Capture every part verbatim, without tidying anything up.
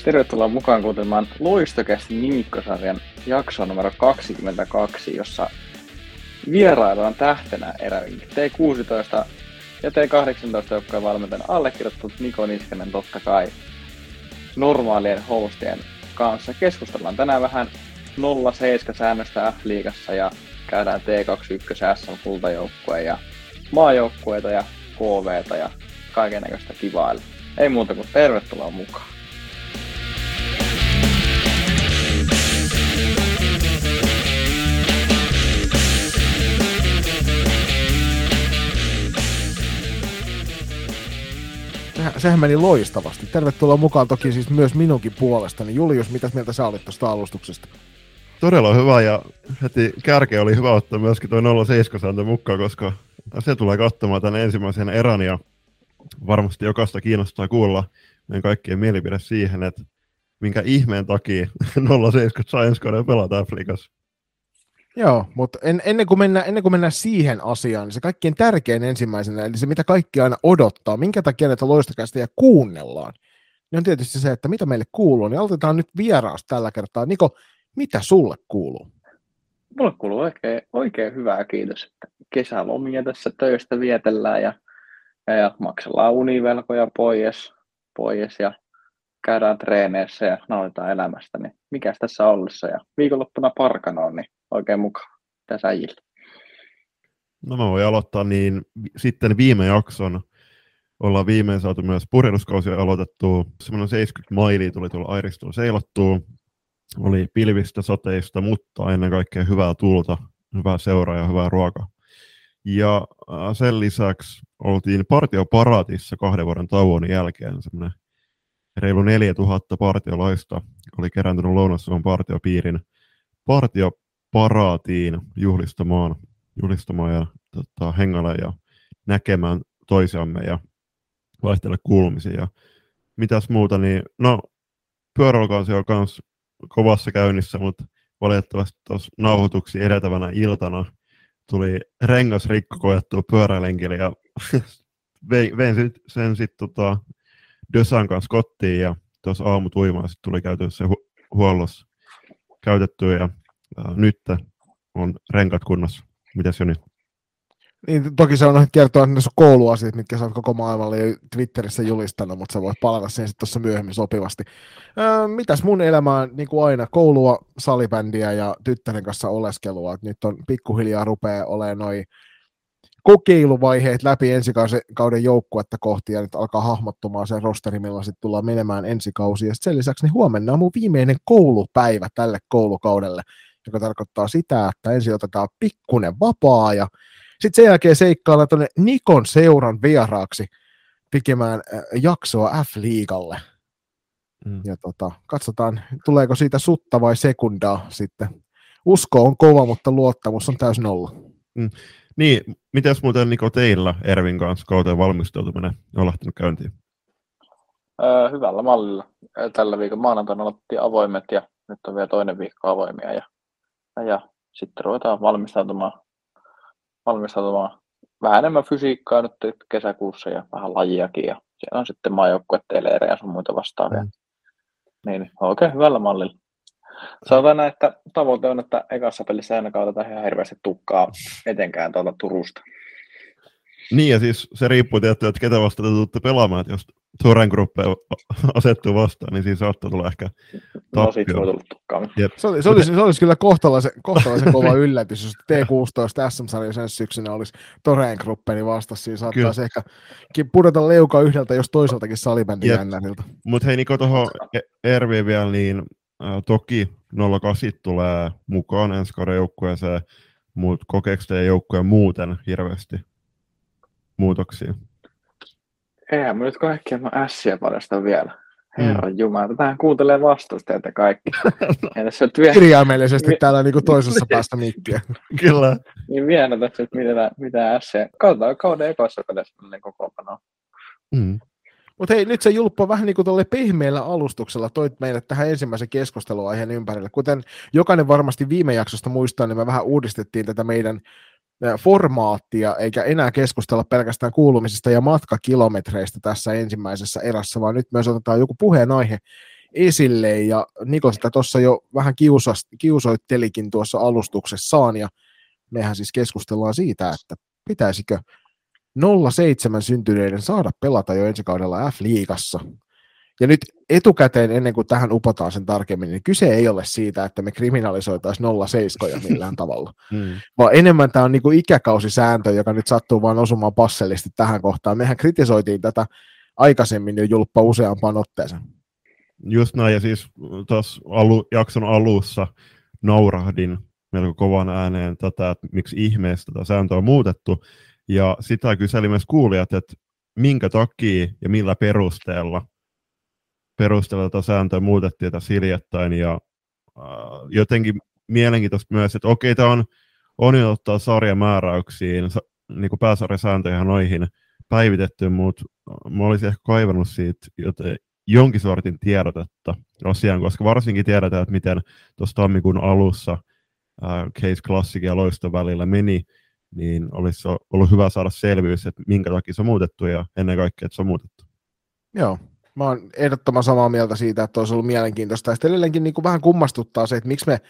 Tervetuloa mukaan kuuntelemaan Loistokästi nimikkosarjan jakso numero kaksikymmentäkaksi, jossa vieraillaan tähtenä erävinkin T kuusitoista ja T kahdeksantoista joukkojen valmentajan allekirjoittanut Niko Niskanen totta kai normaalien hostien kanssa. Keskustellaan tänään vähän nolla seitsemän säännöstä F-liigassa ja käydään T kaksikymmentäyksi S M-kultajoukkueen ja maajoukkueita ja K V:tä ja kaikennäköistä kivaille. Ei muuta kuin tervetuloa mukaan. Sehän meni loistavasti. Tervetuloa mukaan toki siis myös minunkin puolestani. Julius, mitäs mieltä sä olit tuosta alustuksesta? Todella hyvä, ja heti kärkeä oli hyvä ottaa myöskin tuo nolla seitsemän sääntö mukaan, koska se tulee katsomaan tänne ensimmäisen erän, ja varmasti jokaista kiinnostaa kuulla meidän kaikkien mielipide siihen, että minkä ihmeen takia nolla seitsemän saa ensi kauden pelata F-liigassa. Joo, mutta en, ennen, kuin mennään, ennen kuin mennään siihen asiaan, niin se kaikkein tärkein ensimmäisenä, eli se mitä kaikki aina odottaa, minkä takia näitä Loistokästejä kuunnellaan, niin on tietysti se, että mitä meille kuuluu, niin aloitetaan nyt vieraus tällä kertaa. Niko, mitä sulle kuuluu? Mulle kuuluu oikein, oikein hyvää, kiitos, että kesälomia tässä töistä vietellään ja, ja, ja maksellaan univelkoja pois, pois ja käydään treeneissä ja nautitaan elämästä, niin mikäs tässä ollessa ja viikonloppuna Parkanoon, niin oikein mukaan tässä äijillä. No mä voin aloittaa, niin sitten viime jakson ollaan viimein saatu myös purjehduskausi aloitettua. Semmoinen seitsemänkymmentä mailia tuli tuolla Airistolla seilattua. Oli pilvistä, sateista, mutta ennen kaikkea hyvää tuulta, hyvää seuraa ja hyvää ruokaa. Ja sen lisäksi oltiin partioparaatissa kahden vuoden tauon jälkeen. Semmoinen reilu neljätuhatta partiolaista oli kerääntynyt Lounais-Suomen partiopiirin partioparaatiin juhlistamaan, juhlistamaan ja tota, hengailla ja näkemään toisiamme ja vaihtella kuulumisia. Ja mitäs muuta, niin no pyöräilykausi on myös kovassa käynnissä, mutta valitettavasti tuossa nauhoituksiin edeltävänä iltana tuli rengasrikko koettua pyöräilenkille ja vein, vein sit, sen sitten tota, Dösan kanssa kotiin ja tuossa aamutuimaan sitten tuli käyty se hu- huollossa käytettyä ja ää, nyt on renkat kunnossa. Mitäs Joni? Niin, toki se on kertoa ne sun kouluasiat, mitkä sä oot koko maailmalle Twitterissä julistanut, mutta sä voit palata siihen sitten tuossa myöhemmin sopivasti. Öö, mitäs mun elämään, niin kuin aina, koulua, salibändiä ja tyttären kanssa oleskelua. Et nyt on pikkuhiljaa rupeaa olemaan noi kokeiluvaiheet läpi ensi kauden joukkuetta kohti, ja nyt alkaa hahmottumaan se rosteri, millä sitten tullaan menemään ensi kausi. Ja sen lisäksi niin huomenna on mun viimeinen koulupäivä tälle koulukaudelle, joka tarkoittaa sitä, että ensin otetaan pikkunen vapaa, ja sitten sen jälkeen seikkaillaan tuonne Nikon seuran vieraaksi tekemään jaksoa F-liigalle. Mm. Ja tota, katsotaan, tuleeko siitä sutta vai sekundaa sitten. Usko on kova, mutta luottamus on täysin nolla. Mm. Niin, mitäs muuten Niko teillä Ervin kanssa kauteen valmistautuminen on lähtenyt käyntiin? Öö, hyvällä mallilla. Tällä viikon maanantaina aloitettiin avoimet ja nyt on vielä toinen viikko avoimia. Ja, ja, ja sitten ruvetaan valmistautumaan, valmistautumaan vähän enemmän fysiikkaa nyt kesäkuussa ja vähän lajiakin. Ja siellä on sitten maajoukkuetteille ja sun muita vastaavia. Mm. Niin, oikein hyvällä mallilla. Sanotaan näin, että tavoite on, että ekassa pelissä aina otetaan ihan hirveästi tukkaa etenkään tuolta Turusta. Niin, ja siis se riippuu tietysti, että ketä vastaan te tulette pelaamaan, että jos Toren gruppeja asettuu vastaan, niin siinä saattaa tulla ehkä tappio. No sit voi tulla tukkaa. Se, oli, se, olisi, se olisi kyllä kohtalaisen, kohtalaisen kova yllätys, jos T kuusitoista S M-sarja sen syksynä olisi Toren gruppeni vastassa. Siinä saattaisi ehkä pudota leuka yhdeltä, jos toiseltakin salibändin jännäriltä. Mutta hei Niko, tuohon Erviin vielä, niin Äh, toki nolla kahdeksan tulee mukaan ensi kauden joukkueeseen, mutta kokeeko teidän joukkueen muuten hirveästi muutoksia? Eihän mä nyt kaikkia mä ässiä paljasta vielä. Herran mm. jumala, tähän kuuntelee vastustajat ja kaikki. Vielä... Kirjaimellisesti Mi- täällä niinku toisessa päästä mikkiä. Kyllä. Niin vielä tässä, että mitä, mitä ässiä. Katsotaan kauden ekoissa pelissä kokoonpanoa. Mm. Mutta hei, nyt se Julppo vähän niin kuin tuolle pehmeällä alustuksella toit meille tähän ensimmäisen keskusteluaiheen ympärille. Kuten jokainen varmasti viime jaksosta muistaa, niin me vähän uudistettiin tätä meidän formaattia, eikä enää keskustella pelkästään kuulumisista ja matkakilometreistä tässä ensimmäisessä erässä, vaan nyt myös otetaan joku puheenaihe esille, ja Niko sitä tuossa jo vähän kiusoittelikin tuossa alustuksessaan, ja mehän siis keskustellaan siitä, että pitäisikö nolla seitsemän syntyneiden saada pelata jo ensi kaudella F-liigassa. Ja nyt etukäteen, ennen kuin tähän upotaan sen tarkemmin, niin kyse ei ole siitä, että me kriminalisoitaisiin nolla seitsemän millään tavalla, mm. vaan enemmän tämä on niin kuin ikäkausisääntö, joka nyt sattuu vaan osumaan passellisesti tähän kohtaan. Mehän kritisoitiin tätä aikaisemmin jo Julppa useampaan otteeseen. Just näin, ja siis tuossa alu, jakson alussa naurahdin melko kovan ääneen tätä, että miksi ihmeessä tätä sääntöä on muutettu, ja sitä kyseli myös kuulijat, että minkä takia ja millä perusteella perusteella tätä sääntöä muutettiin tässä hiljattain, ja äh, jotenkin mielenkiintoista myös, että okei, tämä on, on jo ottaa sarjamääräyksiin, sa, niin kuin pääsarjasääntöjä noihin päivitetty, mutta mä olisin ehkä kaivannut siitä joten, jonkin sortin tiedotetta asiaan, koska varsinkin tiedetään, että miten tuossa tammikuun alussa äh, Case Classic ja Loiston välillä meni, niin olisi ollut hyvä saada selvyys, että minkä takia se on muutettu, ja ennen kaikkea, että se on muutettu. Joo. Mä oon ehdottoman samaa mieltä siitä, että olisi ollut mielenkiintoista. Ja sitten edelleenkin niin kuin vähän kummastuttaa se, että miksi me,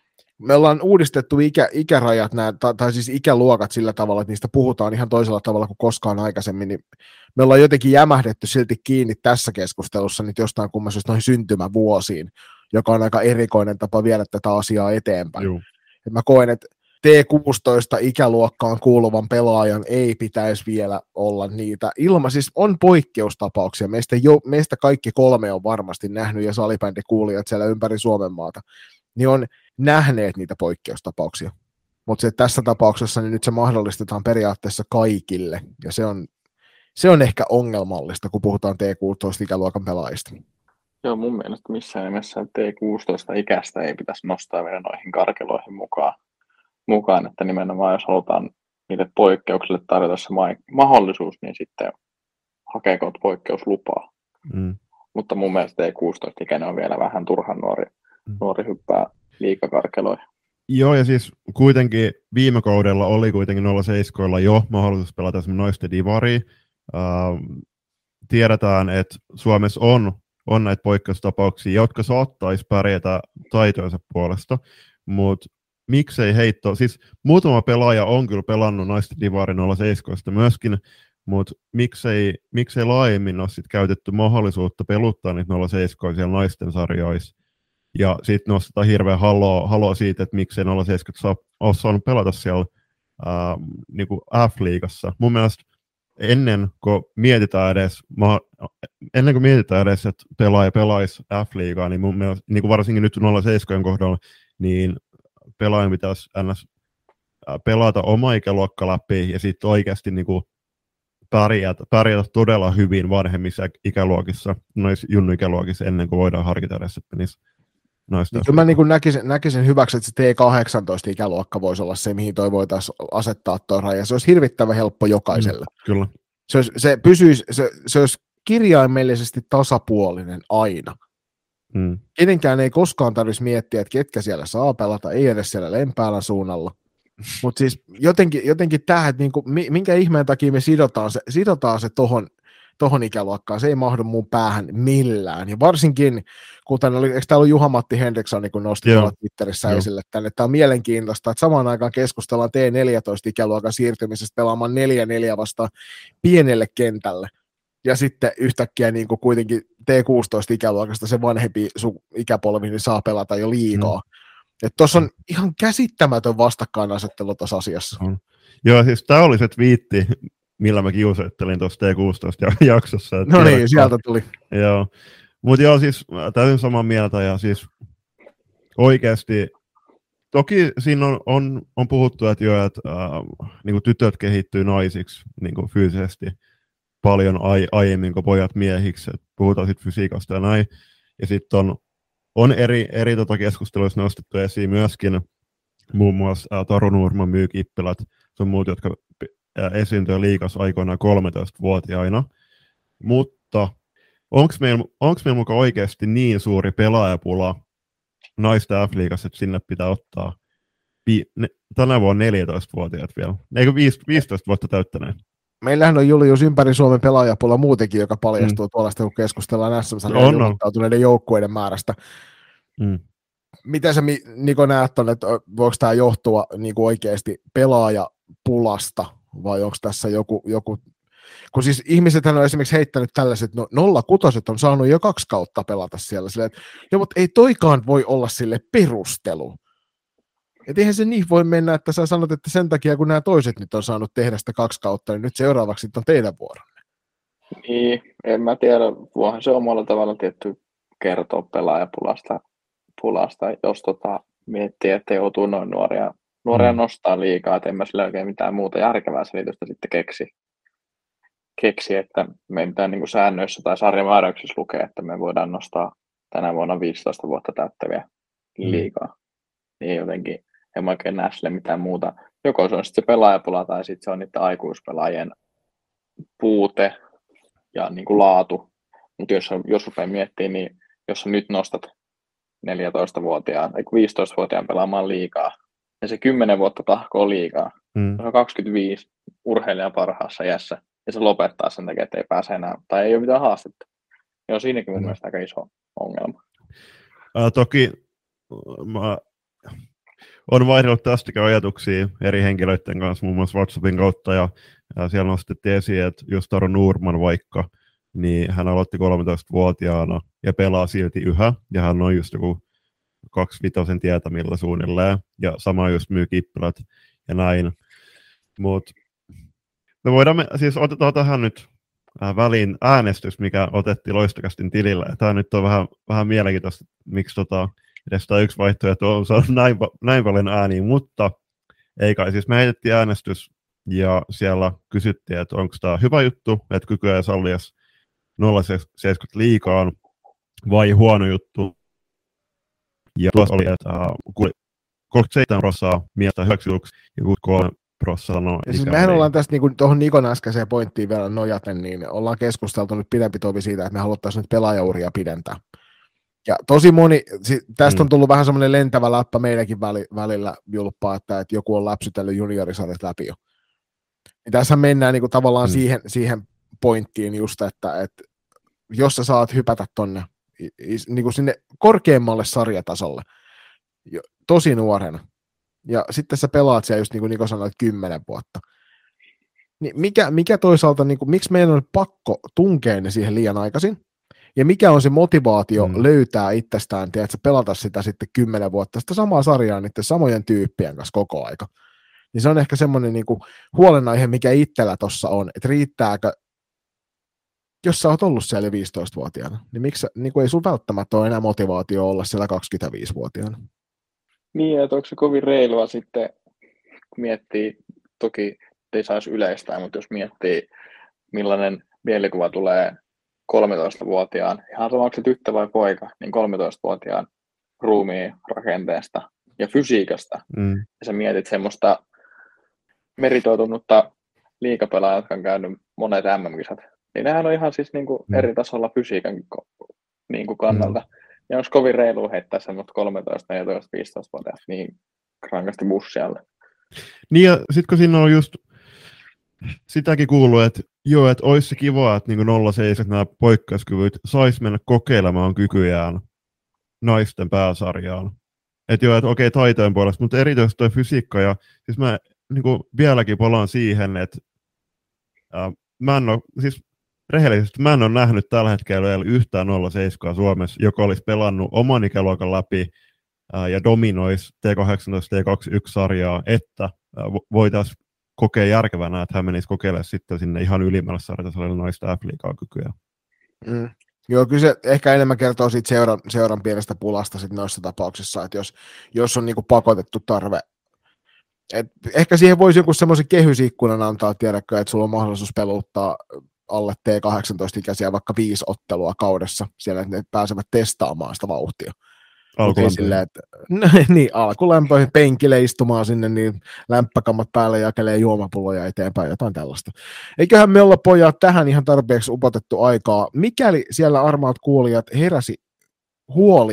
me ollaan uudistettu ikä, ikärajat, nää, tai, tai siis ikäluokat sillä tavalla, että niistä puhutaan ihan toisella tavalla kuin koskaan aikaisemmin. Niin me ollaan jotenkin jämähdetty silti kiinni tässä keskustelussa nyt jostain kummasesta noihin syntymävuosiin, joka on aika erikoinen tapa viedä tätä asiaa eteenpäin. Et mä koen, että T kuusitoista ikäluokkaan kuuluvan pelaajan ei pitäisi vielä olla niitä. Ilma, siis on poikkeustapauksia. Meistä, jo, meistä kaikki kolme on varmasti nähnyt, ja salibändikuulijat siellä ympäri Suomen maata, niin on nähneet niitä poikkeustapauksia. Mutta se tässä tapauksessa niin nyt se mahdollistetaan periaatteessa kaikille, ja se on, se on ehkä ongelmallista, kun puhutaan T kuusitoista ikäluokan pelaajista. Joo, mun mielestä missään nimessä T kuusitoista ikäistä ei pitäisi nostaa vielä noihin karkeloihin mukaan. mukaan, että nimenomaan jos halutaan niille poikkeuksille tarjota se mahdollisuus, niin sitten hakeeko poikkeuslupaa. Mm. Mutta mun mielestä T kuusitoista-ikäinen on vielä vähän turhan nuori, mm. nuori hyppää liikakarkeloihin. Joo, ja siis kuitenkin viime kaudella oli kuitenkin nolla seitsemän jo mahdollisuus pelata noista divaria. Uh, tiedetään, että Suomessa on, on näitä poikkeustapauksia, jotka saattaisi pärjätä taitojensa puolesta, mutta miksei heitto, siis muutama pelaaja on kyllä pelannut naisten divari nolla seitsemän myöskin, mutta miksei, miksei laajemmin ole sit käytetty mahdollisuutta peluttaa niitä nolla seitsemän siellä naisten sarjoissa. Ja sitten nostetaan hirveän haloa, haloa siitä, että miksei nolla seitsemän saa, ole saanut pelata siellä ää, niinku F-liigassa. Mun mielestä ennen kuin mietitään edes, ennen kuin mietitään edes, että pelaaja pelaisi F-liigaa, niin mun mielestä, niin kuin varsinkin nyt nolla seitsemän kohdalla, niin pelaajan pitäisi ns. Pelata oma ikäluokka läpi ja sitten oikeasti niinku pärjätä, pärjätä todella hyvin vanhemmissa ikäluokissa, noissa junnu-ikäluokissa ennen kuin voidaan harkita edes, että menisi noista. Niin, mä niin näkisin, näkisin hyväksi, että se T kahdeksantoista ikäluokka voisi olla se, mihin toi voitaisiin asettaa tuo raja. Se olisi hirvittävän helppo jokaiselle. Mm, kyllä. Se olisi, se, pysyisi, se, se olisi kirjaimellisesti tasapuolinen aina. Hmm. Kenenkään ei koskaan tarvitsisi miettiä, että ketkä siellä saa pelata, ei edes siellä Lempäälän suunnalla. Mutta siis jotenkin, jotenkin tähän, että niinku, minkä ihmeen takia me sidotaan se, sidotaan se tohon, tohon ikäluokkaan, se ei mahdu mun päähän millään. Ja varsinkin, kuten oli, eikö täällä ollut Juha-Matti Henriksson, kun nosti tuolla Twitterissä Joo. esille tänne, että tämä on mielenkiintoista, että samaan aikaan keskustellaan T neljätoista ikäluokan siirtymisestä pelaamaan neljä neljä vastaan pienelle kentälle. Ja sitten yhtäkkiä niin kuin kuitenkin T kuusitoista ikäluokasta se vanhempi su- ikäpolvi niin saa pelata jo liigaa. Mm. Tuossa on ihan käsittämätön vastakkainasettelu tuossa asiassa. Mm. Joo, siis tämä oli se twiitti, millä mä kiusoittelin tuossa T kuusitoista jaksossa. No niin, tiedät, sieltä tuli. Joo, mutta joo, siis täysin samaa mieltä ja siis oikeasti, toki siinä on, on, on puhuttu, että joo, että äh, niin tytöt kehittyy naisiksi niin fyysisesti paljon ai, aiemmin kuin pojat miehiksi, että puhutaan sitten fysiikasta ja näin. Ja sitten on, on eri, eri tota keskusteluissa nostettu esiin myöskin muun muassa ää, Taru Nurman, Myy Kippilät, sun muut, jotka ää, esiintyy liigassa aikoinaan kolmetoistavuotiaina. Mutta onko meillä, onko meillä mukaan oikeasti niin suuri pelaajapula naisten F-liigassa, että sinne pitää ottaa pi, ne, tänä vuonna neljätoistavuotiaat vielä, eikö viisitoista vuotta täyttäneen? meillähän on Julius ympäri Suomen pelaajapuolella muutenkin, joka paljastuu mm. tuollaista, kun keskustellaan S M-sarjan ilmoittautuneiden joukkueiden määrästä. Mm. Miten sä, Niko, näet tuonne, että voiko tämä johtua niin kuin oikeasti pelaajapulasta, vai onko tässä joku, joku... Kun siis ihmisethän on esimerkiksi heittänyt tällaiset, no nolla kutoset on saanut jo kaksi kautta pelata siellä, silleen, että joo, mutta ei toikaan voi olla sille perustelu. Et eihän se niin voi mennä, että sä sanot, että sen takia, kun nämä toiset nyt on saanut tehdä sitä kaksi kautta, niin nyt seuraavaksi on teidän vuoronne. Niin, en mä tiedä. Voihan se omalla tavalla tietty kertoa pelaajapulasta, pulasta, jos tota, miettii, että joutuu noin nuoria, nuoria mm. nostaa liikaa, että en mä sillä oikein mitään muuta järkevää selitystä sitten keksi. keksi että me ei mitään niin kuin säännöissä tai sarjamääräyksissä lukee, että me voidaan nostaa tänä vuonna viisitoista vuotta täyttäviä liikaa. Mm. Niin jotenkin en mä oikein näe sille mitään muuta. Joko se on sitten se pelaajapula tai sitten se on niiden aikuispelaajien puute ja niin kuin laatu. Mutta jos, jos rupeaa miettimään, niin jos sä nyt nostat neljätoistavuotiaan, ei viisitoistavuotiaan pelaamaan liigaa, ja se kymmenen vuotta tahkoo liigaa, mm. se on kaksikymmentäviisi urheilijan parhaassa iässä, ja se lopettaa sen takia, että ei pääse enää, tai ei ole mitään haastetta. Ja on siinäkin mun mm. mielestä aika iso ongelma. Ää, toki mä olen vaihdellut tästäkin ajatuksia eri henkilöiden kanssa, muun muassa WhatsAppin kautta, ja, ja siellä nostettiin esiin, että jos Taro Nurman vaikka, niin hän aloitti kolmetoistavuotiaana ja pelaa silti yhä, ja hän on just joku kaksivitosen tietämillä suunnilleen, ja sama just myy kippilät ja näin. Mutta me voidaan, me, siis otetaan tähän nyt äh, väliin äänestys, mikä otettiin Loistokästin tilillä. Tämä nyt on vähän, vähän mielenkiintoista, miksi tota, edes tämä yksi vaihtoehto on saanut näin, näin paljon ääniä, mutta ei kai. Siis me heitettiin äänestys, ja siellä kysyttiin, että onko tämä hyvä juttu, että kykyä ei sallias nolla pilkku seitsemänkymmentä liikaan, vai huono juttu. Ja tuossa oli, että kolmekymmentäseitsemän prosenttia mieltä hyväksytyksi ja kolme prosenttia sanoo. Ja siis mehän ollaan tästä niin tuohon Nikon äskeiseen pointtiin vielä nojaten, niin ollaan keskusteltu nyt pidempi tovi siitä, että me haluttaisiin nyt pelaajauria pidentää. Ja tosi moni, tästä on tullut mm. vähän semmoinen lentävä läppä meidänkin välillä julppaa, että, että joku on läpsytellyt juniorisarjat läpi jo. Ja tässä mennään niin kuin tavallaan mm. siihen, siihen pointtiin just, että, että jos sä saat hypätä tonne niin kuin sinne korkeammalle sarjatasolle tosi nuorena, ja sitten sä pelaat siellä just niin kuin Niko sanoi, kymmenen vuotta, niin mikä, mikä toisaalta, niin kuin, miksi meidän on pakko tunkea ne siihen liian aikaisin, ja mikä on se motivaatio mm. löytää itsestään, tiedätkö, pelata sitä sitten kymmenen vuotta, sitä samaa sarjaa niiden samojen tyyppien kanssa koko aika. Niin se on ehkä semmoinen niin kuin huolenaihe, mikä itsellä tuossa on, että riittääkö, jos sä oot ollut siellä viisitoistavuotiaana, niin miksi niin kuin ei sun välttämättä ole enää motivaatio olla siellä kaksikymmentäviisivuotiaana? Niin, että onko se kovin reilua sitten, kun miettii, toki ei saisi yleistää, mutta jos miettii, millainen mielikuva tulee kolmetoistavuotiaan, ihan sama onko se tyttö vai poika, niin kolmetoistavuotiaan ruumiin rakenteesta ja fysiikasta. Mm. Ja sä mietit semmoista meritoitunutta liigapelaajaa, jotka on käynyt monet M M-kisat. Niin nehän on ihan siis niinku mm. eri tasolla fysiikan niinku kannalta. Mm. Ja onko kovin reilu heittää semmoista kolmetoista, neljätoista, viisitoista-vuotiaat niin rankasti bussialle. Niin ja sit kun siinä on just sitäkin kuullut, että joo, että olisi se kiva, että niin nolla pilkku seitsemän nämä poikkeuskyvyt sais mennä kokeilemaan kykyjään naisten pääsarjaan. Että joo, että okei taitojen puolesta, mutta erityisesti toi fysiikka ja siis mä niin kuin vieläkin palaan siihen, että äh, mä en ole, siis rehellisesti mä en ole nähnyt tällä hetkellä yhtään nolla pilkku seitsemän Suomessa, joka olisi pelannut oman ikäluokan läpi ää, ja dominoisi T kahdeksantoista T kaksikymmentäyksi-sarjaa, että ää, voitaisiin kokea järkevänä, että hän menisi kokeilemaan sitten sinne ihan ylimmällä sarjatasolla naista F-liigaa kykyä. Mm. Joo, kyllä se ehkä enemmän kertoo siitä seuran, seuran pienestä pulasta sit noissa tapauksissa, että jos, jos on niinku pakotettu tarve. Et ehkä siihen voisi joku semmoisen kehysikkunan antaa, tiedäkö, että sulla on mahdollisuus peluttaa alle T kahdeksantoista-ikäisiä vaikka viisi ottelua kaudessa, siellä että ne pääsevät testaamaan sitä vauhtia. Silleen, että, no, niin, alkulämpöihin penkille istumaan sinne, niin lämpökammat päälle jakelee juomapulloja eteenpäin, jotain tällaista. Eiköhän me olla pojat tähän ihan tarpeeksi upotettu aikaa. Mikäli siellä armaat kuulijat heräsi huolia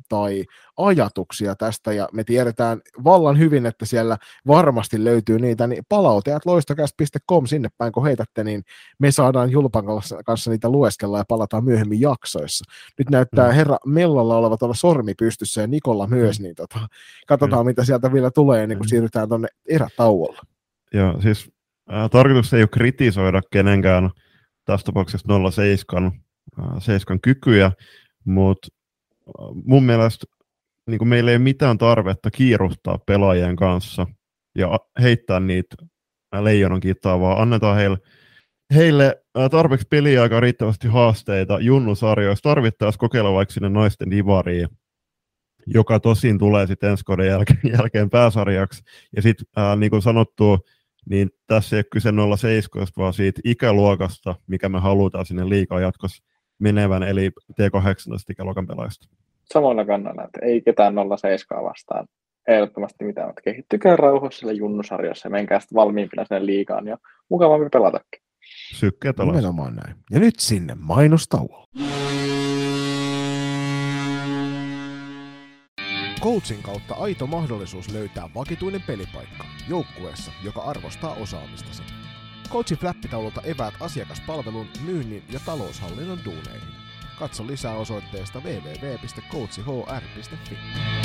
tai ajatuksia tästä, ja me tiedetään vallan hyvin, että siellä varmasti löytyy niitä, niin palautajat loistokäst piste com sinne päin, kun heitätte, niin me saadaan Julpan kanssa niitä lueskella ja palataan myöhemmin jaksoissa. Nyt näyttää mm. herra Mellalla olevat olla sormi pystyssä ja Nikolla myös, niin tota, katsotaan mm. mitä sieltä vielä tulee ennen kuin siirrytään tuonne erätauolle. Joo, siis äh, tarkoitus ei ole kritisoida kenenkään tässä tapauksessa nolla seitsemän seiskan kykyjä, mutta mun mielestä niin kuin meillä ei ole mitään tarvetta kiirustaa pelaajien kanssa ja heittää niitä leijonan kittaa, vaan annetaan heille, heille tarpeeksi peliaikaa, riittävästi haasteita junnusarjoissa, tarvittaisiin kokeilla vaikka sinne naisten divariin, joka tosin tulee sitten ensi kauden jälkeen, jälkeen pääsarjaksi. Ja sitten niin kuin sanottu, niin tässä ei ole kyse nolla seitsemän, vaan siitä ikäluokasta, mikä me halutaan sinne liigaa jatkossa menevän, eli T kahdeksantoista ikäluokan pelaajista. Samoilla kannalla, että ei ketään nolla seitsemän vastaan ehdottomasti mitään, mutta kehittykää rauhassa siellä junnusarjassa ja menkää sitten valmiimpina sinne liigaan ja mukavampi pelatakin. Sykkeet alas. Nimenomaan näin. Ja nyt sinne mainostauolla. Coachin kautta aito mahdollisuus löytää vakituinen pelipaikka joukkueessa, joka arvostaa osaamistasi. Coachin fläppitaululta eväät asiakaspalvelun, myynnin ja taloushallinnon duuneihin. Katso lisää osoitteesta double-u double-u double-u piste coach h r piste f i.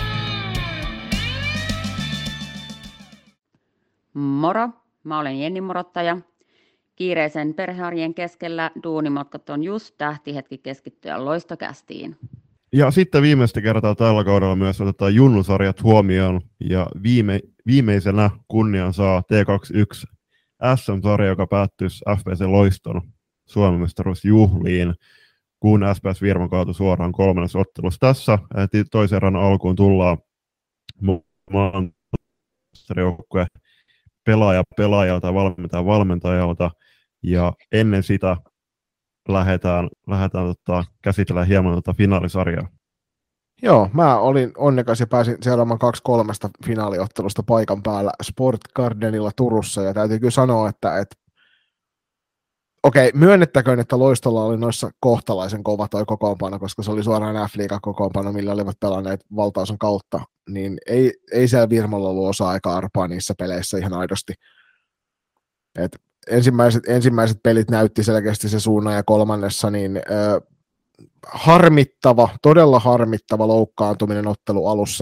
Moro, mä olen Jenni Morottaja. Kiireisen perhearjen keskellä duunimatkat on just tähtihetki keskittyä loistokästiin. Ja sitten viimeistä kertaa tällä kaudella myös otetaan junnusarjat huomioon, ja viime, viimeisenä kunnian saa T kaksikymmentäyksi S M-sarja, joka päättyisi F P C Loiston Suomen mestaruusjuhliin, kun S P S Virmo kaatui suoraan kolmannessa ottelussa. Tässä toisen erän alkuun tullaan maajoukkueen pelaaja pelaajalta, valmentaja valmentajalta, ja ennen sitä lähdetään, lähdetään tota, käsitellään hieman tota finaalisarjaa. Joo, mä olin onnekas ja pääsin seuraamaan kaksi kolmesta finaaliottelusta paikan päällä Sport Gardenilla Turussa, ja täytyy kyllä sanoa, että et, okei, myönnettäköön, että Loistolla oli noissa kohtalaisen kova toi kokoonpano, koska se oli suoraan F-liigan kokoonpano, millä olivat pelanneet valtaosan kautta, niin ei, ei siellä Virmolla ollut osa aika arpaa niissä peleissä ihan aidosti. Et ensimmäiset, ensimmäiset pelit näytti selkeästi se suunnan, ja kolmannessa niin ö, harmittava, todella harmittava loukkaantuminen ottelu alussa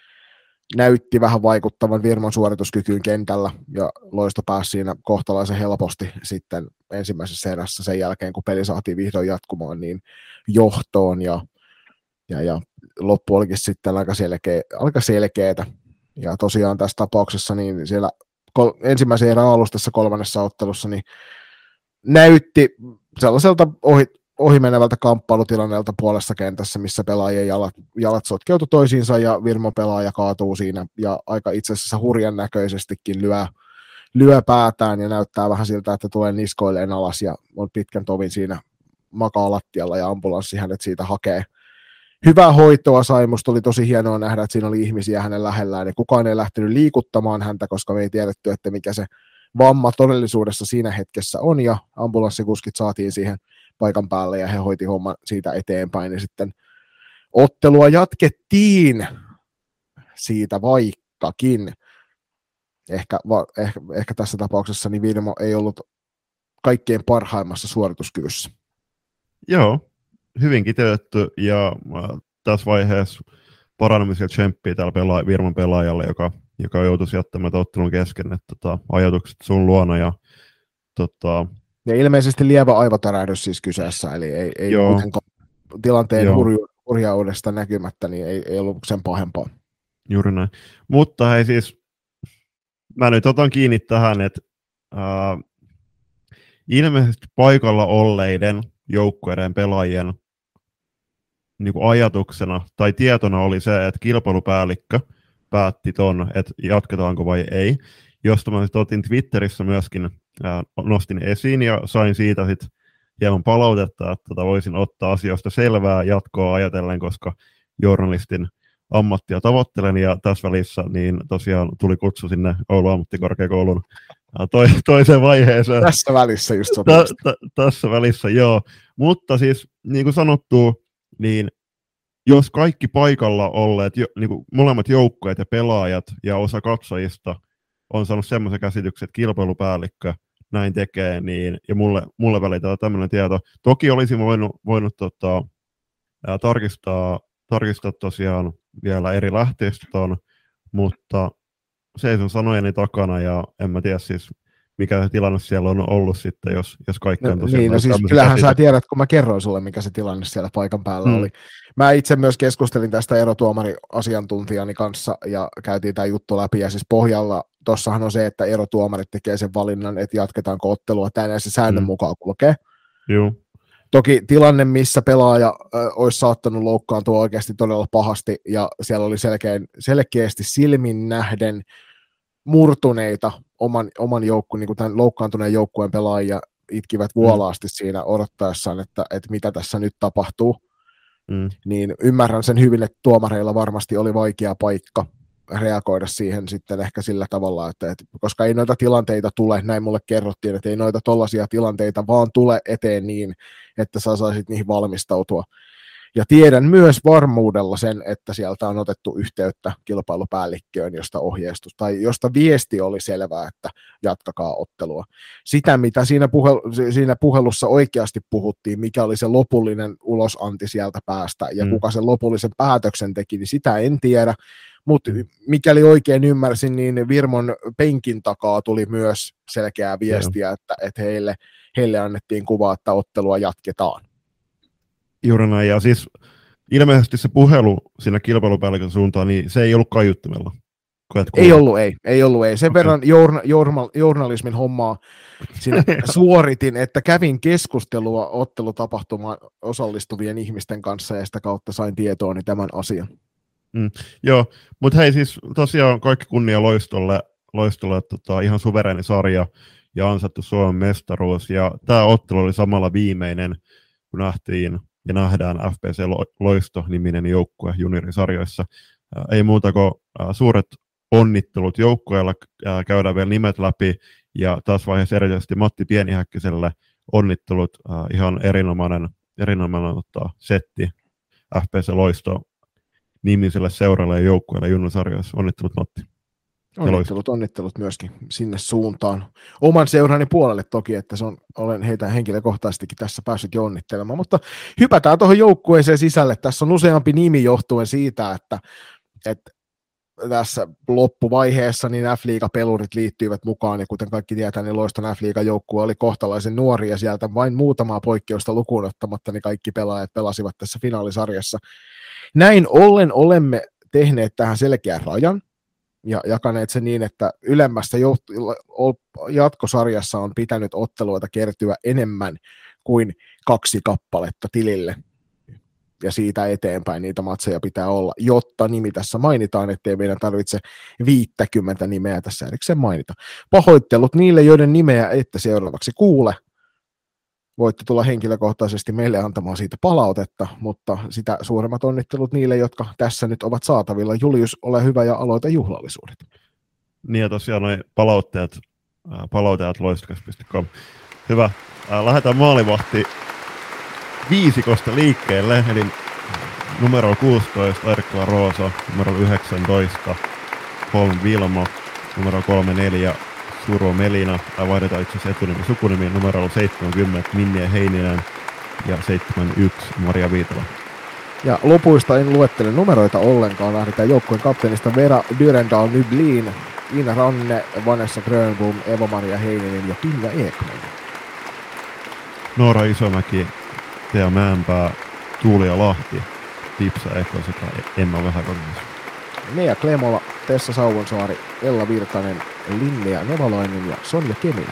näytti vähän vaikuttavan Virmon suorituskykyyn kentällä, ja Loisto pääsi siinä kohtalaisen helposti sitten ensimmäisessä erässä sen jälkeen, kun peli saatiin vihdoin jatkumaan, niin johtoon, ja, ja, ja loppu olikin sitten aika, selkeä, aika selkeätä, ja tosiaan tässä tapauksessa niin siellä kol- ensimmäisen erän alustassa kolmannessa ottelussa niin näytti sellaiselta ohi, ohimenevältä kamppailutilanneelta puolessa kentässä, missä pelaajien jalat, jalat sotkeutui toisiinsa ja Virmon pelaaja kaatuu siinä ja aika itse asiassa hurjan näköisestikin lyö, lyö päätään ja näyttää vähän siltä, että tulee niskoilleen alas ja on pitkän tovin siinä makaa lattialla ja ambulanssi hänet siitä hakee. Hyvää hoitoa sai, musta oli tosi hienoa nähdä, että siinä oli ihmisiä hänen lähellään ja kukaan ei lähtenyt liikuttamaan häntä, koska me ei tiedetty, että mikä se vamma todellisuudessa siinä hetkessä on ja ambulanssikuskit saatiin siihen paikan päälle ja he hoiti homman siitä eteenpäin ja sitten ottelua jatkettiin siitä vaikkakin. Ehkä, va, ehkä, ehkä tässä tapauksessa niin Virmo ei ollut kaikkein parhaimmassa suorituskyvyssä. Joo, hyvin kiteytetty ja äh, tässä vaiheessa parannamisia tsemppiä täällä pela- Virmon pelaajalle, joka, joka joutuisi jättämään ottelun kesken, että tota, ajatukset sun luona ja tota, ja ilmeisesti lievä aivotärähdys siis kyseessä, eli ei, ei tilanteen hurju, hurjaudesta näkymättä, niin ei, ei ollut sen pahempaa. Juuri näin. Mutta hei siis, mä nyt otan kiinni tähän, että äh, ilmeisesti paikalla olleiden joukkueiden pelaajien niin kuin ajatuksena tai tietona oli se, että kilpailupäällikkö päätti ton, että jatketaanko vai ei, josta mä otin Twitterissä myöskin ää, nostin esiin ja sain siitä sitten hieman palautetta, että tota voisin ottaa asioista selvää jatkoa ajatellen, koska journalistin ammattia tavoittelen ja tässä välissä niin tosiaan tuli kutsu sinne Oulun ammattikorkeakoulun to, toiseen vaiheeseen. Tässä välissä just tä, tä, Tässä välissä, joo. Mutta siis niin kuin sanottu, niin jos kaikki paikalla olleet, jo, niin kuin molemmat joukkueet ja pelaajat ja osa katsojista on saanut semmoisen käsityksen, että kilpailupäällikkö näin tekee, niin, ja mulle, mulle välitetään tämmöinen tieto. Toki olisin voinut, voinut tota, ää, tarkistaa, tarkistaa tosiaan vielä eri lähteistä ton, mutta seison sanojeni takana, ja en mä tiedä siis, mikä se tilanne siellä on ollut sitten, jos, jos kaikki on tosiaan... Niin, no siis kyllähän käsitet... sä tiedät, kun mä kerroin sulle, mikä se tilanne siellä paikan päällä mm. oli. Mä itse myös keskustelin tästä erotuomari-asiantuntijani kanssa, ja käytiin tämä juttu läpi, ja siis pohjalla tossahan on se, että erotuomarit tekee sen valinnan, että jatketaanko ottelua, tämä se säännön mm. mukaan kulkee. Joo. Toki tilanne, missä pelaaja ö, olisi saattanut loukkaantua oikeasti todella pahasti, ja siellä oli selkeän, selkeästi silmin nähden murtuneita oman, oman joukkueen, niin kuin tämän loukkaantuneen joukkueen pelaajia itkivät vuolaasti mm. siinä odottaessaan, että, että mitä tässä nyt tapahtuu, mm. niin ymmärrän sen hyvin, että tuomareilla varmasti oli vaikea paikka reagoida siihen sitten ehkä sillä tavalla, että, että koska ei noita tilanteita tule, näin mulle kerrottiin, että ei noita tollaisia tilanteita vaan tule eteen niin, että sä saisit niihin valmistautua. Ja tiedän myös varmuudella sen, että sieltä on otettu yhteyttä kilpailupäällikköön, josta ohjeistus tai josta viesti oli selvää, että jatkakaa ottelua. Sitä, mitä siinä, puhel, siinä puhelussa oikeasti puhuttiin, mikä oli se lopullinen ulosanti sieltä päästä ja mm. kuka sen lopullisen päätöksen teki, niin sitä en tiedä. Mutta mikäli oikein ymmärsin, niin Virmon penkin takaa tuli myös selkeää viestiä, että, että heille, heille annettiin kuva, että ottelua jatketaan. Juuri näin, ja siis ilmeisesti se puhelu siinä kilpailupäällikön suuntaan, niin se ei ollut kaiuttimella. Ei ollut, ei. Ei ollut, ei. Sen okay. verran journa, journa, journalismin hommaa siinä suoritin, että kävin keskustelua ottelutapahtumaan osallistuvien ihmisten kanssa, ja sitä kautta sain tietooni tämän asian. Mm, joo, mutta hei siis tosiaan kaikki kunnia Loistolle, Loistolle tota, ihan suvereeni sarja ja ansattu Suomen mestaruus, ja tämä ottelu oli samalla viimeinen, kun nähtiin ja nähdään F P C Loisto-niminen joukkue juniorisarjoissa. Ää, ei muuta kuin ää, suuret onnittelut joukkueella, ää, käydään vielä nimet läpi, ja taas vaiheessa erityisesti Matti Pienihäkkiselle onnittelut, ää, ihan erinomainen, erinomainen ottaa setti F P C Loisto nimiselle seuralle ja joukkueelle juniorisarjoissa. Onnittelut Matti. Onnittelut, onnittelut myöskin sinne suuntaan. Oman seurani puolelle toki, että se on, olen heitä henkilökohtaisestikin tässä päässyt jo onnittelemaan, mutta hypätään tuohon joukkueeseen sisälle. Tässä on useampi nimi johtuen siitä, että, että tässä loppuvaiheessa niin F-liiga-pelurit liittyivät mukaan, ja kuten kaikki tietää, niin Loiston F-liiga-joukkue oli kohtalaisen nuori, ja sieltä vain muutamaa poikkeusta lukuun ottamatta, niin kaikki pelaajat pelasivat tässä finaalisarjassa. Näin ollen olemme tehneet tähän selkeän rajan, ja jakaneet se niin, että ylemmässä jatkosarjassa on pitänyt otteluita kertyä enemmän kuin kaksi kappaletta tilille. Ja siitä eteenpäin niitä matseja pitää olla, jotta nimi tässä mainitaan, ettei meidän tarvitse viittäkymmentä nimeä tässä erikseen mainita. Pahoittelut niille, joiden nimeä ette seuraavaksi kuule. Voitte tulla henkilökohtaisesti meille antamaan siitä palautetta, mutta sitä suuremmat onnittelut niille, jotka tässä nyt ovat saatavilla. Julius, ole hyvä ja aloita juhlallisuudet. Niin ja tosiaan noi palautteet, palautteet loistokas piste com. Hyvä. Lähdetään maalivahti viisikosta liikkeelle, eli numero kuusitoista Erkka Roosa, numero yhdeksäntoista Holm Vilmo, numero kolmekymmentäneljä Suro Melina, tai vaihdetaan itse asiassa etunimi sukunimi, numero seitsemänkymmentä Minnie Heininen ja seitsemänkymmentäyksi Maria Viitala. Ja lopuista en luettele numeroita ollenkaan, lähdetään joukkueen kapteenista Vera Dyrendal Nyblin, Ina Ranne, Vanessa Grönblom, Eva-Maria Heininen ja Pinja Ekman. Noora Isomäki, Tea Mäenpää, Tuulia Lahti, Tipsa Eko sekä Emma Vähäkorisessa. Nea Klemola, Tessa Sauvonsaari, Ella Virtanen, Linnea Nevalainen ja Sonja Kemiläinen.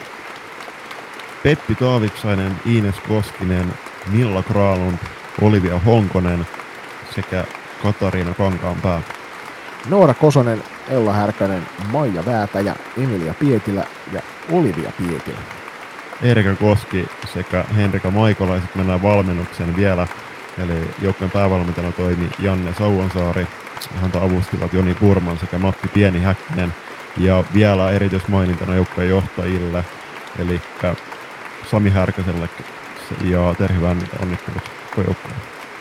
Peppi Taavitsainen, Iines Koskinen, Milla Kraalund, Olivia Honkonen sekä Katariina Kankaanpää. Noora Kosonen, Ella Härkänen, Maija Väätäjä, Emilia Pietilä ja Olivia Pietilä. Erika Koski sekä Henrika Maikola, ja sitten mennään valmennuksen vielä. Eli joukkueen päävalmentajana toimi Janne Sauvonsaari, häntä avustivat Joni Purman sekä Matti Pienihäkkinen. Ja vielä erityismainintana joukkueen johtajille, eli Sami Härkäselle ja Terhi Vänniltä onnittelut joukkueen.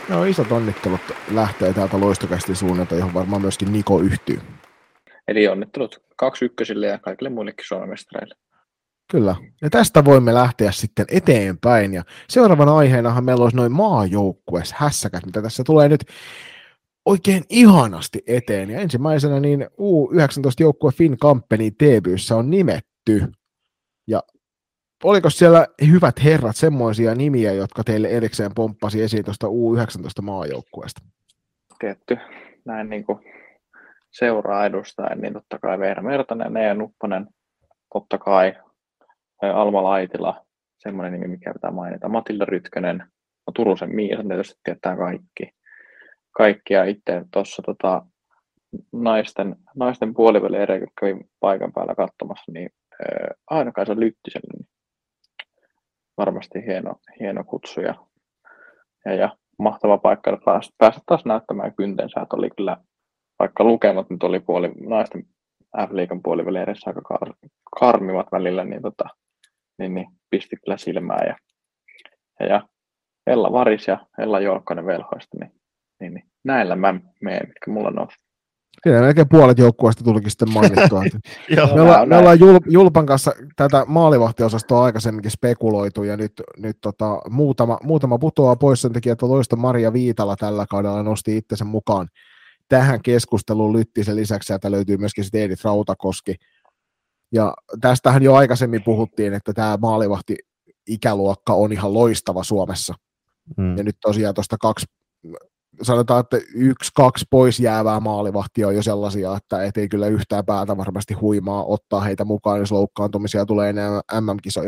No, isot onnittelut lähtee täältä Loistokästin suunnalta, johon varmaan myöskin Niko yhtyy. Eli onnittelut kaksi ykkösille ja kaikille muillekin Suomen mestareille. Kyllä. Ja tästä voimme lähteä sitten eteenpäin. Ja seuraavana aiheenahan meillä olisi noin maajoukkuees hässäkät, mitä tässä tulee nyt oikein ihanasti eteen. Ja ensimmäisenä niin U yhdeksäntoista-joukkue Finn Company T V:ssä on nimetty. Ja oliko siellä hyvät herrat semmoisia nimiä, jotka teille erikseen pomppasi esiin tuosta U yhdeksäntoista-maajoukkueesta? Tietty näin niin kuin seuraa edustaen, niin totta kai Veera Mertanen, Nea Nupponen, totta kai Alma Laitila, semmoinen nimi, mikä pitää mainita, Matilda Rytkönen, no Turusen Miia, sen tietysti tietää kaikki. Kaikkia itse tuossa tota, naisten, naisten puolivälieriä, kun kävin paikan päällä katsomassa, niin ää, ainakaan se Lyttiselle, niin varmasti hieno, hieno kutsu ja, ja, ja mahtava paikka päästä, päästä taas näyttämään kyntensä, että oli kyllä, vaikka lukemat nyt oli puoli, naisten F-liigan puolivälierissä aika kar, karmivat välillä, niin, tota, niin, niin pisti kyllä silmään ja, ja, ja Ella Varis ja Ella Jolkkanen velhoista, niin, niin, niin näillä mä menen, mitkä mulla nousi. Kyllä melkein puolet joukkueesta tulikin sitten mainittua. Joo, me, olla, me ollaan Jul, Julpan kanssa tätä maalivahtiosastoa aikaisemminkin spekuloitu, ja nyt, nyt tota, muutama, muutama putoaa pois, sen takia, että Loisto Maria Viitala tällä kaudella nosti itsensä mukaan tähän keskusteluun Lyttisen lisäksi, että löytyy myöskin sitten Edith Rautakoski. Ja tästähän jo aikaisemmin puhuttiin, että tämä maalivahti-ikäluokka on ihan loistava Suomessa. Hmm. Ja nyt tosiaan tuosta kaksi, sanotaan, että yksi, kaksi pois jäävää maalivahtia on jo sellaisia, että et ei kyllä yhtään päätä varmasti huimaa ottaa heitä mukaan, jos loukkaantumisia tulee enää M M-kisoja.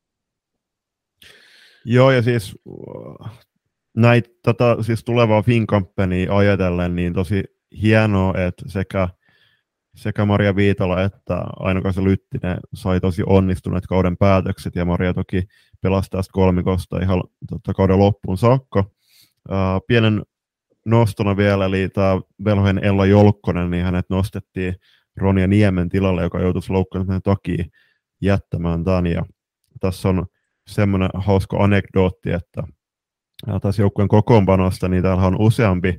Joo, ja siis näitä tätä siis tulevaa Finn Companyaa ajatellen, niin tosi hienoa, että sekä, sekä Maria Viitala että Aino-Kaisa Lyttinen sai tosi onnistuneet kauden päätökset, ja Maria toki pelasi tästä kolmikosta ihan tota, kauden loppuun saakka. Uh, pienen nostona vielä, eli tämä velhojen Ella Jolkkonen, niin hänet nostettiin Ronja Niemen tilalle, joka joutuisi loukkaantumisen takia jättämään tämän, ja tässä on semmoinen hauska anekdootti, että tässä joukkueen kokoonpanosta, niin täällä on useampi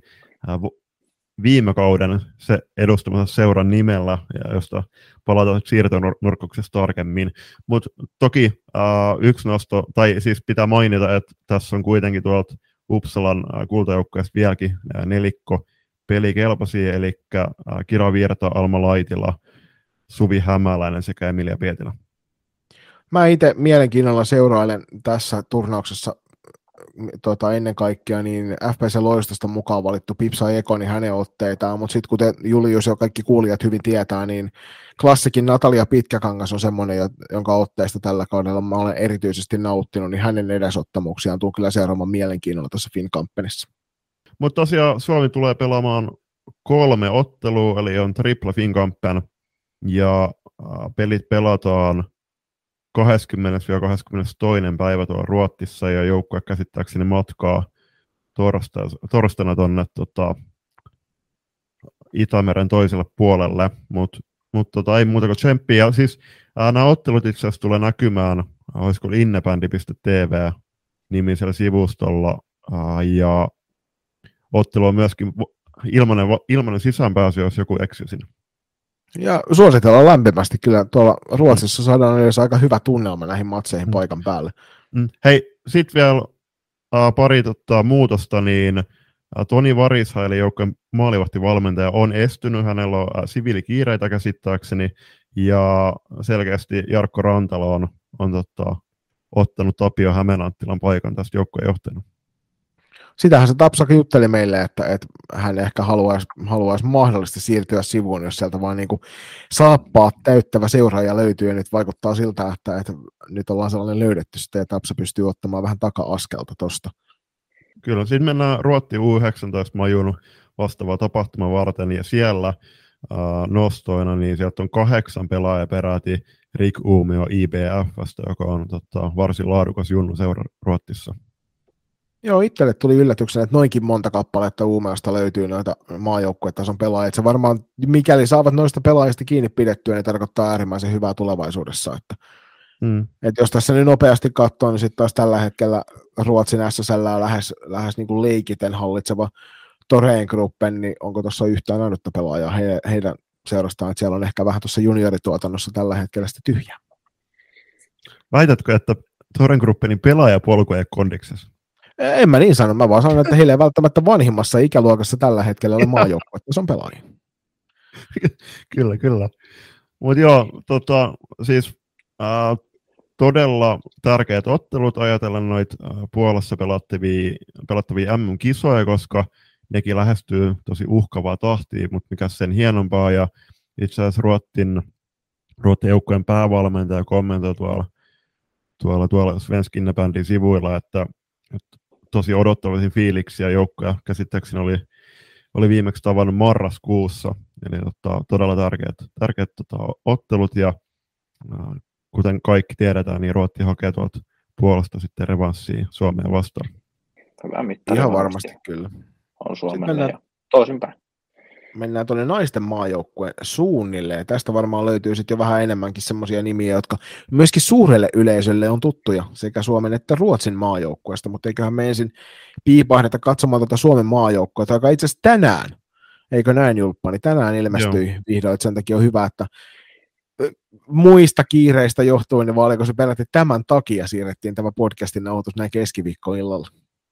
viime kauden se edustamassa seuran nimellä, ja josta palataan siirtonurkkauksesta tarkemmin. Mutta toki äh, yksi nosto, tai siis pitää mainita, että tässä on kuitenkin tuolta Uppsalan äh, kultajoukkueesta vieläkin äh, nelikko pelikelpoisia, eli äh, Kira Virta, Alma Laitila, Suvi Hämäläinen sekä Emilia Pietilä. Mä itse mielenkiinnolla seurailen tässä turnauksessa tota, ennen kaikkea niin F P C Loistosta mukaan valittu Pipsa Ekoni hänen otteitaan, mutta sitten kuten Julius ja kaikki kuulijat hyvin tietää, niin klassikin Natalia Pitkäkangas on semmoinen, jonka otteista tällä kaudella mä olen erityisesti nauttinut, niin hänen edesottamuksiaan tuu kyllä seuraamaan mielenkiinnolla tuossa Finn Companyssä. Mutta tosiaan Suomi tulee pelaamaan kolme ottelua, eli on triple Finn Company, ja äh, pelit pelataan kahdeskymmenes kahdeskymmenestoinen päivä tuolla Ruotsissa, ja joukkue käsittääkseni matkaa torstaina, torstaina tuonne tota, Itämeren toiselle puolelle, mutta mut, tota, ei muuta kuin tsemppiä. Siis ää, nämä ottelut itse asiassa tulee näkymään, olisiko innebändi piste t v-nimisellä sivustolla, ää, ja ottelu on myöskin ilmainen, ilmainen sisäänpääsy, jos joku eksyy sinne. Ja suositellaan lämpimästi kyllä. Tuolla Ruotsissa saadaan edes aika hyvä tunnelma näihin matseihin paikan päälle. Hei, sitten vielä äh, pari tota, muutosta, niin äh, Toni Varisha, eli joukkojen maalivahtivalmentaja, on estynyt. Hänellä on äh, siviilikiireitä käsittääkseni, ja selkeästi Jarkko Rantala on, on tota, ottanut Tapio Hämeenanttilan paikan tästä joukkojen johtajana. Sitähän se Tapsakin jutteli meille, että, että hän ehkä haluaisi, haluaisi mahdollisesti siirtyä sivuun, jos sieltä vaan niin kuin saappaat täyttävä seuraaja löytyy, ja nyt vaikuttaa siltä, että, että nyt ollaan sellainen löydetty sitä, ja Tapsa pystyy ottamaan vähän taka-askelta tuosta. Kyllä, sitten mennään Ruottiin U yhdeksäntoista-majun vastaavaa tapahtumaa varten, ja siellä äh, nostoina, niin sieltä on kahdeksan pelaajaa peräti Rick Uumio I B F:stä, joka on tota, varsin laadukas junnu seura Ruotsissa. Joo, itselle tuli yllätyksenä, että noinkin monta kappaletta Uumeosta löytyy noita maajoukkuetason pelaajia. Se varmaan, mikäli saavat noista pelaajista kiinni pidettyä, niin tarkoittaa äärimmäisen hyvää tulevaisuudessa. Että Mm. Et jos tässä nyt nopeasti katsoo, niin sitten taas tällä hetkellä Ruotsin S S L on lähes, lähes niin kuin leikiten hallitseva Thorengruppen, niin onko tuossa yhtään ainutta pelaajaa he, heidän seurastaan, että siellä on ehkä vähän tuossa juniorituotannossa tällä hetkellä sitä tyhjää. Väitätkö, että Thorengrupenin pelaajapolku ei kondiksessa? En mä niin sano, mä vaan sanon, että heillä ei välttämättä vanhimmassa ikäluokassa tällä hetkellä ole maajoukkue, että se on pelaajia. Kyllä, kyllä. Mutta joo, tota, siis äh, todella tärkeät ottelut ajatellen noita äh, Puolassa pelattavia, pelattavia M M-kisoja, koska nekin lähestyy tosi uhkavaa tahtia, mutta mikä sen hienompaa, ja itse asiassa Ruottin, Ruottin joukkojen päävalmentaja kommentoi tuolla, tuolla, tuolla Svenskinne-bändin sivuilla, että, että tosi odottavaisin fiiliksiä joukkoja käsittääkseni oli, oli viimeksi tavannut marraskuussa, eli tota, todella tärkeät, tärkeät tota, ottelut, ja äh, kuten kaikki tiedetään, niin Ruotti hakee tuolta Puolasta sitten revanssia Suomeen vastaan. Hyvä mittari. Ihan varmasti, varmasti kyllä. On Suomelle ja toisinpäin. Mennään tuonne naisten maajoukkueen suunnille, ja tästä varmaan löytyy sitten jo vähän enemmänkin semmoisia nimiä, jotka myöskin suurelle yleisölle on tuttuja sekä Suomen että Ruotsin maajoukkueesta, mutta eiköhän me ensin piipahdeta katsomaan tuota Suomen maajoukkuetta, joka itse asiassa tänään, eikö näin Julppa, niin tänään ilmestyi Joo. vihdoin, että sen takia on hyvä, että muista kiireistä johtuen, vaan oliko se peräti tämän takia siirrettiin tämä podcastin nauhoitus näin keskiviikkoillalla?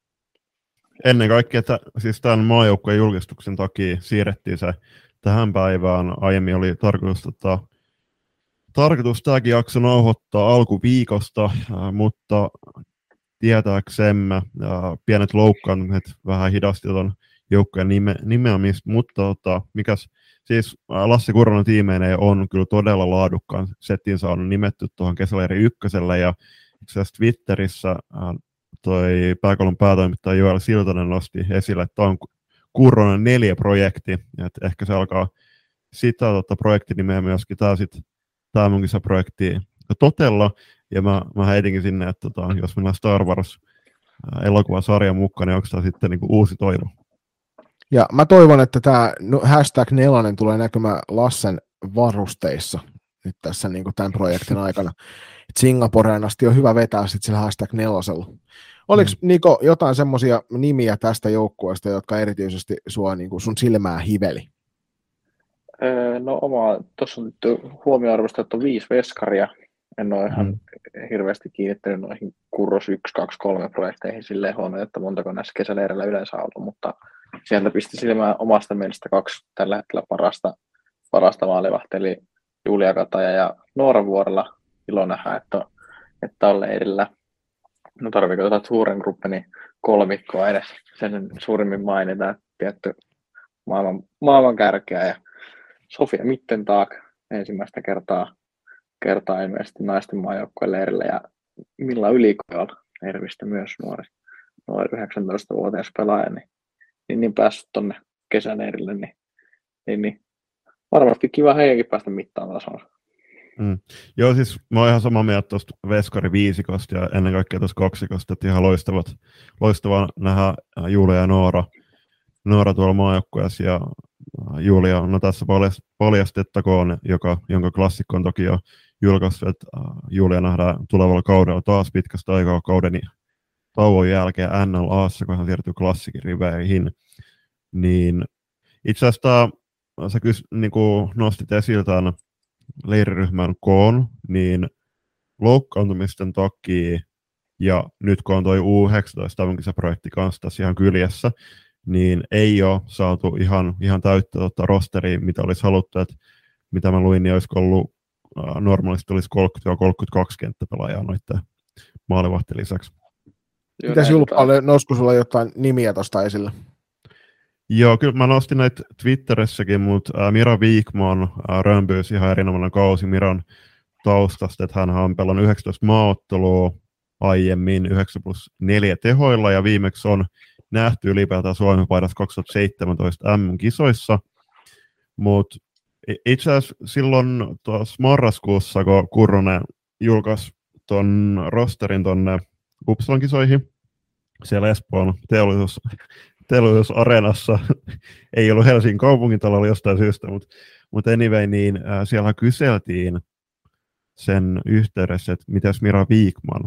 Ennen kaikkea, että siis tämän maajoukkueen julkistuksen takia siirrettiin se tähän päivään. Aiemmin oli tarkoitus, tota, tarkoitus tämäkin jakso nauhoittaa alkuviikosta, äh, mutta tietääksemme äh, pienet loukkaantumiset vähän hidasti tuon joukkueen nime, nimeämistä, mutta tota, mikäs, siis äh, Lassi Kurronen tiimeineen on kyllä todella laadukkaan setin saanut nimetty tuohon kesäleiri ykköselle, ja itse asiassa Twitterissä äh, toi pääkallon päätoimittaja Joel Siltanen nosti esille, että tämä on Kurronen neljä projekti, että ehkä se alkaa sitä tota, projektinimeä myöskin tämä sitten tämä munkin se projekti totella, ja mä, mä heitinkin sinne, että tota, jos mennään Star Wars elokuvasarjan mukaan, niin onko tämä sitten niinku uusi toivo? Ja mä toivon, että tämä hashtag nelonen tulee näkymään Lassen varusteissa nyt tässä niin kuin tämän projektin aikana. Et Singaporeen asti on hyvä vetää sitten sillä hashtag nelosella. Oliko mm. Niko jotain semmoisia nimiä tästä joukkueesta, jotka erityisesti sua niin kuin sun silmää hiveli? Öö, no oma, tuossa on nyt huomioarvosta, että on viisi veskaria. En ole ihan mm. hirveästi kiinnittänyt noihin Kurros yksi, kaksi, kolme projekteihin silleen huomioon, että montako näissä kesäleirillä yleensä on ollut, mutta sieltä pisti silmään omasta mielestä kaksi tällä hetkellä parasta, parasta maalivahtia, eli Julia Kataja ja Noora Vuorella. Ilo nähdä, että, että on leirillä. No tarviiko tuota Thorengruppeni kolmikkoa edes sen suurimmin mainita, tietty maailman, maailman kärkeä, ja Sofia Mittentaak ensimmäistä kertaa, kertaa ilmeisesti naisten maajoukkueen leirillä, ja Milla Ylikojola Ervistä myös nuori, nuori yhdeksäntoistavuotias pelaaja, niin, niin, niin päässyt tuonne kesäleirille, niin, niin, niin varmasti kiva heidänkin päästä mittaan tasoon. Mm. Joo, siis mä oon ihan samaa mieltä tuosta Veskari viisikosta ja ennen kaikkea tuosta kaksikosta, että ihan loistavat, loistavaa nähdä Julia ja Noora, Noora tuolla maajoukkueessa, ja Julia, no tässä paljastettakoon, joka, jonka klassikko on toki jo julkaistu, että Julia nähdään tulevalla kaudella taas pitkästä aikaa kauden tauon jälkeen N L A:ssa, kun hän siirtyy klassikin riveihin, niin itse asiassa sä kys, niin kuin nostit esille tämän leiriryhmän koon, niin loukkaantumisten takia, ja nyt kun on toi U yhdeksäntoista projekti kanssa tässä ihan kyljessä, niin ei ole saatu ihan, ihan täyttä tota, rosteria, mitä olisi haluttu, että mitä mä luin, niin olisiko ollut, äh, normaalisti olisi kolmekymmentä kolmekymmentäkaksi kenttäpelaajaa noiden maalivahti lisäksi. Mitäs Julppa, nousiko sulla jotain nimiä tuosta esille? Joo, kyllä mä nostin näitä Twitterissäkin, mutta äh, Mira Wikman äh, römpyysi ihan erinomainen kausi Miran taustasta, että hän on pelannut yhdeksäntoista maaottelua aiemmin yhdeksän plus neljä tehoilla, ja viimeksi on nähty ylipäätään Suomen paidassa kaksituhattaseitsemäntoista M M-kisoissa, mutta itse asiassa silloin tuossa marraskuussa, kun Kurronen julkaisi ton rosterin tuonne Uppsalan kisoihin, siellä Espoon teollisuus, teollisuusareenassa, ei ollut Helsingin kaupungintalolla jostain syystä, mutta mut anyway, niin äh, siellä kyseltiin sen yhteydessä, että mitäs Mira Viikman,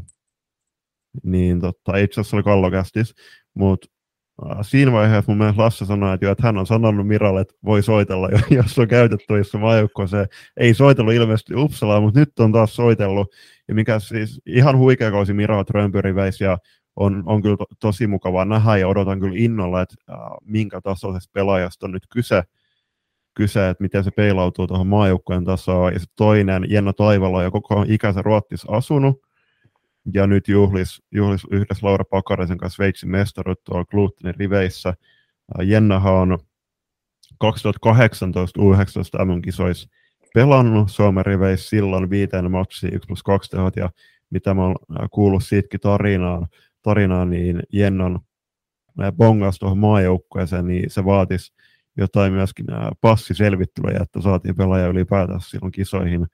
niin tota, itse asiassa oli Kallokästis, mutta äh, siinä vaiheessa mun mielestä Lasse sanoi, että, jo, että hän on sanonut Miralle, että voi soitella, jos on käytettävissä maajoukkueeseen. Ei soitellut ilmeisesti Uppsalaa, mutta nyt on taas soitellut, ja mikä siis ihan huikea kausi Mira Trömpyriveissä, ja on, on kyllä to, tosi mukavaa nähdä, ja odotan kyllä innolla, että äh, minkä tasoisesta pelaajasta on nyt kyse, kyse, että miten se peilautuu tuohon maajoukkueen tasoon, ja se toinen, Jenna Taivalo, ja koko ikänsä Ruotsissa asunut, ja nyt juhlis, juhlis yhdessä Laura Pakarisen kanssa Sveitsin mestaruutta tuolla Glutenin riveissä. Jennahan on kaksituhattakahdeksantoista U yhdeksäntoista M M-kisoissa pelannut Suomen riveissä silloin viiteen matsiin yksi plus kaksi tehot, ja mitä mä oon kuullut siitäkin tarinaa, tarinaa niin Jennan bongas tuohon maajoukkueeseen, niin se vaatisi jotain myöskin passiselvittelyjä, että saatiin pelaaja ylipäätään silloin kisoihin.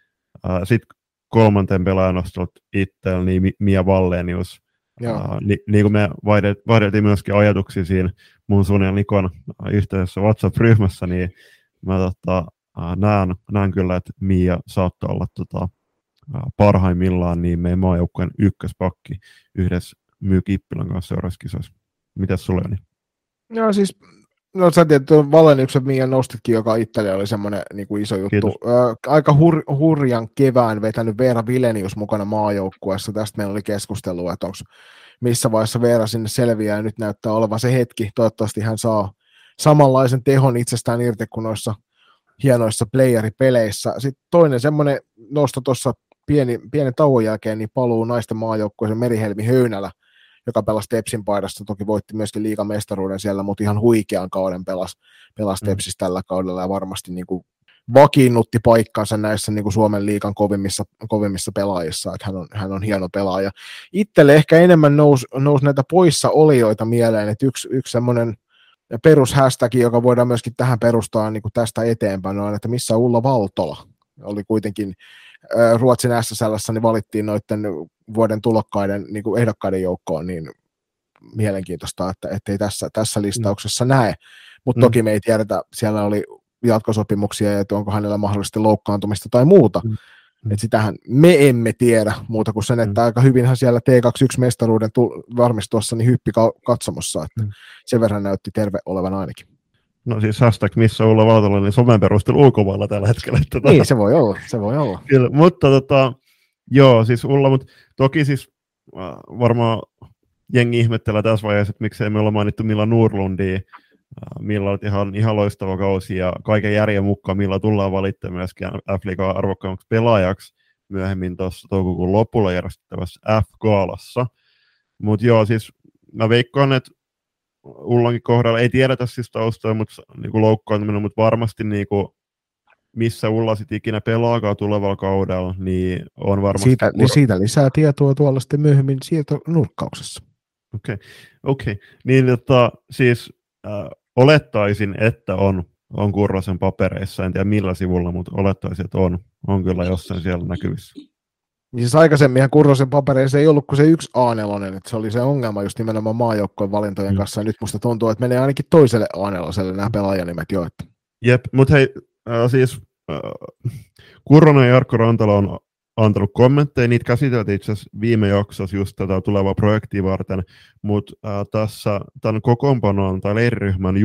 Sitten kolmanten pelaajan nostot itsellä, niin Mia Wallenius. Uh, ni, niin kuin me vaihdeltiin myöskin ajatuksia siinä mun sun ja Nikon yhteydessä WhatsApp-ryhmässä, niin mä tota, uh, näen, näen kyllä, että Mia saattaa olla tota, uh, parhaimmillaan niin meidän maajoukkueen ykköspakki yhdessä Myy Kippilän kanssa seuraavissa kisoissa. Mitäs sulle on? Joo, siis no sä tiedät, tuon Walleniuksen Mia nostitkin, joka itselle oli semmoinen niin kuin iso juttu. Ö, aika hur, hurjan kevään vetänyt Veera Vilenius mukana maajoukkueessa. Tästä meillä oli keskustelua, että onko missä vaiheessa Veera sinne selviää, ja nyt näyttää olevan se hetki. Toivottavasti hän saa samanlaisen tehon itsestään irti kuin noissa hienoissa playeripeleissä. Sitten toinen semmoinen nosto tuossa pieni, pienen tauon jälkeen, niin paluu naisten maajoukkueeseen Merihelmi Höynälä, joka pelasi Tepsin paidassa, toki voitti myöskin liigamestaruuden siellä, mutta ihan huikean kauden pelasi, pelasi Tepsissä tällä kaudella, ja varmasti niin kuin vakiinnutti paikkansa näissä niin kuin Suomen liigan kovimmissa, kovimmissa pelaajissa, että hän on, hän on hieno pelaaja. Itselle ehkä enemmän nousi nous näitä poissaolijoita mieleen, että yksi, yksi semmoinen perushästäki, joka voidaan myöskin tähän perustaa niin kuin tästä eteenpäin, on, että missä Ulla Valtola oli kuitenkin Ruotsin S S L:ssä, niin valittiin noiden vuoden tulokkaiden niin kuin ehdokkaiden joukkoon, niin mielenkiintoista, että ettei tässä, tässä listauksessa mm. näe, mutta mm. toki me ei tiedetä, siellä oli jatkosopimuksia, ja että onko hänellä mahdollisesti loukkaantumista tai muuta, mm. että sitähän me emme tiedä muuta kuin sen, että mm. aika hyvinhän siellä T kaksikymmentäyksi-mestaruuden varmistuessa niin hyppi katsomossa, että mm. sen verran näytti terve olevan ainakin. No siis hashtag missä Ulla Valtola, niin somen perustelu ulkomailla tällä hetkellä. Tota, niin, se voi olla, se voi olla. Kyllä, mutta tota, joo, siis Ulla, mutta toki siis äh, varmaan jengi ihmettelee tässä vaiheessa, että miksei me olla mainittu Milla Nurlundia, äh, Milla on ihan, ihan loistava kausi, ja kaiken järjen mukaan Milla tullaan valittamaan myöskin F-liigan arvokkaammaksi pelaajaksi myöhemmin tuossa toukokuun lopulla järjestettävässä F-gaalassa. Mutta joo, siis mä veikkaan, että Ullankin kohdalla ei tiedetä siis taustaa, mutta niinku loukkaantuminen, mutta varmasti niinku, missä Ulla sitten ikinä pelaakaan tulevalla kaudella, niin on varmasti... Siitä, niin siitä lisää tietoa tuolla sitten myöhemmin siirtonurkkauksessa. Okei, okay. okay. Niin tota, siis äh, olettaisin, että on, on Kurrosen papereissa, en tiedä millä sivulla, mutta olettaisin, että on, on kyllä jossain siellä näkyvissä. Siis aikaisemminhan Kurrosen papereissa ei ollut kuin se yksi A neljä, että se oli se ongelma just nimenomaan maajoukkojen valintojen mm. kanssa, ja nyt musta tuntuu, että menee ainakin toiselle A neljälle nämä pelaajanimet jo. Että... Jep, mutta hei, äh, siis äh, Kurronen ja Jarkko Rantala on antanut kommentteja, niitä käsiteltiin itse asiassa viime jaksossa just tätä tulevaa projektia varten, mutta äh, tässä tämän kokoonpanon tai leiriryhmän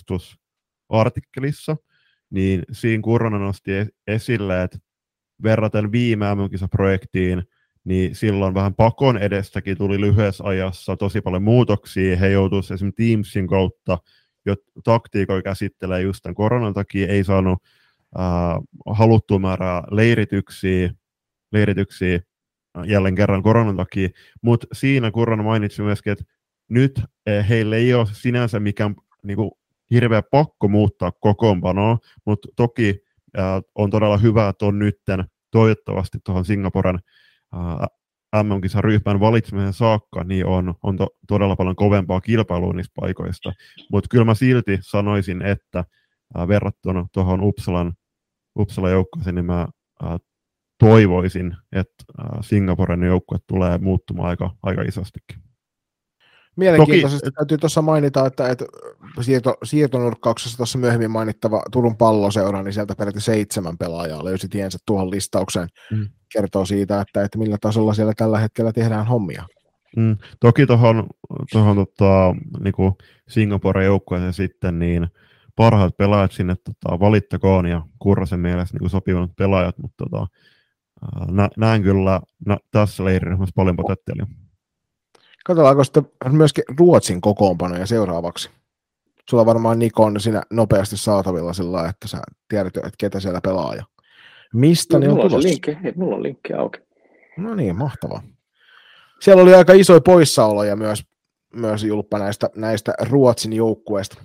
julkistusartikkelissa, niin siinä Kurronen nosti esille, että verraten viime M M-kisaprojektiin, niin silloin vähän pakon edestäkin tuli lyhyessä ajassa tosi paljon muutoksia. He joutuivat esimerkiksi Teamsin kautta jo taktiikoja käsittelee just tämän koronan takia, ei saanut äh, haluttua määrää leirityksiä, leirityksiä jälleen kerran koronan takia, mutta siinä Kurronen mainitsi myöskin, että nyt eh, heille ei ole sinänsä mikään niin kuin, hirveä pakko muuttaa kokoonpanoa, mutta toki äh, on todella hyvä, että on nytten toivottavasti tuohon Singaporen äh, M M-kisan ryhmän valitsemisen saakka, niin on, on to, todella paljon kovempaa kilpailua niistä paikoista. Mutta kyllä mä silti sanoisin, että äh, verrattuna tuohon Uppsalan, Uppsalan joukkueeseen, niin mä äh, toivoisin, että äh, Singaporen joukkue tulee muuttumaan aika, aika isostikin. Mielenkiintoisesti Toki, täytyy tuossa mainita, että, että siirto, siirtonurkkauksessa tuossa myöhemmin mainittava Turun Palloseura, niin sieltä peräti seitsemän pelaajaa löysi tiensä tuohon listaukseen. Mm. Kertoo siitä, että, että millä tasolla siellä tällä hetkellä tehdään hommia. Mm. Toki tuohon tota, niinku Singapore-joukkueeseen sitten, niin parhaat pelaajat sinne tota, valittakoon ja Kurrosen mielestä niinku sopivat pelaajat, mutta tota, nä, näen kyllä nä, tässä leiriryhmässä paljon potentiaalia. Katsotaanko sitten myöskin Ruotsin kokoonpanoja seuraavaksi. Sulla on varmaan Nikon siinä nopeasti saatavilla sillä, että sä tiedät, että ketä siellä pelaa ja mistä no, ne on tulossa. On linkki, hei, mulla on linkki auki. No niin, mahtavaa. Siellä oli aika isoja poissaoloja myös, myös Julppa näistä, näistä Ruotsin joukkueista.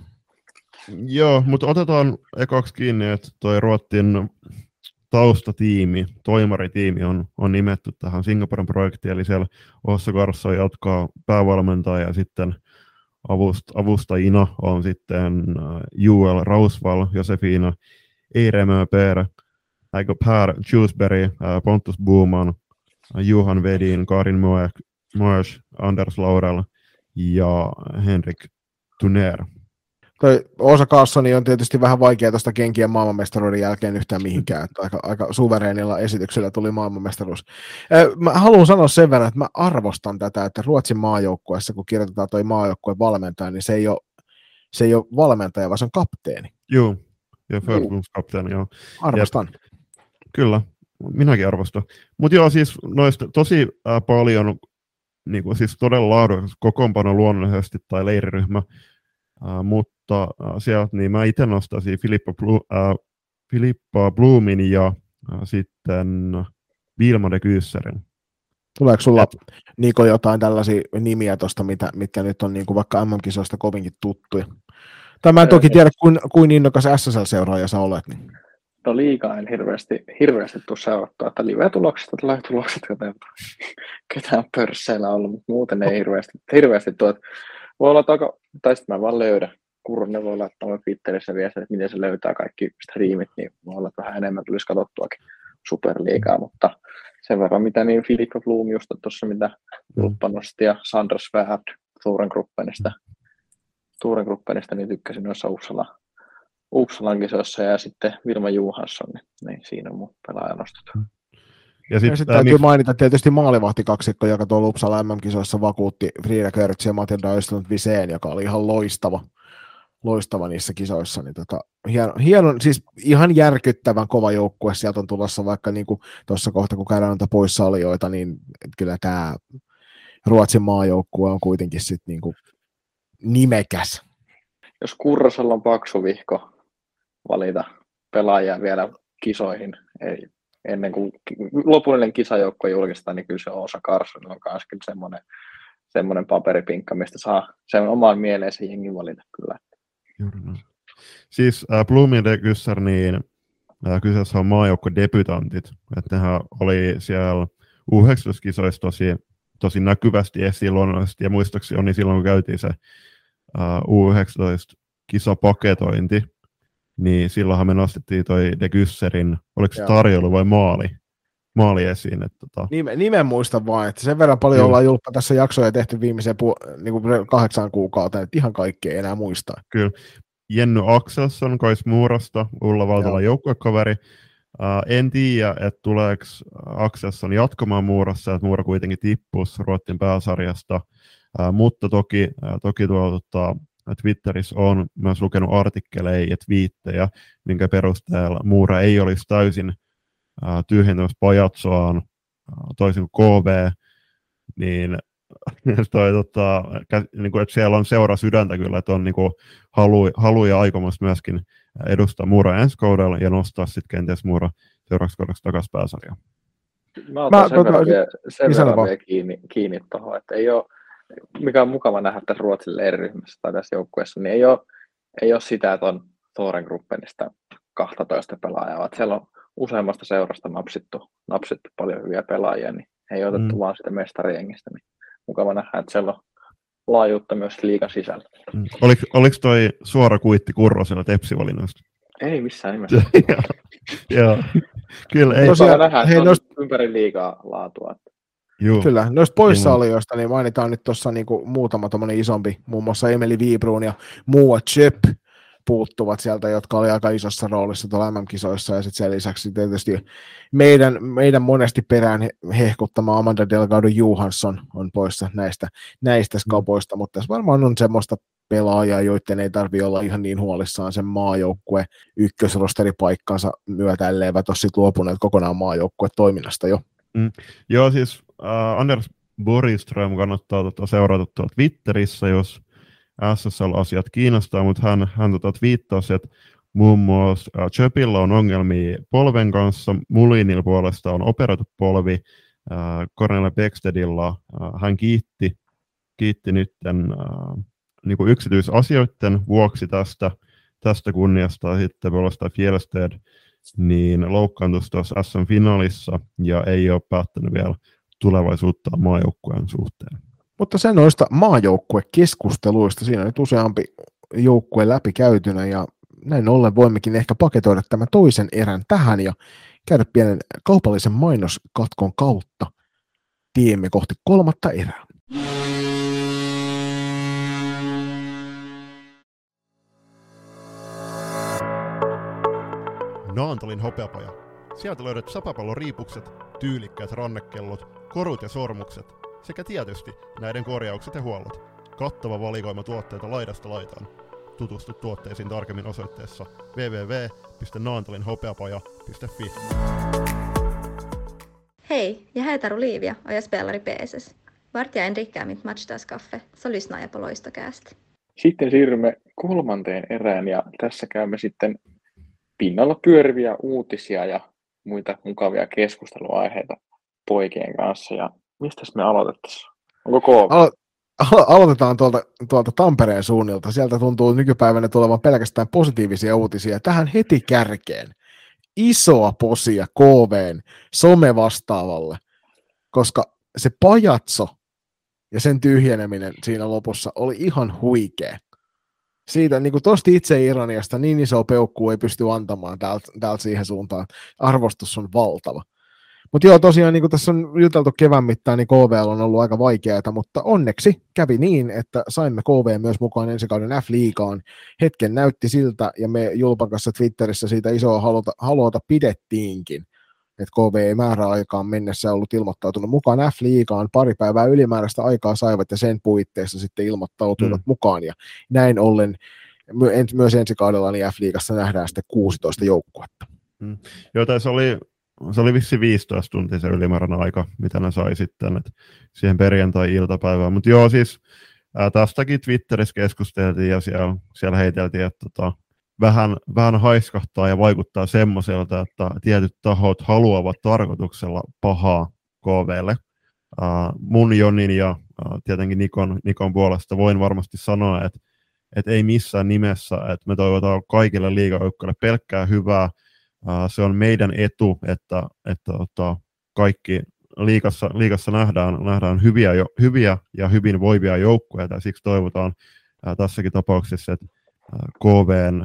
Joo, mutta otetaan ekaksi kiinni, että toi Ruotsin taustatiimi, toimaritiimi on, on nimetty tähän Singaporen projektiin, eli siellä Ossa Karssa jatkaa päävalmentaja ja sitten avust, avustajina on sitten Joel Rausval, Josefina Eiremö Per, Aiko Per Dewsbury, Pontus Boman, Johan Vedin, Karin Moesch, Anders Laurel ja Henrik Tuner. Toi Osa Carlssoni on tietysti vähän vaikea tuosta kenkien maailmanmestaruuden jälkeen yhtään mihinkään. Aika, aika suvereenilla esityksellä tuli maailmanmestaruus. Mä haluan sanoa sen verran, että mä arvostan tätä, että Ruotsin maajoukkueessa, kun kirjoitetaan toi maajoukkueen valmentaja, niin se ei ole, se ei ole valmentaja, vaan se on kapteeni. Joo, ja Förbundskapteeni, joo. Arvostan. Ja, kyllä, minäkin arvostan. Mutta joo, siis noista tosi äh, paljon, niin kuin, siis todella laadukas kokoonpano luonnollisesti tai leiriryhmä, Uh, mutta uh, sieltä niin mä itse nostaisin Filippa, Blu, uh, Filippa Blumin ja uh, sitten Vilma de Gysserin. Tuleeko sulla, Et, Niko, jotain tällaisia nimiä tuosta, mitkä nyt on niin kuin vaikka M M-kisoista kovinkin tuttuja? Tai mä en toki tiedä, kuin, kuin innokas S S L-seuraaja sä olet. Niin. No liikaa en hirveästi, hirveästi tule seurattua, että live-tulokset, että live-tulokset, ketään pörsseillä on ollut, mutta muuten ei hirveästi, hirveästi tuo. Voi olla, että aika, tai sitten mä vaan löydän. Kurronen voi laittaa mun Twitterissä viestiä, että miten se löytää kaikki striimit, niin voi olla, että vähän enemmän tulisi katsottuakin Superliigaa, mutta sen verran mitä niin Filippa Blum just tuossa, mitä Luppa nosti ja Sandra Svärd Thorengruppenista, Thorengruppenista, niin tykkäsin noissa Uppsala, Uppsalan kisoissa ja sitten Vilma Johansson, niin, niin siinä on mun pelaaja nostettu. Ja sitten sit täytyy niin mainita tietysti maalivahtikaksikko, joka tuolla Uppsala M M-kisoissa vakuutti Frida Körtz ja Matilda Östlund-Viseen, joka oli ihan loistava, loistava niissä kisoissa. Niin tota, hieno, hieno, siis ihan järkyttävän kova joukkue sieltä on tulossa, vaikka niin tuossa kohta, kun käydään noita poissaolijoita, niin kyllä tämä Ruotsin maajoukkue on kuitenkin sit niin kuin nimekäs. Jos Kurrosella on paksu vihko valita pelaajia vielä kisoihin, ei ennen kuin lopullinen kisajoukko julkistetaan, niin kyllä se Osa Carlsson on myös kyllä semmoinen, semmoinen paperipinkka, mistä saa sen omaan mieleen se jengi valita kyllä. No. Siis äh, Blumin de Gysser, niin äh, kyseessä on maajoukko-debutantit. Että nehän oli siellä U yhdeksäntoista-kisoissa tosi, tosi näkyvästi esiin luonnollisesti, ja muistaakseni on niin silloin, kun käytiin se äh, U yhdeksäntoista-kisapaketointi, niin silloinhan me nostettiin toi De Gysserin, oliko se tarjoulu vai maali, maali esiin. Että tota. Nimen, nimen muistan vaan, että sen verran paljon mm. ollaan Julppa tässä jaksoja tehty viimeiseen pu- niin kuin kahdeksan kuukauteen, että ihan kaikkea ei enää muista. Kyllä. Jenny Axelsson Kais Muurasta, Ulla Valtalan joukkuekaveri. Uh, en tiedä, että tuleeko Axelsson jatkamaan Muurassa, että Muura kuitenkin tippuisi Ruotsin pääsarjasta, uh, mutta toki, uh, toki tuolla tota, Twitterissä on myös lukenut artikkeleja ja twiittejä, minkä perusteella Muura ei olisi täysin uh, tyhjentämässä pajatsoaan uh, toisin kuin K V, niin, toi, tota, niin kuin, että siellä on seura sydäntä kyllä, että on niin kuin, halu, halu ja aikomus myöskin edustaa Muura ensi kaudella ja nostaa sitten kenties Muura seuraavaksi kaudeksi takaisin pääsarjaan. Mä otan Mä, sen verran vielä, sen verran vielä kiinni, kiinni tuohon, että ei ole, mikä on mukava nähdä tässä Ruotsin leiriryhmässä tai tässä joukkueessa, niin ei ole, ei ole sitä, että on Thorengruppenista kaksitoista pelaajaa, vaan siellä on useammasta seurasta napsittu, napsittu paljon hyviä pelaajia, niin ei otettu mm. vaan sitä mestarijengistä, niin mukava nähdä, että siellä on laajuutta myös liigan sisällä. Mm. Oliko, oliko toi suora kuitti Kurrosella Tepsi-valinnoista? Ei missään nimessä. Joo, kyllä ei. Tosiaan nähdä, että on nost... ympäri liigaa laatua. Juu. Kyllä, noista poissaolijoista niin mainitaan nyt tuossa niinku muutama tommonen isompi, muun muassa Emeli Wibrun ja Mua Chep puuttuvat sieltä, jotka oli aika isossa roolissa tuolla M M-kisoissa, ja sitten sen lisäksi tietysti meidän, meidän monesti perään hehkuttama Amanda Delgado Johansson on poissa näistä, näistä skapoista, mutta tässä varmaan on semmoista pelaajaa, joiden ei tarvitse olla ihan niin huolissaan sen maajoukkue ykkösrosteripaikkansa myötä, elleivät ole sitten luopuneet kokonaan maajoukkue toiminnasta jo. Mm. Joo, siis äh, Anders Borgström kannattaa tota, seurata tuolla Twitterissä, jos S S L-asiat kiinnostaa, mutta hän, hän tota, twiittasi, että muun muassa äh, Chöpillä on ongelmia polven kanssa, Mulinilla puolesta on operoitu polvi, äh, Cornelia Beckstedilla äh, hän kiitti, kiitti nytten äh, niinku yksityisasioiden vuoksi tästä, tästä kunniasta, ja sitten puolestaan Fjellsted niin loukkaantui tuossa S M-finaalissa ja ei ole päättänyt vielä tulevaisuutta maajoukkueen suhteen. Mutta se noista maajoukkuekeskusteluista, siinä on nyt useampi joukkue läpi käytynä, ja näin ollen voimmekin ehkä paketoida tämän toisen erän tähän ja käydä pienen kaupallisen mainoskatkon kautta tiemme kohti kolmatta erää. Naantalin hopeapaja. Sieltä löydät sapapallon riipukset, tyylikkäät rannekellot, korut ja sormukset sekä tietysti näiden korjaukset ja huollot. Kattava valikoima tuotteita laidasta laitaan. Tutustu tuotteisiin tarkemmin osoitteessa double-u double-u double-u piste naantalinhopeapaja piste fi. Hej, jag heter Olivia och jag spelar i P S S. Vart jag än dricker mitt matchdagskaffe så lyssnar jag på Loistocast. Sitten siirrymme kolmanteen erään ja tässä käymme sitten pinnalla pyöriviä uutisia ja muita mukavia keskusteluaiheita poikien kanssa. Ja mistäs me aloitettaisiin? Onko K V? Alo- alo- aloitetaan tuolta, tuolta Tampereen suunnilta. Sieltä tuntuu nykypäivänä tulevan pelkästään positiivisia uutisia. Tähän heti kärkeen. Isoa posia K V:n somevastaavalle, koska se pajatso ja sen tyhjeneminen siinä lopussa oli ihan huikea. Siitä niin kuin tosta itse ironiasta niin iso peukku ei pysty antamaan täältä, täältä siihen suuntaan. Arvostus on valtava. Mutta joo, tosiaan niin kuin tässä on juteltu kevään mittaan, niin K V on ollut aika vaikeaa, mutta onneksi kävi niin, että saimme K V myös mukaan ensi kauden F-liigaan. Hetken näytti siltä, ja me Julpan kanssa Twitterissä siitä isoa haluta, haluata pidettiinkin, että K V ei määräaikaan mennessä ollut ilmoittautunut mukaan F-liigaan. Pari päivää ylimääräistä aikaa saivat, ja sen puitteissa sitten ilmoittautuivat mm. mukaan, ja näin ollen myös ensi kaudella niin F-liigassa nähdään sitten kuusitoista joukkuetta. Mm. Joo, tässä oli Se oli vissi viisitoista tuntia se ylimääräinen aika, mitä ne sai sitten et siihen perjantai-iltapäivään. Mutta joo, siis ää, tästäkin Twitterissä keskusteltiin ja siellä, siellä heiteltiin, että tota, vähän, vähän haiskahtaa ja vaikuttaa semmoiselta, että tietyt tahot haluavat tarkoituksella pahaa K V:lle. Ää, mun, Jonin ja ää, tietenkin Nikon, Nikon puolesta voin varmasti sanoa, että et ei missään nimessä, että me toivotaan kaikille liigajoukkoille pelkkää hyvää. Uh, se on meidän etu, että, että, että kaikki liigassa, liigassa nähdään, nähdään hyviä, jo, hyviä ja hyvin voivia joukkueita, ja siksi toivotaan uh, tässäkin tapauksessa, että uh, K V:n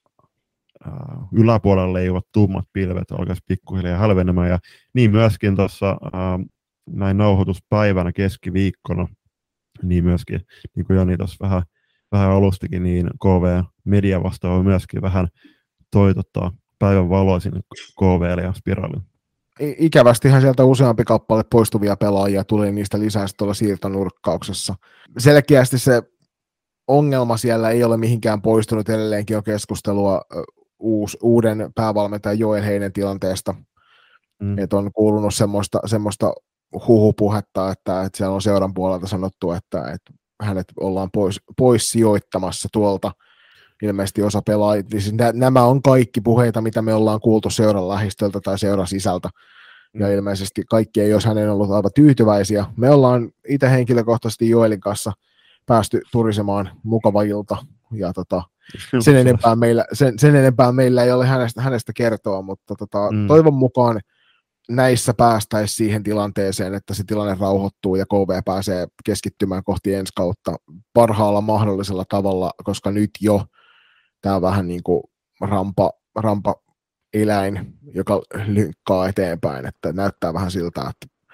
uh, yläpuolelle leijuvat tummat pilvet alkaisi pikkuhiljaa hälvenemään, ja niin myöskin tuossa uh, näin nauhoituspäivänä keskiviikkona, niin myöskin, niin kuin Jani tuossa vähän, vähän alustikin, niin K V-media vastaava myöskin vähän toitottaa päivän valoa sinne K V:lle ja Spiraalille. Ikävästihän sieltä useampi kappale poistuvia pelaajia tuli niistä lisää tuolla siirtonurkkauksessa. Selkeästi se ongelma siellä ei ole mihinkään poistunut, edelleenkin on keskustelua uus, uuden päävalmentajan Joel Heinen tilanteesta. Mm. Et on kuulunut semmoista, semmoista huhupuhetta, että, että siellä on seuran puolelta sanottu, että, että hänet ollaan pois, pois sijoittamassa tuolta. Ilmeisesti osa pelaajia. Nämä on kaikki puheita, mitä me ollaan kuultu seuran lähistöltä tai seuran sisältä. Ja ilmeisesti kaikki ei olisi hänen ollut aivan tyytyväisiä. Me ollaan itse henkilökohtaisesti Joelin kanssa päästy turisemaan mukava ilta. Ja tota, sen, enempää meillä, sen, sen enempää meillä ei ole hänestä, hänestä kertoa, mutta tota, mm. toivon mukaan näissä päästäisiin siihen tilanteeseen, että se tilanne rauhoittuu ja K V pääsee keskittymään kohti ensi kautta parhaalla mahdollisella tavalla, koska nyt jo tämä on vähän niin kuin rampa, rampa eläin, joka lynkkaa eteenpäin, että näyttää vähän siltä, että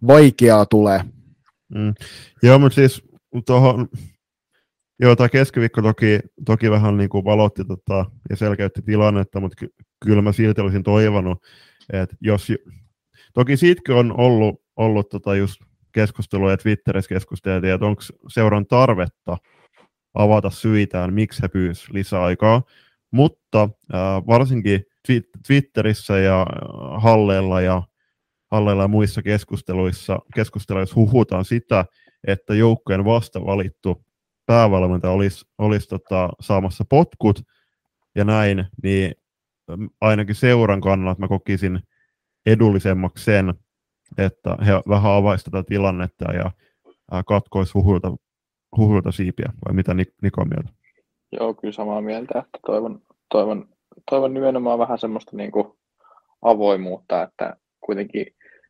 vaikeaa tulee. Mm. Joo, mutta siis tuohon, joo, tämä keskiviikko toki, toki vähän niin kuin valotti tota, ja selkeytti tilannetta, mutta ky- kyllä mä silti olisin toivonut, että jos, toki siitäkin on ollut, ollut tota just keskustelua ja Twitterissä keskusteltiin, että onko seuran tarvetta avata syitään, miksi he pyysivät lisäaikaa, mutta äh, varsinkin Twitterissä ja Halleilla ja, Halleilla ja muissa keskusteluissa, keskusteluissa huhutaan sitä, että joukkojen vasta valittu päävalmentaja olisi, olisi tota, saamassa potkut ja näin, niin ainakin seuran kannalta mä kokisin edullisemmaksi sen, että he vähän avaisivat tätä tilannetta ja katkoisivat huhuilta, huhuilta siipiä, vai mitä Niko on mieltä? Joo, kyllä samaa mieltä, että toivon, toivon, toivon nimenomaan vähän semmoista niin kuin avoimuutta, että kuitenkin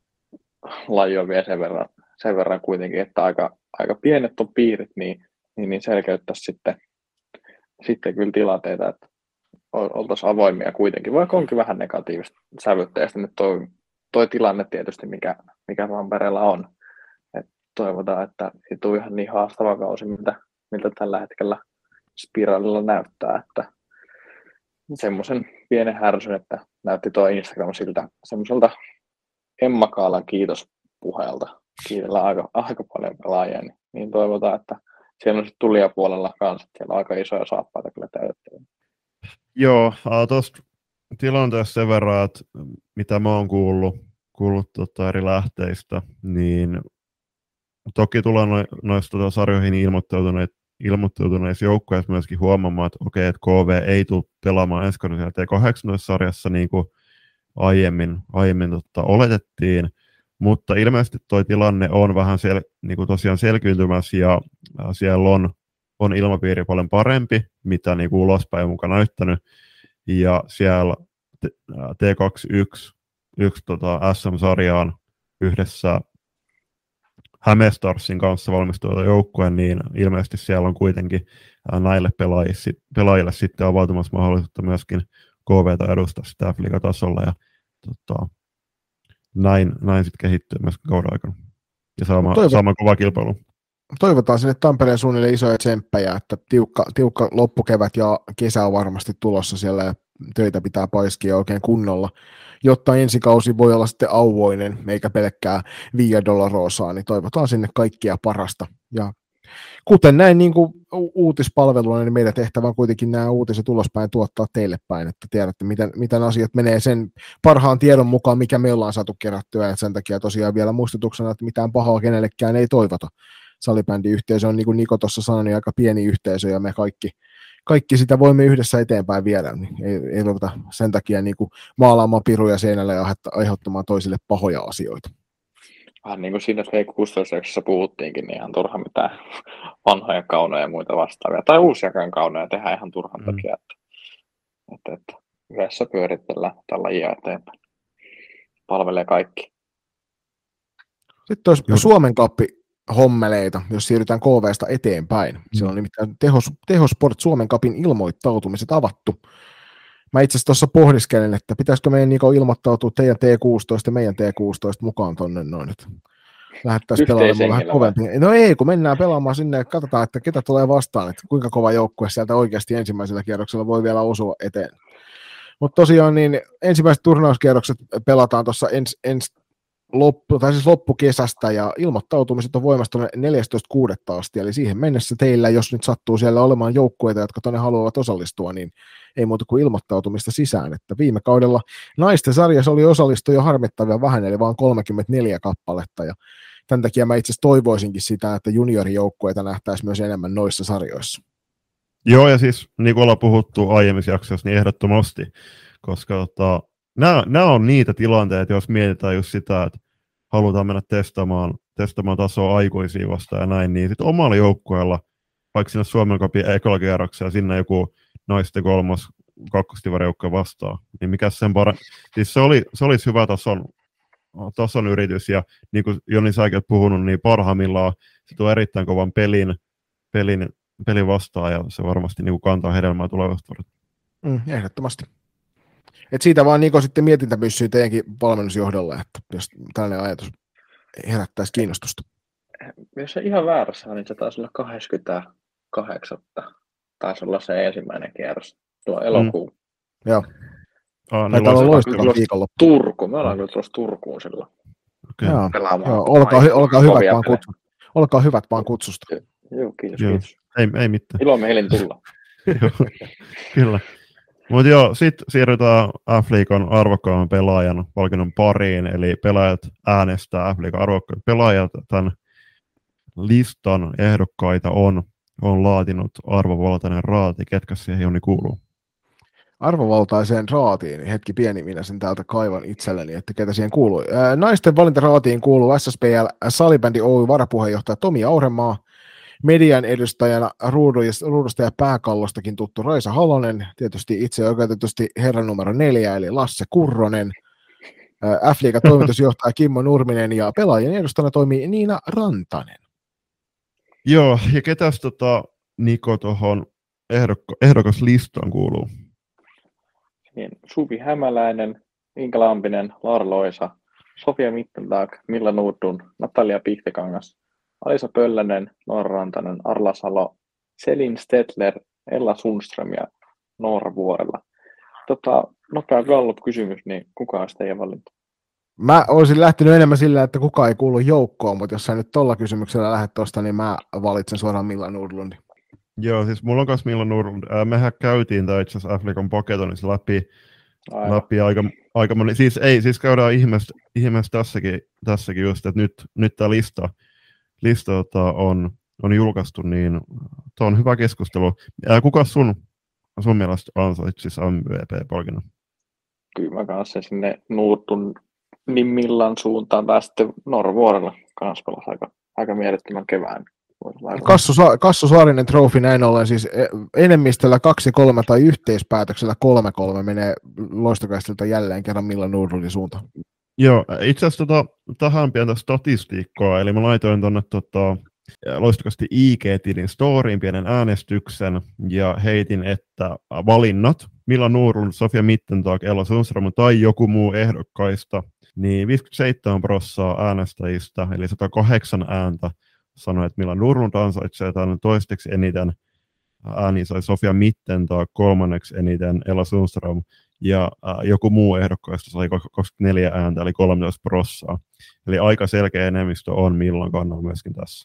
laji on vielä sen verran, sen verran kuitenkin, että aika, aika pienet on piirit, niin, niin, niin selkeyttäisi sitten, sitten kyllä tilanteita, että oltaisiin avoimia kuitenkin, vaikka onkin vähän negatiivista sävytteistä nyt toi, toi tilanne tietysti, mikä, mikä Tampereella on. Et toivotaan, että ei tule ihan niin haastava kausi, miltä, miltä tällä hetkellä spiraalilla näyttää, että semmoisen pienen härsyn, että näytti tuo Instagram siltä semmoiselta Emma Kaalan kiitospuheelta. Kiitellään aika, aika paljon pelaajia, niin, niin toivotaan, että siellä on sitten tulijapuolella kanssa, että siellä on aika isoja saappaita kyllä täytettyä. Joo, tuosta tilanteesta sen verran, että mitä mä oon kuullut, kuullut tota eri lähteistä, niin toki tullaan no, noista tota sarjoihin ilmoittautuneet, ilmoittautuneissa joukkoissa myöskin huomaamaan, että okei, että K V ei tule pelaamaan ensi kauden T kahdeksantoista-sarjassa niin kuin aiemmin, aiemmin tota, oletettiin, mutta ilmeisesti tuo tilanne on vähän sel, niin kuin tosiaan selkiytymässä ja siellä on, on ilmapiiri paljon parempi, mitä niin kuin ulospäin mukaan näyttänyt, ja siellä T kaksikymmentäyksi yksi, tota, S M-sarjaan yhdessä Hämestarsin kanssa valmistuneita joukkueen, niin ilmeisesti siellä on kuitenkin näille pelaajille, pelaajille sitten avautumassa mahdollisuutta myöskin K V:tä edustaa sitä F-liigatasolla, ja tota, näin, näin sitten kehittyy myöskin kauden aikana. Ja saamaan, Toivo- saamaan kova kilpailu. Toivotaan sinne Tampereen suunnilleen isoja tsemppejä, että tiukka, tiukka loppukevät ja kesä on varmasti tulossa siellä ja töitä pitää paiskia oikein kunnolla, jotta ensi kausi voi olla sitten auvoinen, eikä pelkkää Via Dolorosaa, niin toivotaan sinne kaikkia parasta. Ja kuten näin niin kuin uutispalveluna, niin meidän tehtävä on kuitenkin nämä uutiset ulospäin tuottaa teille päin, että tiedätte, miten, miten asiat menee sen parhaan tiedon mukaan, mikä me ollaan saatu kerättyä, ja sen takia tosiaan vielä muistutuksena, että mitään pahaa kenellekään ei toivota. Salibändiyhteisö on, niin kuin Niko tuossa sanoi, niin aika pieni yhteisö, ja me kaikki, kaikki sitä voimme yhdessä eteenpäin viedä, niin ei, ei ruveta sen takia niin kuin maalaamaan piruja seinälle ja aiheuttamaan toisille pahoja asioita. Vähän niin kuin siinä T kuusitoista puhuttiinkin, niin ihan turha mitään vanhoja kaunoja ja muita vastaavia, tai uusiakaan kaunoja tehdään ihan turhan mm. takia, että, että, että yhdessä pyöritellään tällä lajia eteenpäin. Palvelee kaikki. Sitten olisi Joo. Suomen Cupin hommeleita, jos siirrytään K V:stä eteenpäin. Mm. Siellä on nimittäin Tehos, Tehosport Suomen Cupin ilmoittautumiset avattu. Mä itse asiassa tuossa pohdiskelen, että pitäisikö meidän Niko ilmoittautua teidän T kuusitoista ja meidän T kuusitoista mukaan tonne noin nyt. Lähettäisiin pelaamaan vähän kovempi. No ei, kun mennään pelaamaan sinne ja katsotaan, että ketä tulee vastaan, että kuinka kova joukkue sieltä oikeasti ensimmäisellä kierroksella voi vielä osua eteen. Mutta tosiaan niin ensimmäiset turnauskierrokset pelataan tuossa ens, ens loppu, tai siis loppukesästä, ja ilmoittautumiset on voimassa tuonne neljästoista kuudetta asti, eli siihen mennessä teillä, jos nyt sattuu siellä olemaan joukkueita, jotka tuonne haluavat osallistua, niin ei muuta kuin ilmoittautumista sisään, että viime kaudella naisten sarjassa oli osallistujia harmittavia vähän, eli vaan kolmekymmentäneljä kappaletta, ja tämän takia mä itse asiassa toivoisinkin sitä, että juniorijoukkueita nähtäisiin myös enemmän noissa sarjoissa. Joo, ja siis niin kuin ollaan puhuttu aiemmissa jaksoissa, niin ehdottomasti, koska tota, nämä, nämä on niitä tilanteita, jos mietitään just sitä, että halutaan mennä testaamaan, testaamaan tasoa aikuisia vastaan ja näin, niin sitten omalla joukkueella, vaikka sinne Suomen Cupin ekologierroksella sinne joku naisten kolmos kakkostivarjoukkoja vastaan, niin mikä sen parempi. Siis se, oli, se olisi hyvä tason, tason yritys, ja niin kuin Joni säkin olet puhunut, niin parhaimmillaan se tuo erittäin kovan pelin, pelin, pelin vastaan, ja se varmasti niin kuin kantaa hedelmää tulevaisuutta. Mm, ehdottomasti. Et siitä vaan Niko sitten mietintäpyssyy teidänkin valmennusjohdolle, että jos tällainen ajatus. herättäisi kiinnostusta. Jos se ihan väärässä on, niin se taisi olla kahdeskymmeneskahdeksas. Taisi olla se ensimmäinen kierros, tuo elokuu. Mm. Joo. Ah, Taitaa olla loistava viikonloppu. Turku, me ollaan kyllä tulossa Turkuun silloin. Okay. Joo, Joo olkaa, hy- olkaa, hyvät vaan kutsu. olkaa hyvät vaan kutsusta. Joo, kiitos, joo. kiitos. Ei, ei mitään. Ilo meilin tulla. Joo, kyllä. Mutta joo, sitten siirrytään F-liigan arvokkaamman pelaajan palkinnon pariin, eli pelaajat äänestää F-liigan arvokkaat pelaajat. Tämän listan ehdokkaita on, on laatinut arvovaltainen raati. Ketkä siihen Joni kuuluu? Arvovaltaiseen raatiin, hetki pieni, minä sen täältä kaivan itselleni, että ketä siihen kuuluu. Naisten valintaraatiin kuuluu S S P L Salibändi Oy varapuheenjohtaja Tomi Auremaa, median edustajana ruudusta ja pääkallostakin tuttu Raisa Halonen, tietysti itse oikeutetusti herran numero neljä, eli Lasse Kurronen, F-liigan toimitusjohtaja Kimmo Nurminen ja pelaajien edustajana toimii Niina Rantanen. Joo, ja ketäs tota, Niko tuohon ehdokka- ehdokaslistaan kuuluu? Niin, Suvi Hämäläinen, Inka Lampinen, Laura Loisa, Sofia Mittentag, Milla Nordun, Natalia Pihtikangas, Alisa Pöllänen, Noora Rantanen, Arla Salo, Selin Stetler, Ella Sundström ja Noora Vuorella. Tota, nopea Gallup-kysymys, niin kuka on teidän valinta? Mä olisin lähtenyt enemmän sillä, että kuka ei kuulu joukkoon, mutta jos sä nyt tuolla kysymyksellä lähdet tuosta, niin mä valitsen suoraan Milla Nordlundin. Joo, siis mulla on kanssa Milla Nordlund. Äh, mehän käytiin tämä itse asiassa F-liigan Poketonissa läpi, läpi aika, aika moni. Siis ei, siis käydään ihmeessä, ihmeessä tässäkin, tässäkin just, että nyt, nyt tämä lista, lista tota, on, on julkaistu, niin tämä on hyvä keskustelu. Äh, kuka sun, sun mielestä ansaitsisi M V P-palkinnon? Kyllä mä kanssa sinne Nordlund niin Millan suuntaan, tai sitten Noora Vuorella kanssa pelasi aika, aika mielettömän kevään. Kassu, Kassu Saarinen trofi näin ollen siis enemmistöllä kaksi kolme tai yhteispäätöksellä kolme kolme menee Loistokästiltä jälleen kerran Milla Nordlundin suuntaan. Joo, itse asiassa tota, tähän pientä statistiikkaa, eli mä laitoin tuonne tota, Loistokästi I G-tilin storyin pienen äänestyksen ja heitin, että valinnat Milla Nordlund, Sofia Mittentag, Ella Sundström tai joku muu ehdokkaista, niin viisikymmentäseitsemän prosenttia äänestäjistä, eli sata kahdeksan ääntä, sanoi, että Milla Nordlund ansaitsee tämän toisteksi eniten ääni sai Sofia Mittentag, kolmanneksi eniten Ella Sundström, ja äh, joku muu ehdokkaista sai kaksikymmentäneljä ääntä, eli kolmetoista prosenttia. Eli aika selkeä enemmistö on Millan kannalla myöskin tässä.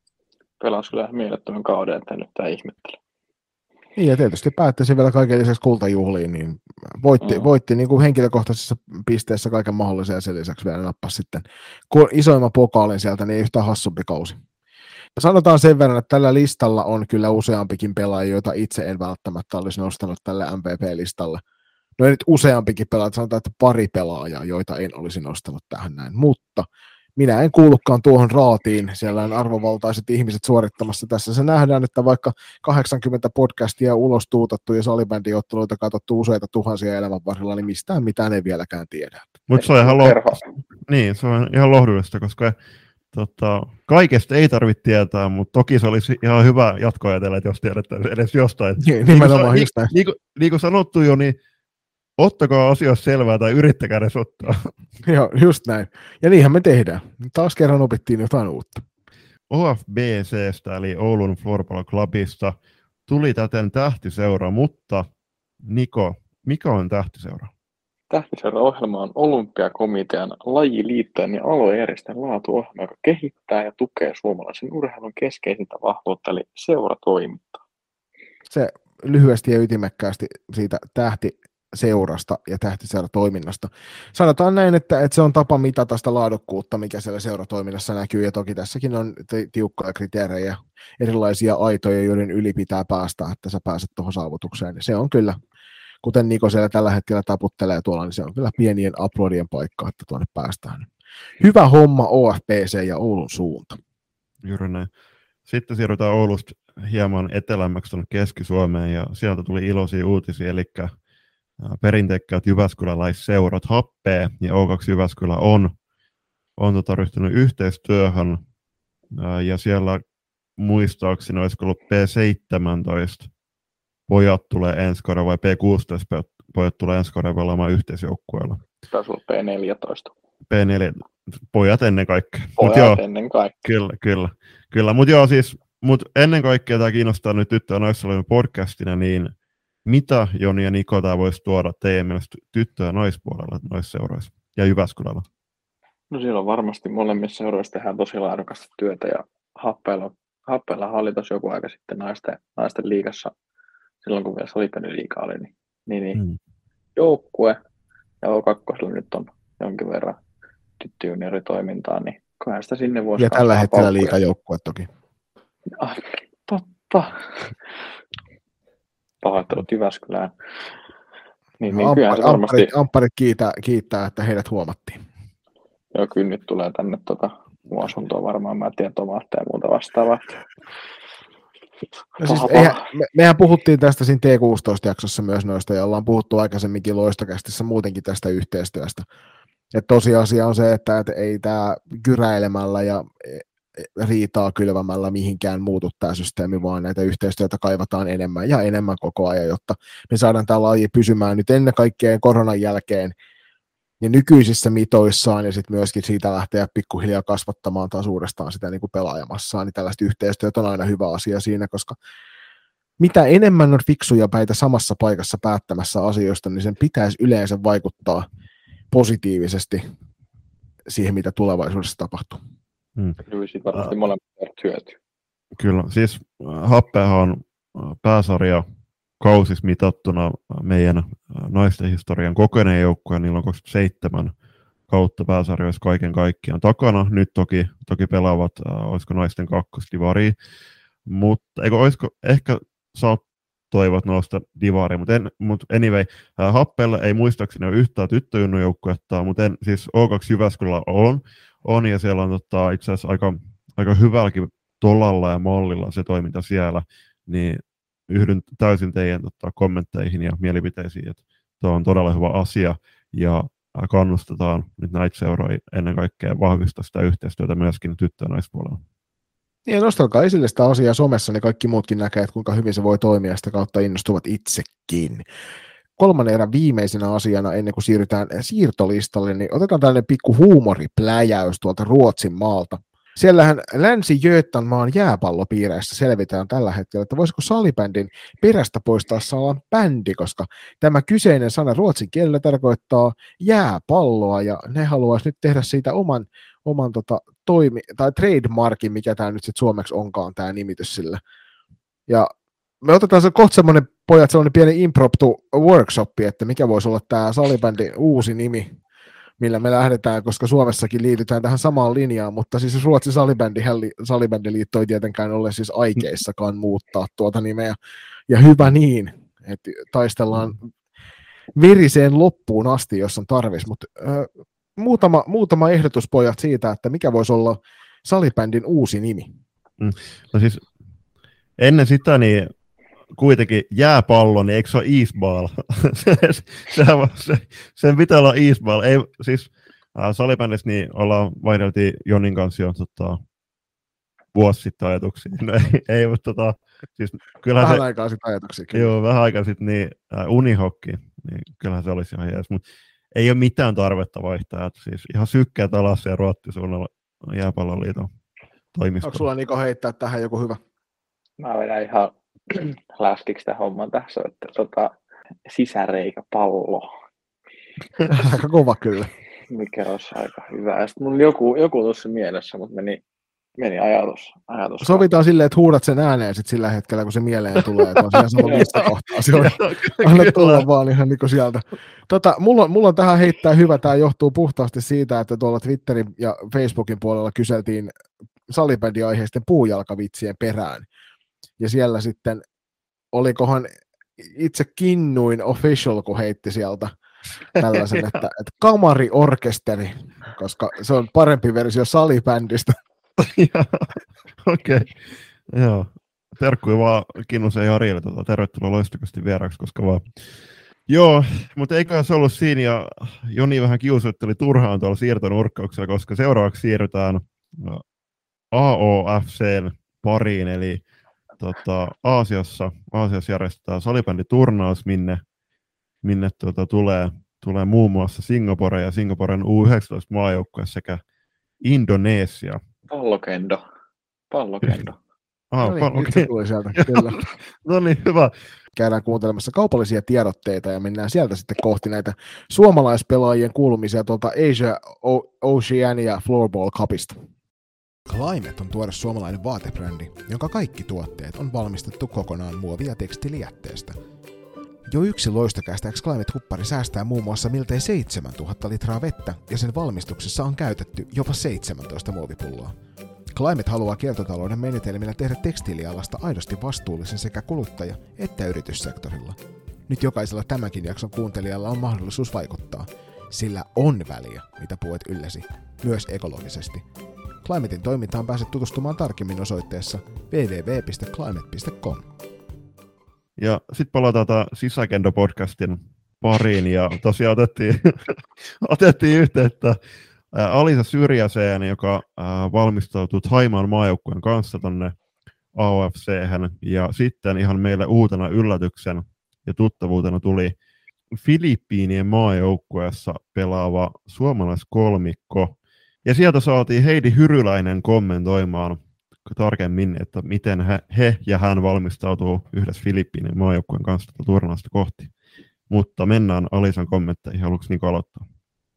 Pelasi kyllä mielettömän kauden, että nyt tämä ihmettely. Niin, ja tietysti päättäisi vielä kaiken lisäksi kultajuhliin, niin voitti, mm. voitti niin kuin henkilökohtaisessa pisteessä kaiken mahdollisen, ja sen lisäksi vielä nappasi sitten isoimman pokaalin sieltä, niin yhtään hassumpi kausi. Ja sanotaan sen verran, että tällä listalla on kyllä useampikin pelaaja, joita itse en välttämättä olisi nostanut tälle M V P-listalle. No ei nyt useampikin pelaaja, sanotaan, että pari pelaajaa, joita en olisi nostanut tähän näin, mutta minä en kuulukaan tuohon raatiin, siellä on arvovaltaiset ihmiset suorittamassa tässä. Se nähdään, että vaikka kahdeksankymmentä podcastia ulos tuutattu ja salibändiotteluita katsottu useita tuhansia elämän varrella, niin mistään mitään ei vieläkään tiedä. Mutta se on ihan, lo- niin, se on ihan lohdullista, koska tota, kaikesta ei tarvitse tietää, mutta toki se olisi ihan hyvä jatkoajatella, että jos tiedetään edes jostain. Niin, nimenomaan niin, just näin. Niin, niin, niin kuin sanottu jo, niin ottakaa asioista selvää tai yrittäkää edes ottaa. Joo, just näin. Ja niinhän me tehdään. Taas kerran opittiin jotain uutta. O F B C:stä eli Oulun Floorball Clubista tuli täten tähtiseura, mutta Niko, mikä on tähtiseura? Tähtiseura-ohjelma on Olympiakomitean, lajiliittojen ja aluejärjestön laatuohjelma, joka kehittää ja tukee suomalaisen urheilun keskeisintä vahvuutta, eli seuratoimintaa. Se lyhyesti ja ytimekkäästi siitä tähtiseurasta ja tähtiseuratoiminnasta. Sanotaan näin, että, että se on tapa mitata sitä laadukkuutta, mikä siellä seuratoiminnassa näkyy, ja toki tässäkin on tiukkoja kriteerejä, erilaisia aitoja, joiden yli pitää päästä, että sä pääset tuohon saavutukseen. Se on kyllä, kuten Niko siellä tällä hetkellä taputtelee tuolla, niin se on kyllä pienien aplodien paikka, että tuonne päästään. Hyvä homma O F P C ja Oulun suunta. Juuri näin. Sitten siirrytään Oulusta hieman etelämmäksi tuonne Keski-Suomeen, ja sieltä tuli iloisia uutisia, eli perinteikkäät jyväskyläläisseurat Happea ja O kaksi Jyväskylä on, on tota ryhtynyt yhteistyöhön, ja siellä muistaakseni olisiko ollut P seitsemäntoista pojat tulee ensi kaudella vai P kuusitoista pojat tulee ensi kaudella pelaamaan yhteisjoukkueella. Taisi olla P neljätoista. P neljä, pojat ennen kaikkea. Pojat joo, ennen kaikkea. Kyllä, kyllä. kyllä. Mutta joo, siis, mut ennen kaikkea tämä kiinnostaa nyt Tyttö- ja Naissalibändi podcastina, niin mitä Joni ja Niko tämä voisi tuoda teidän mielestä tyttö- ja naispuolella noissa seuroissa ja Jyväskylällä? No siellä on varmasti molemmissa seuroissa tehdään tosi laadukasta työtä ja Happeella, Happeella oli tosi joku aika sitten naisten, naisten liigassa, silloin kun vielä salibändiliiga oli, niin, niin, niin hmm. joukkue ja O kaksi nyt on jonkin verran tyttöjunioritoimintaa, niin kohan sitä sinne voisi ja tällä hetkellä liigajoukkue toki. Ah, totta. Pahoittelut Jyväskylään. Niin, niin Amppari, varmasti... ampparit kiittää, kiittää, että heidät huomattiin. Joo, kyllä nyt tulee tänne tota, mun asuntoon varmaan, mä tiedän tomaatteja ja muuta vastaavaa. No siis, eihän, me, mehän puhuttiin tästä siinä T kuusitoista-jaksossa myös noista, ja ollaan puhuttu aikaisemminkin Loistokästissä muutenkin tästä yhteistyöstä. Et tosiasia on se, että et ei tämä kyräilemällä ja riitaa kylvämällä mihinkään muutu tämä systeemi, vaan näitä yhteistyötä kaivataan enemmän ja enemmän koko ajan, jotta me saadaan tämä laji pysymään nyt ennen kaikkea koronan jälkeen ja nykyisissä mitoissaan, ja sitten myöskin siitä lähteä pikkuhiljaa kasvattamaan taas uudestaan sitä niin kuin pelaajamassaan, niin tällaista yhteistyötä on aina hyvä asia siinä, koska mitä enemmän on fiksuja päitä samassa paikassa päättämässä asioista, niin sen pitäisi yleensä vaikuttaa positiivisesti siihen, mitä tulevaisuudessa tapahtuu. Hmm. Kyllä siitä varmasti molemmat hyötyy. Kyllä, siis Happeahan on pääsarja kausis mitattuna meidän naisten historian kokeneen joukkueen, niillä on kaksikymmentäseitsemän kautta pääsarjoissa kaiken kaikkiaan takana. Nyt toki, toki pelaavat, äh, olisiko naisten kakkosdivaria, mutta eikö olisiko, ehkä saat toivot nousta divariin, mutta mut anyway, äh, Happeella ei muistaakseni ole yhtään tyttöjunnujoukkuetta, mutta en, siis O kaksi Jyväskylällä on, on, ja siellä on tota, itse asiassa aika, aika hyvälläkin tolalla ja mallilla se toiminta siellä, niin yhdyn täysin teidän tota, kommentteihin ja mielipiteisiin, että tuo on todella hyvä asia, ja kannustetaan nyt näitä seuroja ennen kaikkea vahvistaa sitä yhteistyötä myöskin tyttö- ja naispuolella. Ja nostalkaa esille sitä asiaa somessa, niin kaikki muutkin näkee, että kuinka hyvin se voi toimia, ja sitä kautta innostuvat itsekin. Kolmannen erän viimeisenä asiana, ennen kuin siirrytään siirtolistalle, niin otetaan tällainen pikku huumoripläjäys tuolta Ruotsin maalta. Siellähän Länsi-Götanmaan jääpallopiireissä selvitään tällä hetkellä, että voisiko salibändin perästä poistaa sanan bändi, koska tämä kyseinen sana ruotsin kielellä tarkoittaa jääpalloa, ja ne haluaisi nyt tehdä siitä oman, oman tota, toimi, tai trademarkin, mikä tämä nyt sitten suomeksi onkaan tämä nimitys sille. Ja me otetaan se kohta semmoinen, pojat, sellainen pieni impromptu workshopi, että mikä voisi olla tämä salibändin uusi nimi, millä me lähdetään, koska Suomessakin liitytään tähän samaan linjaan, mutta siis Ruotsin salibändiliitto ei tietenkään ole siis aikeissakaan muuttaa tuota nimeä. Ja hyvä niin, että taistellaan veriseen loppuun asti, jos on tarvis, mutta äh, muutama, muutama ehdotus, pojat, siitä, että mikä voisi olla salibändin uusi nimi. Mm. No siis ennen sitä niin kuitenkin jääpallo, niin eikö se ole isball? se, se, se, sen pitää olla isball. Ei, siis äh, salibändissä niin ollaan vaihdeltiin Jonin kanssa jo tota, vuosi sitten ajatuksia. No, ei, ei, mutta tota, siis kyllähän vähän se, aikaa sitten ajatuksia. Joo, vähän aikaa sitten niin äh, unihokki, niin kyllähän se olisi ihan jees, mutta ei ole mitään tarvetta vaihtaa. Että siis ihan sykkeet alas ja Ruottisuunnalla jääpalloliiton toimistolla. Onko sulla Niko heittää tähän joku hyvä? Mä vedän ihan läskiksi tämän homman tässä, että tota, sisäreikäpallo. Aika kova kyllä. Mikä olisi aika hyvä. Ja sitten mulla joku, joku tuossa mielessä, mutta meni, meni ajatus, ajatus. Sovitaan silleen, että huudat sen ääneen sit sillä hetkellä, kun se mieleen tulee, että on siinä sama missä kohtaa. Se on, anna tulla vaan ihan niin kuin sieltä. Tota, mulla, mulla on tähän heittää hyvä. Tämä johtuu puhtaasti siitä, että tuolla Twitterin ja Facebookin puolella kyseltiin salibändiaiheisten puujalkavitsien perään. Ja siellä sitten, olikohan itse Kinnuin Official, kun heitti sieltä tällaisen, että, että kamariorkesteri, koska se on parempi versio salibändistä. Okei, okay. Joo. Terkkuja vaan Kinnusen ja Arille, tota, tervetuloa loistokasti vieraksi, koska vaan. Joo, mutta eiköhän se ollut siinä, ja Joni vähän kiusoitteli turhaan tuolla siirtonurkkauksella, koska seuraavaksi siirrytään A O F C:n pariin, eli Tota, Aasiassa, Aasiassa järjestetään salibänditurnaus, minne, minne tuota, tulee, tulee muun muassa Singapore ja Singaporen U yhdeksäntoista maajoukkue sekä Indonesia. Pallokendo. Pallokendo. Ah, No niin, pallo- nyt se tuli sieltä, kyllä. No niin, hyvä. Käydään kuuntelemassa kaupallisia tiedotteita ja mennään sieltä sitten kohti näitä suomalaispelaajien kuulumisia tuolta Asia o- Oceania Floorball Cupista. Climate on tuore suomalainen vaatebrändi, jonka kaikki tuotteet on valmistettu kokonaan muovi- ja tekstiilijätteestä. Jo yksi loistokästä Climate-huppari säästää muun muassa miltei seitsemäntuhatta litraa vettä ja sen valmistuksessa on käytetty jopa seitsemäntoista muovipulloa. Climate haluaa kiertotalouden menetelmillä tehdä tekstiilialasta aidosti vastuullisen sekä kuluttaja- että yrityssektorilla. Nyt jokaisella tämänkin jakson kuuntelijalla on mahdollisuus vaikuttaa, sillä on väliä, mitä puet ylläsi, myös ekologisesti. Climatein toimintaan pääset tutustumaan tarkemmin osoitteessa double-u double-u double-u piste climate piste com. Ja sitten palataan tämän Sisäkendo-podcastin pariin, ja tosiaan otettiin, otettiin yhteyttä ää, Alisa Syrjäseen, joka ää, valmistautui Thaimaan maajoukkueen kanssa tonne A O F C:hän, ja sitten ihan meille uutena yllätyksen ja tuttavuutena tuli Filippiinien maajoukkueessa pelaava suomalaiskolmikko, ja sieltä saatiin Heidi Hyryläinen kommentoimaan tarkemmin, että miten he, he ja hän valmistautuu yhdessä Filippiinien maajoukkueen kanssa tätä turnausta kohti. Mutta mennään Alisan kommentteihin. Haluatko Niko aloittaa?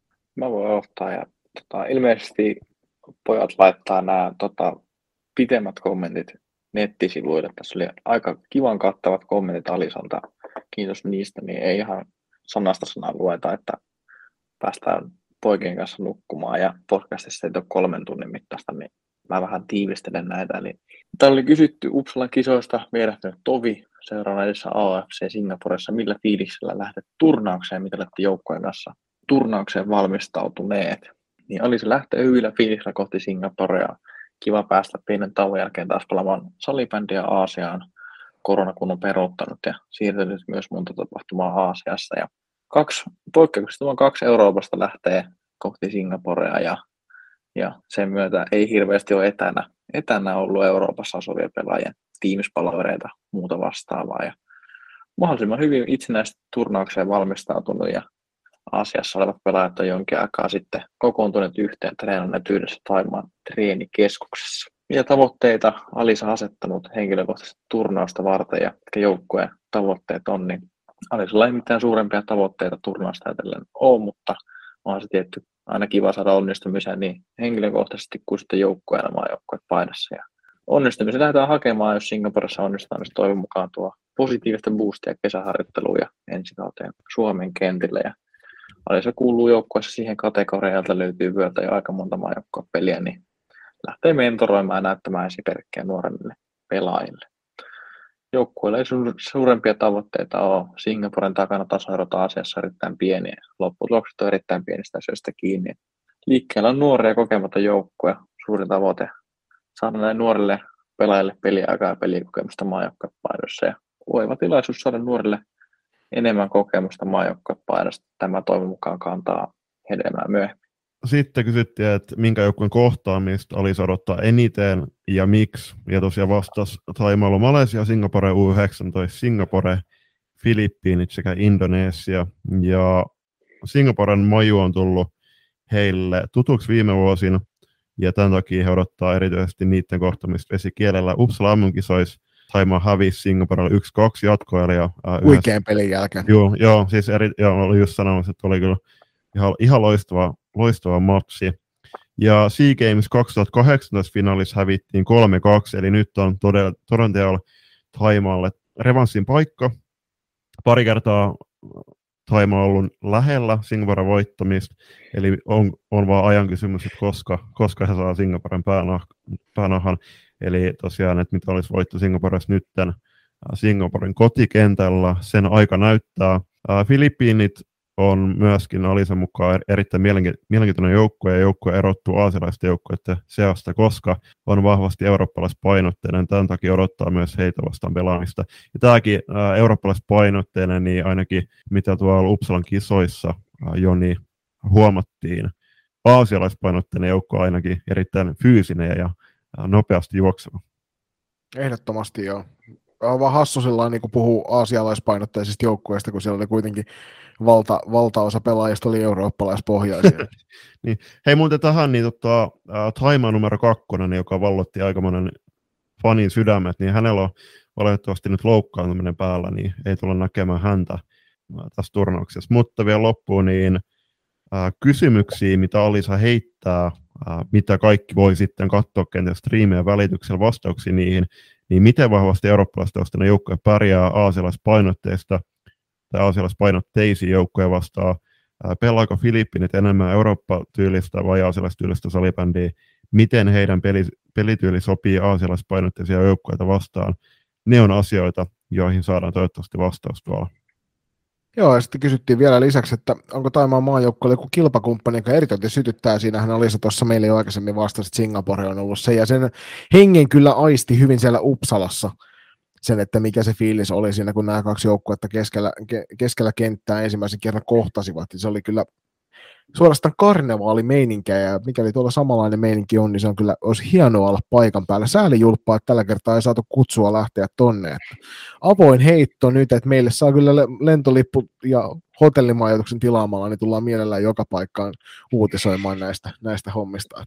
Mä voin aloittaa. Ja, tota, ilmeisesti pojat laittaa nämä tota, pitemmät kommentit nettisivuille. Tässä oli aika kivan kattavat kommentit Alisalta. Kiitos niistä. Niin ei ihan sanasta sanaa lueta, että päästään poikien kanssa nukkumaan. Ja podcastissa ei ole kolmen tunnin mittaista, niin mä vähän tiivistelen näitä. Eli täällä oli kysytty Uppsalan kisoista, vierähtynyt Tovi seuraavana edessä A O F C Singaporessa. Millä fiiliksellä lähdet turnaukseen, mitä olette joukkojen kanssa turnaukseen valmistautuneet? Niin oli se lähtee hyvillä fiiliksellä kohti Singaporea. Kiva päästä pienen tauon jälkeen taas pelaamaan salibändiä Aasiaan. Korona kun on peruuttanut ja siirtynyt myös monta tapahtumaa Aasiassa. Ja kaksi, poikkeuksista vaan kaksi Euroopasta lähtee kohti Singaporea ja Ja sen myötä ei hirveästi ole etänä, etänä ollut Euroopassa asuvia pelaajien tiimispalvereita muuta vastaavaa. Ja mahdollisimman hyvin itsenäisesti turnaukseen valmistautunut ja Aasiassa olevat pelaajat on jonkin aikaa sitten kokoontuneet yhteen treenanneet yhdessä Thaimaan treenikeskuksessa. Mitä tavoitteita Alisa asettanut henkilökohtaisesti turnausta varten ja mitkä joukkueen tavoitteet on, niin Alisalla ei mitään suurempia tavoitteita turnausta ajatellen ole, mutta on se tietty aina kiva saada onnistumiseen niin henkilökohtaisesti kuin sitten joukkueena maajoukkueet paidassa. Ja onnistumisen lähdetään hakemaan, jos Singaporessa onnistutaan, niin toivon mukaan tuo positiivista boostia kesäharjoitteluun ja ensi kauteen Suomen kentille. Ja Alisa kuuluu joukkueessa siihen kategoriaan, jolta löytyy vyötä jo aika monta maajoukkuepeliä, niin lähtee mentoroimaan ja näyttämään esimerkkejä nuoremmille pelaajille. Joukkueella ei suurempia tavoitteita ole. Singaporen takana tasoerot Aasiassa erittäin pieniä. Lopputulokset on erittäin pienistä asioista kiinni. Liikkeellä on nuoria ja kokematon joukkue. Suuri tavoite saada näille nuorille pelaajille peliaikaa ja pelikokemusta maajoukkuepaidossa. Ja oiva tilaisuus saada nuorille enemmän kokemusta maajoukkuepaidosta. Tämä toivon mukaan kantaa hedelmää myöhemmin. Sitten kysyttiin, että minkä joukkueen kohtaamista Alisa odottaa eniten ja miksi. Ja tosiaan vastasi Thaimaalla Malesia, Singapore U yhdeksäntoista, Singapore, Filippiinit sekä Indonesia. Ja Singaporen maju on tullut heille tutuksi viime vuosina. Ja tämän takia he odottaa erityisesti niiden kohtaamista vesikielellä. Uppsala M M-kisoissa Thaimaa hävisi Singaporelle yksi kaksi jatkoelia. Huikean pelin jälkeen. Joo, joo, siis eri, joo, oli just sanomassa, että oli kyllä ihan, ihan loistava, loistava matsi. Ja SEA Games kaksituhattakahdeksantoista finaalissa hävittiin kolme kaksi, eli nyt on todella, todenteolla Taimaalle revanssin paikka. Pari kertaa Thaimaa on ollut lähellä Singaporen voittamista, eli on, on vaan ajan kysymys, että koska, koska he saa Singaporen päänah, päänahan. Eli tosiaan, että mitä olisi voitto Singaporessa nytten Singaporen kotikentällä, sen aika näyttää. Filippiinit on myöskin Alisan mukaan erittäin mielenkiintoinen joukkue, ja joukkue erottuu aasialaisten joukkueiden seasta, koska on vahvasti eurooppalaispainotteinen. Tämän takia odottaa myös heitä vastaan pelaamista. Ja tämäkin ää, eurooppalaispainotteinen, niin ainakin mitä tuolla Uppsalan kisoissa ää, jo niin huomattiin, aasialaispainotteinen joukko on ainakin erittäin fyysinen ja ää, nopeasti juokseva. Ehdottomasti joo. On vaan hassu sillä niin puhuu aasialaispainotteisista joukkueista, kun siellä oli kuitenkin valta, valtaosa pelaajista oli eurooppalaispohjaisia. Niin. Hei muuten tähän, niin tota, uh, Taima numero kakkonen, joka vallotti aika monen fanin sydämet, niin hänellä on valitettavasti nyt loukkaantuminen päällä, niin ei tulla näkemään häntä uh, tässä turnauksessa. Mutta vielä loppuun, niin uh, kysymyksiä, mitä Alisa heittää, uh, mitä kaikki voi sitten katsoa kenties striimien välityksellä vastauksia niihin, niin miten vahvasti eurooppalaistaustainen joukkue pärjää aasialaispainotteista tai aasialaispainotteisiin joukkoja vastaan. Pelaako Filippiinit enemmän Eurooppa-tyylistä vai aasialaistyylistä salibändiä? Miten heidän peli, pelityyli sopii aasialaispainotteisia joukkoja vastaan? Ne on asioita, joihin saadaan toivottavasti vastaus tuolla. Joo, ja sitten kysyttiin vielä lisäksi, että onko Taimaan maajoukkueella joku kilpakumppani, joka erityisesti sytyttää. Siinähän Alisa tuossa meille jo aikaisemmin vastasi, että Singapore on ollut se, ja sen hengen kyllä aisti hyvin siellä Uppsalassa sen, että mikä se fiilis oli siinä, kun nämä kaksi joukkuetta keskellä, ke, keskellä kenttää ensimmäisen kerran kohtasivat. Se oli kyllä suorastaan karnevaalimeininkiä, ja mikäli tuolla samanlainen meininki on, niin se on kyllä, olisi hienoa olla paikan päällä. Sääli julppaa, että tällä kertaa ei saatu kutsua lähteä tonne. Että avoin heitto nyt, että meille saa kyllä lentolippu ja hotellimajoituksen tilaamalla, niin tullaan mielellään joka paikkaan uutisoimaan näistä, näistä hommista.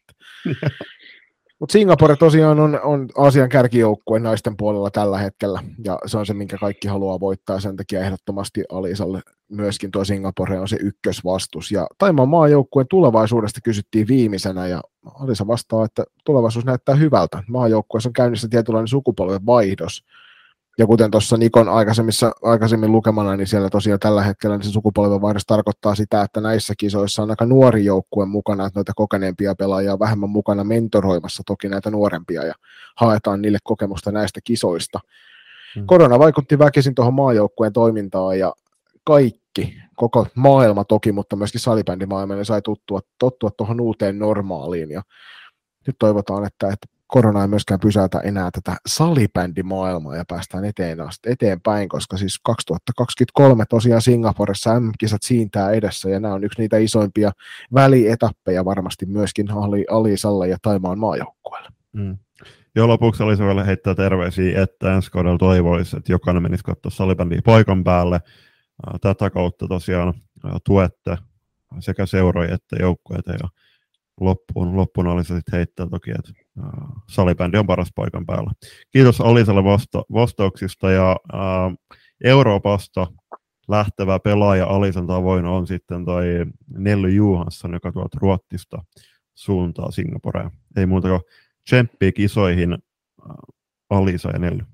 Mutta Singapore tosiaan on, on Aasian kärkijoukkue naisten puolella tällä hetkellä, ja se on se, minkä kaikki haluaa voittaa, sen takia ehdottomasti Alisalle myöskin tuo Singapore on se ykkösvastus. Ja Taimaan maajoukkueen tulevaisuudesta kysyttiin viimeisenä, ja Alisa vastaa, että tulevaisuus näyttää hyvältä. Maajoukkueessa on käynnissä tietynlainen sukupolven vaihdos, ja kuten tuossa Nikon aikaisemmin lukemana, niin siellä tosiaan tällä hetkellä niin se sukupolvenvaihdos tarkoittaa sitä, että näissä kisoissa on aika nuori joukkue mukana, että noita kokeneempia pelaajia on vähemmän mukana mentoroimassa toki näitä nuorempia, ja haetaan niille kokemusta näistä kisoista. Hmm. Korona vaikutti väkisin tuohon maajoukkueen toimintaan, ja kaikki, koko maailma toki, mutta myöskin salibändimaailma, niin sai tottua, tottua tuohon uuteen normaaliin, ja nyt toivotaan, että, että korona ei myöskään pysäytä enää tätä salibändimaailmaa ja päästään eteen, eteenpäin, koska siis kaksituhattakaksikymmentäkolme tosiaan Singaporessa M M-kisat siintää edessä, ja nämä on yksi niitä isoimpia välietappeja varmasti myöskin Alisalle ja Taimaan maajoukkueelle. Mm. Jo lopuksi Alisa vielä heittää terveisiä, että ensi kaudella toivoisi, että jokainen menisi katsoa salibändiä paikan päälle. Tätä kautta tosiaan tuette sekä seuroja että joukkueita, ja loppuun, loppuun Alisa sitten heittää toki, että uh, salibändi on paras paikan päällä. Kiitos Alisalle vasta- vastauksista, ja uh, Euroopasta lähtevä pelaaja Alisan tavoin on sitten toi Nelly Johansson, joka tuolta Ruotsista suuntaa Singaporeen. Ei muuta kuin tsemppiä kisoihin, uh, Alisa ja Nelly.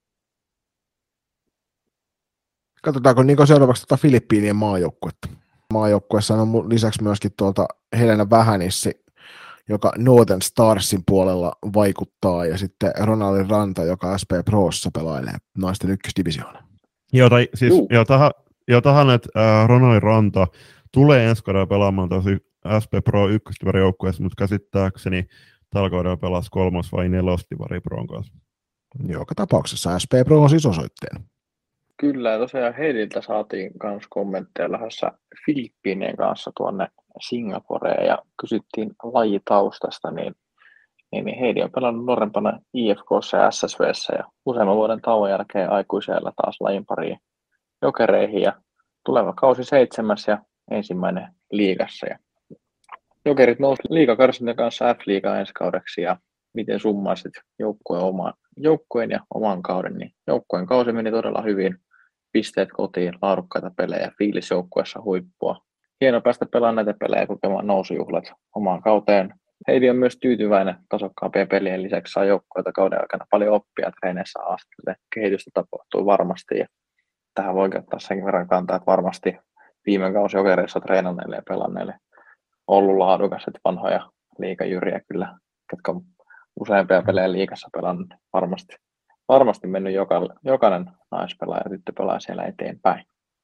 Katsotaanko Niko seuraavaksi tuota Filippiinien maajoukkuetta. Maajoukkueessa on lisäksi myöskin tuolta Helena Vähänissi, joka Northern Starsin puolella vaikuttaa, ja sitten Ronaldin Ranta, joka S P Prossa pelailee naisten ykkösdivisioona. Joo, tai siis uh. jo, tähän, jo tähän, että äh, Ronaldin Ranta tulee ensi kaudella pelaamaan tosi S P Pro ykkösdivari-joukkueessa, mutta käsittääkseni tällä kaudella pelasi kolmos vai nelosdivari Proon kanssa. Joka tapauksessa S P Pro on siis osoitteen. Kyllä, ja tosiaan Heidiltä saatiin myös kommentteja lähdössä Filippiinien kanssa tuonne Singaporeen, ja kysyttiin lajitaustasta, niin, niin Heidi on pelannut nuorempana I F K:ssa ja S S V:ssä, ja useamman vuoden tauon jälkeen aikuisella taas lajin pariin Jokereihin, ja tuleva kausi seitsemäs ja ensimmäinen liigassa. Ja Jokerit nousi liigakarsinnan kanssa F-liigaan ensi kaudeksi, ja miten summaisit joukkueen, oman, joukkueen ja oman kauden, niin joukkueen kausi meni todella hyvin. Pisteet kotiin, laadukkaita pelejä, fiilis joukkueessa huippua. Hienoa päästä pelaamaan näitä pelejä ja kokemaan nousujuhlat omaan kauteen. Heidi on myös tyytyväinen tasokkaampien pelien lisäksi, saa joukkueita kauden aikana paljon oppia treeneissä aasteelle. Kehitystä tapahtuu varmasti, ja tähän voi ottaa senkin verran kantaa, että varmasti viime kausi Jokereissa treenanneille ja pelanneille on ollut laadukas, että vanhoja liigajyriä kyllä, jotka on useampia pelejä liigassa pelannut, varmasti. Varmasti mennyt joka, jokainen naispelaaja ja tyttöpelaaja siellä eteenpäin.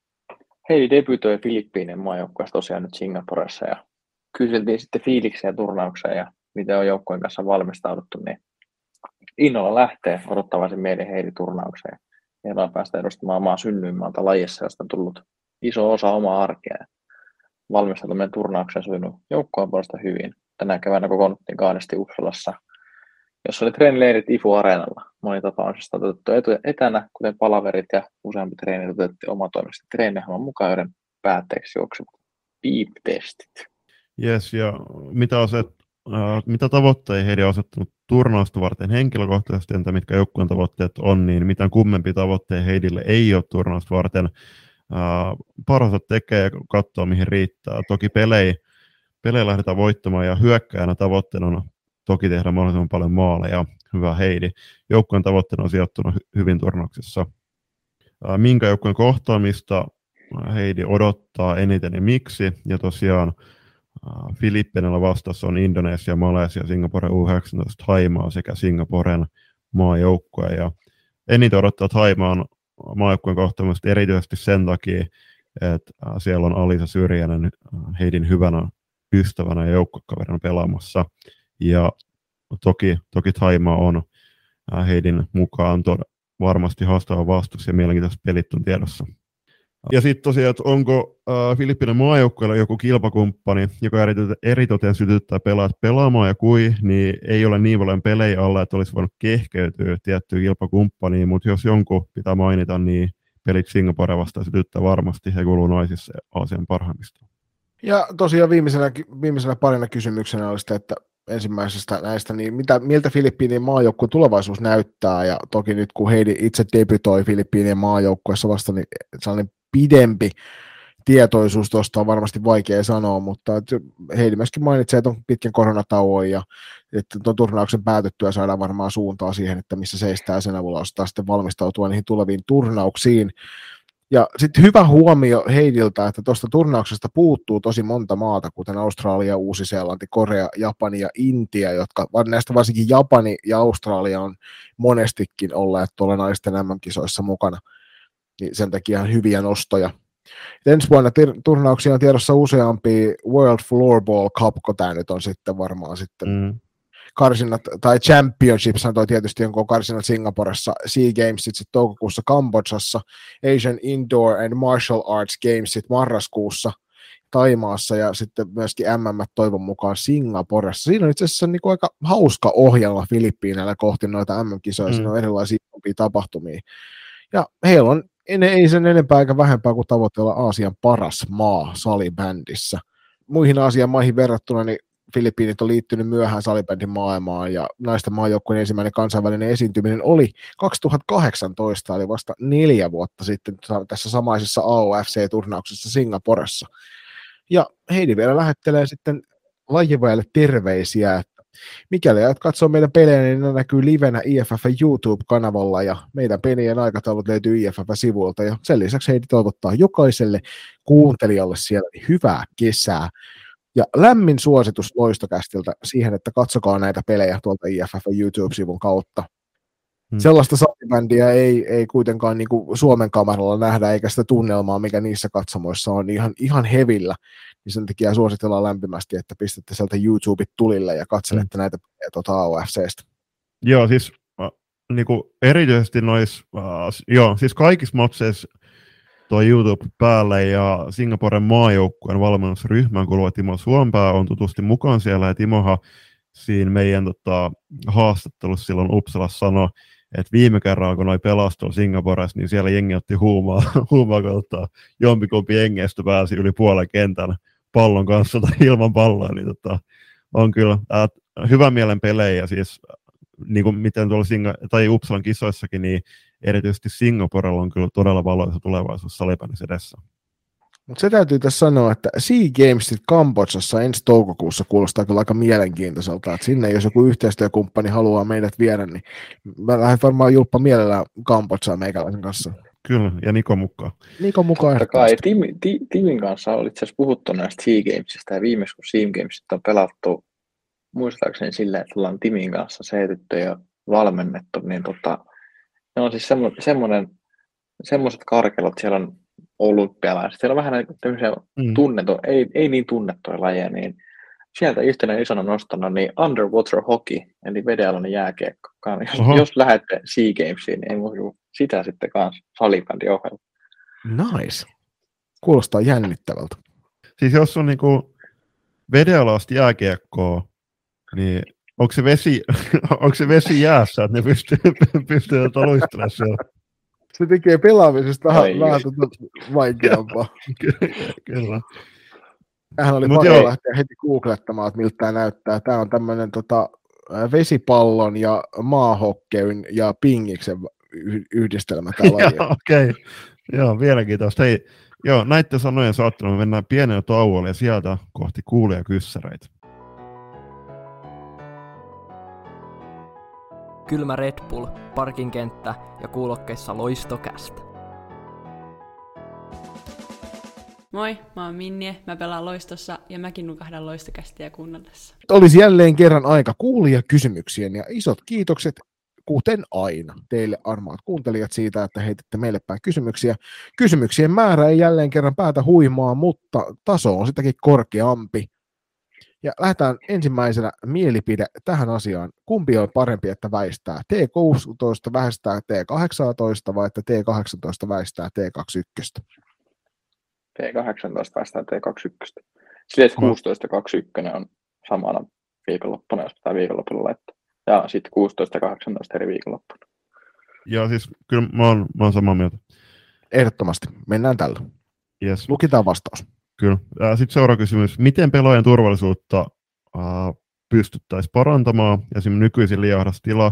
Heidi debytoi Filippiinien maajoukkueessa tosiaan nyt Singaporessa, ja kyseltiin sitten fiiliksiä turnaukseen ja miten on joukkueen kanssa valmistauduttu, niin innolla lähtee odottavaisin meidän Heidi turnaukseen. Hienoa päästä edustamaan omaa synnyinmaalta lajissa, josta on tullut iso osa omaa arkea. Valmistautuminen turnaukseen sujunut joukkueen puolesta hyvin. Tänä keväänä kokoonnuttiin kahdesti Uppsalassa, jossa oli treenileirit I F U-areenalla. Moni tapauksesta otettu etänä, kuten palaverit, ja useampi treeni otettiin omatoimisesti treeniohjelman mukaan, joiden päätteeksi juoksevat piip-testit. Jes, ja mitä, aset, äh, mitä tavoitteita Heidi on asettanut turnausta varten henkilökohtaisesti, entä mitkä joukkueen tavoitteet on, niin mitään kummempia tavoitteita Heidille ei ole turnausta varten. Äh, parhaansa tekee ja katsoo, mihin riittää. Toki pelejä, pelejä lähdetään voittamaan, ja hyökkäjänä tavoitteena on toki tehdä mahdollisimman paljon maaleja. Hyvä Heidi. Joukkueen tavoitteena on sijoittunut hy- hyvin turnauksessa. Äh, minkä joukkueen kohtaamista Heidi odottaa eniten ja miksi, ja tosiaan Uh, Filippiinillä vastassa on Indonesia, Malesia, Singapore U yhdeksäntoista, Thaimaa sekä Singaporen maajoukkue. Ja eniten odottaa Thaimaan maajoukkueen kohtaamista erityisesti sen takia, että uh, siellä on Alisa Syrjänen uh, Heidin hyvänä ystävänä ja joukkuekaverina pelaamassa. Ja toki, toki Thaimaa on uh, Heidin mukaan to- varmasti haastava vastus ja mielenkiintoiset pelit on tiedossa. Ja sitten tosiaan, että onko äh, Filippiinen maajoukkueella joku kilpakumppani, joka eritoten sytyttää pelaat pelaamaan ja kui, niin ei ole niin paljon pelejä alla, että olisi voinut kehkeytyä tiettyä kilpakumppaniin, mutta jos jonkun pitää mainita, niin pelit Singapore vastaan sytyttää varmasti, he kuuluu naisissa Aasian parhaimmista. Ja tosiaan viimeisenä, viimeisenä parina kysymyksenä oli sitä, että ensimmäisestä näistä, niin mitä, miltä Filippiinien maajoukkueen tulevaisuus näyttää, ja toki nyt kun Heidi itse debytoi Filippiinien maajoukkueessa vasta, niin sellainen pidempi tietoisuus tuosta on varmasti vaikea sanoa, mutta Heidi myöskin mainitsee, että on pitkän koronatauon ja että tuon turnauksen päätyttyä saadaan varmaan suuntaa siihen, että missä seistää, sen avulla ostaa sitten valmistautua niihin tuleviin turnauksiin. Ja sitten hyvä huomio Heidiltä, että tuosta turnauksesta puuttuu tosi monta maata, kuten Australia, Uusi-Seelanti, Korea, Japani ja Intia, jotka näistä varsinkin Japani ja Australia on monestikin olleet tuolla naisten M M-kisoissa mukana. Niin sen takia ihan hyviä nostoja. Ensi vuonna tir- turnauksia on tiedossa useampia World Floorball Cup, kun tämä nyt on sitten varmaan sitten mm. karsinat, tai Championships, toi tietysti on karsinat Singaporessa, SEA Gamesit sitten toukokuussa Kambodžassa, Asian Indoor and Martial Arts Gamesit marraskuussa Thaimaassa ja sitten myöskin M M toivon mukaan Singaporessa. Siinä on itse asiassa niin kuin aika hauska ohjelma Filippiineillä kohti noita M M-kisoja, mm. siinä on erilaisia tapahtumia. Ja heillä on ei sen enempää eikä vähempää kuin tavoitella Aasian paras maa salibändissä. Muihin Aasian maihin verrattuna niin Filippiinit on liittynyt myöhään salibändin maailmaan ja naisten maajoukkueen ensimmäinen kansainvälinen esiintyminen oli kaksituhattakahdeksantoista, eli vasta neljä vuotta sitten tässä samaisessa A O F C-turnauksessa Singaporessa. Ja Heidi vielä lähettelee sitten lajiväelle terveisiä, että mikäli et katsoo meidän pelejä, niin ne näkyy livenä I F F YouTube-kanavalla ja meidän pelien aikataulut löytyy I F F-sivuilta ja sen lisäksi Heidi toivottaa jokaiselle kuuntelijalle siellä hyvää kesää. Ja lämmin suositus Loistokästiltä siihen, että katsokaa näitä pelejä tuolta I F F YouTube-sivun kautta. Hmm. Sellaista salibändiä ei, ei kuitenkaan niin kuin Suomen kameralla nähdä, eikä sitä tunnelmaa, mikä niissä katsomoissa on ihan, ihan hevillä. Niin sen takia suositellaan lämpimästi, että pistätte sieltä YouTubet tulille ja katselette hmm. näitä pelejä tuota A O F C:stä. Joo, siis äh, niin kuin erityisesti noissa, äh, joo, siis kaikissa matseissa tuo YouTube päälle ja Singaporen maajoukkueen valmennusryhmään kuuluva Timo Suompää on tutusti mukaan siellä ja Timohan siinä meidän tota, haastattelussa silloin Uppsalassa sanoi, että viime kerralla kun noi pelasi tuolla Singaporessa, niin siellä jengi otti huumaa, huumaa kun tota, jompikumpi jengeistä pääsi yli puolen kentän pallon kanssa tai ilman palloa, niin tota, on kyllä äh, hyvän mielen pelejä, siis niin kuin miten tuolla Singa- tai Uppsalan kisoissakin, niin erityisesti Singaporella on kyllä todella valoisa tulevaisuus salibändissä edessä. Mutta se täytyy tässä sanoa, että SEA Gamesit Kambodžassa ensi toukokuussa kuulostaa kyllä aika mielenkiintoiselta, että sinne jos joku yhteistyökumppani haluaa meidät viedä, niin mä lähden varmaan Julppa mielellään Kambodžaan meikäläisen kanssa. Kyllä, ja Niko mukaan. Niko mukaan ehdottomasti. Tim, Tim, Timin kanssa oli itse asiassa puhuttu näistä SEA Gamesista, ja viimeksi kun SEA Gamesit on pelattu, muistaakseni sillä, että ollaan Timin kanssa seetytty ja valmennettu, niin tota, ne on siis semmo, semmoinen, semmoiset karkelot, siellä on olympialaiset, siellä on vähän tämmöisiä mm. tunnettuja, ei, ei niin tunnettuja lajeja, niin sieltä yhtenä isona nostona, niin underwater hockey, eli vedenalainen jääkiekko. Jos, jos lähdette SEA Gamesiin, niin ei muuta sitä sitten kanssa salibändin ohella. Nice. Kuulostaa jännittävältä. Siis jos on niinku vedenalaista jääkiekkoa, niin onko se vesi, onko se vesi jäässä, että ne pystyy, pystyy luistelemaan siellä? Se tekee pelaamisesta vähän, Ai, vähän tuota vaikeampaa. Kyllä. Tähän oli Mut pakko joo. lähteä heti googlettamaan, että miltä tämä näyttää. Tämä on tämmöinen tota, vesipallon ja maahokkeyn ja pingiksen yh- yhdistelmä tämä laji. Joo, okei. Okay. Joo, mielenkiintoista. Hei, joo, näiden sanojen saattelua me mennään pienellä tauolla ja sieltä kohti kuulijakyssäreitä. Kylmä Red Bull, parkinkenttä ja kuulokkeissa Loistokästä. Moi, mä oon Minnie, mä pelaan Loistossa ja mäkin nukahdan Loistokästiä kuunnellessa. Olisi jälleen kerran aika kuulijakysymyksien ja isot kiitokset, kuten aina, teille armaat kuuntelijat siitä, että heititte meille päin kysymyksiä. Kysymyksien määrä ei jälleen kerran päätä huimaa, mutta taso on sitäkin korkeampi. Ja lähdetään ensimmäisenä mielipide tähän asiaan. Kumpi on parempi, että väistää T kuusitoista väistää T kahdeksantoista vai että T kahdeksantoista väistää T kaksikymmentäyksi? T kahdeksantoista väistää T kaksikymmentäyksi. Sillä että kuusitoista kaksikymmentäyksi on samana viikonloppuna, jos pitää viikonloppuna laittaa. Ja sitten kuusitoista kahdeksantoista eri viikonloppuna. Ja siis kyllä mä oon, mä oon samaa mieltä. Ehdottomasti. Mennään tällä. Yes. Lukitaan vastaus. Kyllä. Sitten seuraava kysymys. Miten pelaajan turvallisuutta äh, pystyttäisiin parantamaan, esimerkiksi nykyisin liiahdas tila,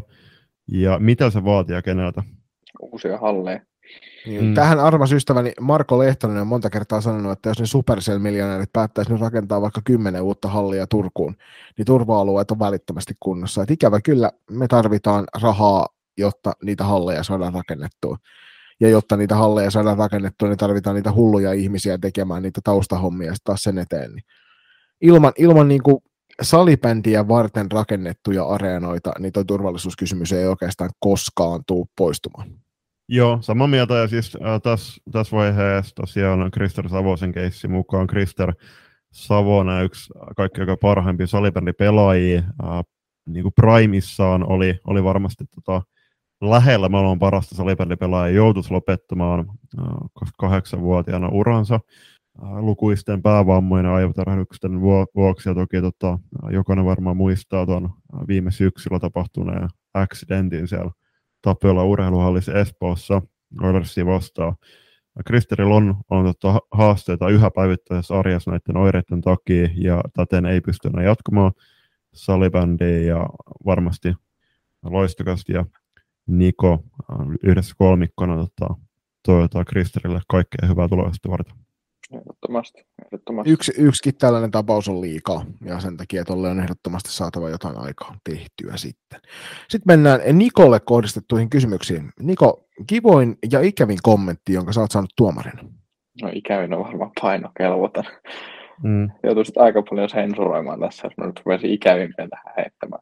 ja mitä se vaatii ja keneltä? Uusia halleja. Niin, mm. Tähän armas ystäväni Marko Lehtonen on monta kertaa sanonut, että jos ne Supercell-miljonäärit päättäisi nyt rakentaa vaikka kymmenen uutta hallia Turkuun, niin turva-alueet on välittömästi kunnossa. Et ikävä kyllä me tarvitaan rahaa, jotta niitä halleja saadaan rakennettua. Ja jotta niitä halleja saadaan rakennettua, niin tarvitaan niitä hulluja ihmisiä tekemään niitä taustahommia ja taas sen eteen. Niin ilman ilman niin kuin salibändiä varten rakennettuja areenoita, niin tuo turvallisuuskysymys ei oikeastaan koskaan tule poistumaan. Joo, samaa mieltä, ja siis äh, tässä täs vaiheessa tosiaan Krister Savosen keissi mukaan. Krister Savonen, yksi kaikki aika parhaimpia salibändipelaajia, äh, niin kuin primissaan oli, oli varmasti tota, lähellä maailman parasta salibändipelaajia, joutuisi lopettamaan äh, kaksikymmentäkahdeksanvuotiaana uransa äh, lukuisten päävammojen ja aivotärähdyksen vuoksi, ja toki tota, jokainen varmaan muistaa tuon viime syksyllä tapahtuneen accidentin siellä Tapiola urheiluhallissa Espoossa Oilersia vastaan. Kristerillä on, on tota haasteita yhä päivittäisessä arjessa näiden oireiden takia, ja täten ei pysty enää jatkamaan salibändiä, ja varmasti Loistokasta ja Niko yhdessä kolmikkona tota, toivotaan Kristerille kaikkea hyvää tulevaisuutta varten. Ehdottomasti. Ehdottomasti. Yksi, yksikin tällainen tapaus on liikaa, ja sen takia tolle on ehdottomasti saatava jotain aikaa tehtyä sitten. Sitten mennään Nikolle kohdistettuihin kysymyksiin. Niko, kivoin ja ikävin kommentti, jonka sä oot saanut tuomarina. No ikävin on varmaan painokelvoton. Mm. Joutuisit aika paljon sensuroimaan tässä, jos mä nyt rupesin ikävimpiä tähän heittämään.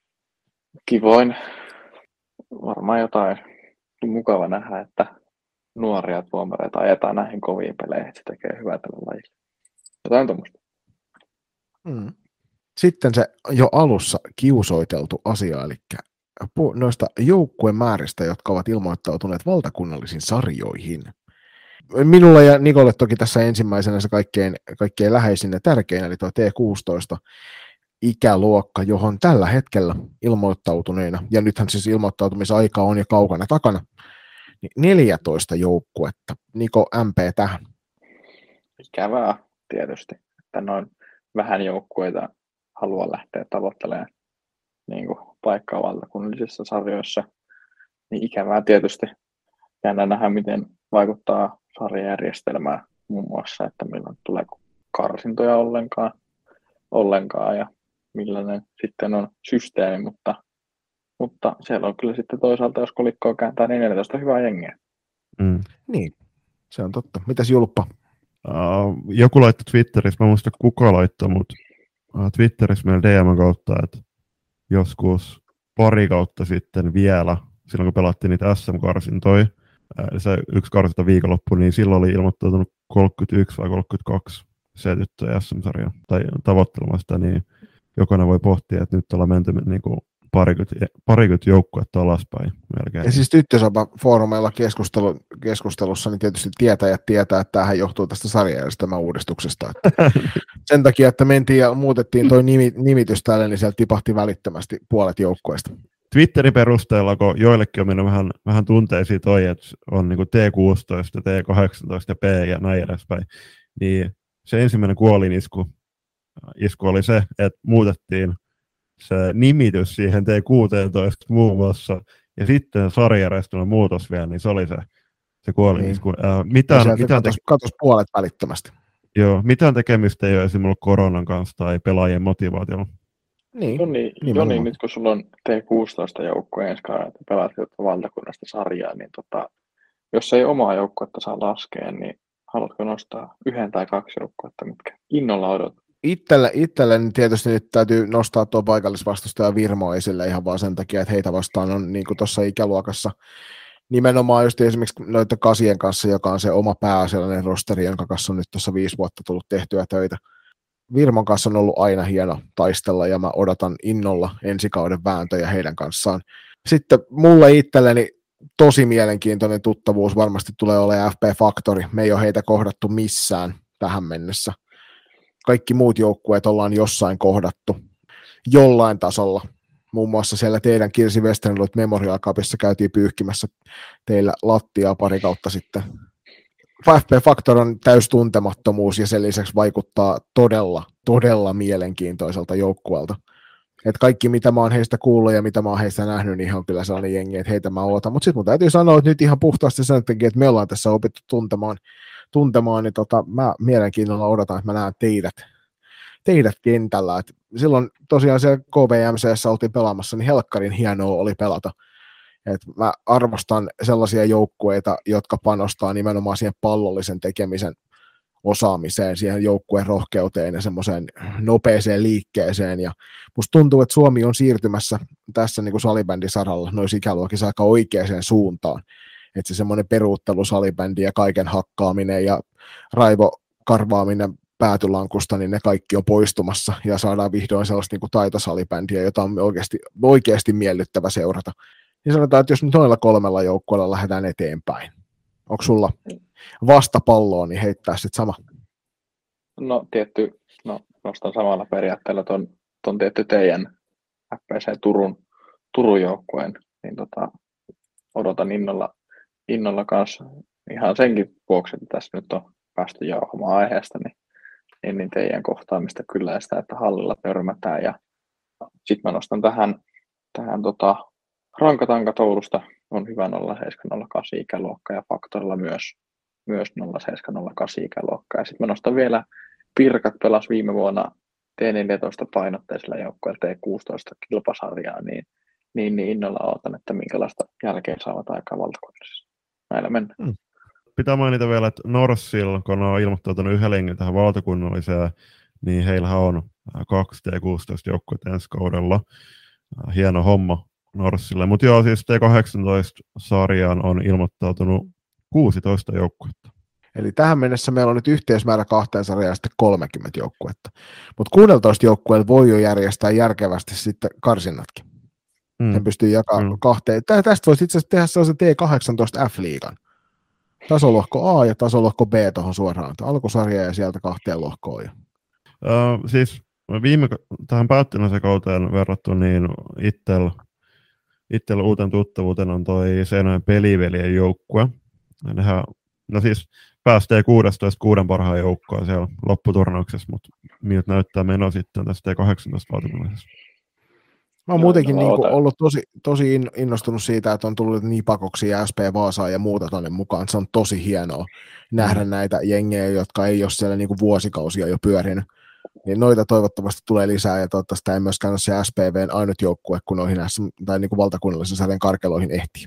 Kivoin. Varmaan jotain mukava nähdä, että nuoria tuomareita ajetaan näihin koviin peleihin, että se tekee hyvää tällä lajilla. Jotain tuommoista. Mm. Sitten se jo alussa kiusoiteltu asia, eli noista joukkuemääristä, jotka ovat ilmoittautuneet valtakunnallisiin sarjoihin. Minulla ja Nikolle toki tässä ensimmäisenä se kaikkein, kaikkein läheisin ja tärkein, eli tuo T kuusitoista ikäluokka, johon tällä hetkellä ilmoittautuneena, ja nythän siis ilmoittautumisaika on jo kaukana takana, niin neljätoista joukkuetta. Niko, M P tähän. Ikävää tietysti, että noin vähän joukkueita haluaa lähteä tavoittelemaan niin kuin paikkaa valtakunnallisissa sarjoissa. Niin ikävää tietysti. Jännä nähdä, miten vaikuttaa sarjajärjestelmään muun muassa, että milloin tulee karsintoja ollenkaan, ollenkaan ja millainen sitten on systeemi, mutta, mutta siellä on kyllä sitten toisaalta, jos kolikkoa kääntää, niin neljätoista hyvää jengiä. Mm. Niin, se on totta. Mitäs Julppa? Uh, joku laittoi Twitterissä, mä muista kuka laittoi, mutta uh, Twitterissä meillä D M kautta, että joskus pari kautta sitten vielä, silloin kun pelattiin niitä S M-karsintoja, uh, se yksi karsinta viikonloppu, niin silloin oli ilmoittautunut kolmekymmentäyksi vai kolmekymmentäkaksi C-tyttöjä S M-sarjaa tai tavoittelemaan sitä, niin jokainen voi pohtia, että nyt ollaan menty niin kuin parikymmentä, parikymmentä joukkuetta alaspäin melkein. Ja siis tyttösapa-foorumeilla keskustelu, keskustelussa niin tietysti tietäjät tietää, että tämähän johtuu tästä sarjajärjestelmän uudistuksesta. Sen takia, että mentiin ja muutettiin toi nimi, nimitys tälle, niin sieltä tipahti välittömästi puolet joukkueista. Twitterin perusteella, kun joillekin on mennyt vähän, vähän tunteisiin toi, että on niin kuin T kuusitoista, T kahdeksantoista ja P ja näin edespäin, niin se ensimmäinen kuolinisku isku oli se, että muutettiin se nimitys siihen T kuusitoista muun muassa, ja sitten sarjajärjestelmän muutos vielä, niin se oli se, se kuolinisku. Niin. Äh, mitään, mitään katos, te- katos puolet välittömästi. Joo, mitään tekemistä ei ole esimerkiksi koronan kanssa tai pelaajien motivaatiolla. Niin, Joni, Joni, nyt kun sulla on T kuusitoista joukkue ensi kaudella, että pelaat valtakunnasta sarjaa, niin tota, jos ei omaa joukkuetta saa laskea, niin haluatko nostaa yhden tai kaksi joukkuetta, mitkä innolla odotat? Itselle, itselle niin tietysti nyt täytyy nostaa tuo paikallisvastustaja Virmo esille ihan vaan sen takia, että heitä vastaan on niin kuin tuossa ikäluokassa nimenomaan just esimerkiksi noiden kasien kanssa, joka on se oma pääasiallinen rosteri, jonka kanssa on nyt tuossa viisi vuotta tullut tehtyä töitä. Virmon kanssa on ollut aina hieno taistella ja mä odotan innolla ensikauden vääntöjä heidän kanssaan. Sitten mulle itselleni tosi mielenkiintoinen tuttavuus varmasti tulee olemaan F P Factory. Me ei ole heitä kohdattu missään tähän mennessä. Kaikki muut joukkueet ollaan jossain kohdattu jollain tasolla. Muun muassa siellä teidän Kirsi Westerlund Memorial Cupissa käytiin pyyhkimässä teillä lattiaa pari kautta sitten. F P Factor on täys tuntemattomuus ja sen lisäksi vaikuttaa todella, todella mielenkiintoiselta joukkueelta. Et kaikki mitä mä oon heistä kuullut ja mitä mä oon heistä nähnyt, niin on kyllä sellainen jengi, että heitä mä ootan. Mutta sitten mun täytyy sanoa, että nyt ihan puhtaasti sen takia, että me ollaan tässä opittu tuntemaan, tuntemaan niin tota, mä mielenkiinnolla odotan, että mä näen teidät, teidät kentällä. Et silloin tosiaan siellä K V M C:ssä oltiin pelaamassa, niin helkkarin hienoa oli pelata. Et mä arvostan sellaisia joukkueita, jotka panostaa nimenomaan siihen pallollisen tekemisen osaamiseen, siihen joukkueen rohkeuteen ja semmoiseen nopeeseen liikkeeseen. Ja musta tuntuu, että Suomi on siirtymässä tässä niin kuin salibändisaralla noissa ikäluokissa aika oikeaan suuntaan. Että se semmoinen peruuttelu salibändi ja kaiken hakkaaminen ja raivokarvaaminen päätylankusta, niin ne kaikki on poistumassa ja saadaan vihdoin sellaista niin kuin taitosalibändiä, jota on oikeasti, oikeasti miellyttävä seurata. Niin sanotaan, että jos nyt noilla kolmella joukkueella lähdetään eteenpäin, onko sulla vastapalloa, niin heittää sitten sama? No tietty, no nostan samalla periaatteella ton, ton tietty teidän F P C Turun, Turun joukkueen, niin tota, odotan innolla, innolla kanssa ihan senkin vuoksi, että tässä nyt on päästy jauhamaan aiheesta, niin, niin, niin teidän kohtaamista kyllä ja sitä, että hallilla törmätään. Ja sitten mä nostan tähän, tähän tota, Rankatankat Oulusta on hyvä nolla seitsemän nolla kahdeksan ikäluokka ja Faktorilla myös, myös nolla seitsemän nolla kahdeksan ikäluokka. Ja sitten mä nostan vielä Pirkat pelasi viime vuonna T neljätoista painotteisella joukkueella T kuusitoista kilpasarjaa, niin, niin, niin innolla odotan, että minkälaista jälkeen saavat aikaa valtakunnallisessa. Näillä mennään. Hmm. Pitää mainita vielä, että Norsil, kun on ilmoittautunut yhden lengin tähän valtakunnalliseen, niin heillähän on kaksi T kuusitoista joukkuetta ensi kaudella. Hieno homma Norsille. Mutta joo, siis T kahdeksantoista-sarjaan on ilmoittautunut kuusitoista joukkuetta. Eli tähän mennessä meillä on nyt yhteismäärä kahteen sarjaan sitten kolmekymmentä joukkuetta. Mutta kuusitoista joukkueella voi jo järjestää järkevästi sitten karsinnatkin. Mm. Sen pystyy jakamaan mm. kahteen. Tästä voisi itse asiassa tehdä sellaisen T kahdeksantoista F-liigan. Tasolohko A ja tasolohko B tuohon suoraan. Alkusarja ja sieltä kahteen lohkoon. Uh, siis viime tähän päättyneeseen kauteen verrattuna niin itsellä itsellä uuten tuttavuuten on toi Seinäjoen peliveljen joukkue. Nehän, no siis päästään kuusitoista kuuden parhaan joukkoon siellä lopputurnauksessa, mutta miltä näyttää meno sitten tässä T kahdeksantoista valtakunnallisessa. Mä oon muutenkin niin kuin ollut tosi, tosi innostunut siitä, että on tullut Nipakoksi ja S P Vaasaa ja muuta tonne mukaan. Se on tosi hienoa nähdä mm. näitä jengejä, jotka ei ole siellä niin kuin vuosikausia jo pyörinyt. Niin noita toivottavasti tulee lisää ja toivottavasti ei myöskään ole se S P V:n ainut joukkue, kun noihin tai niin kuin valtakunnallisen sarjan karkeloihin ehtii.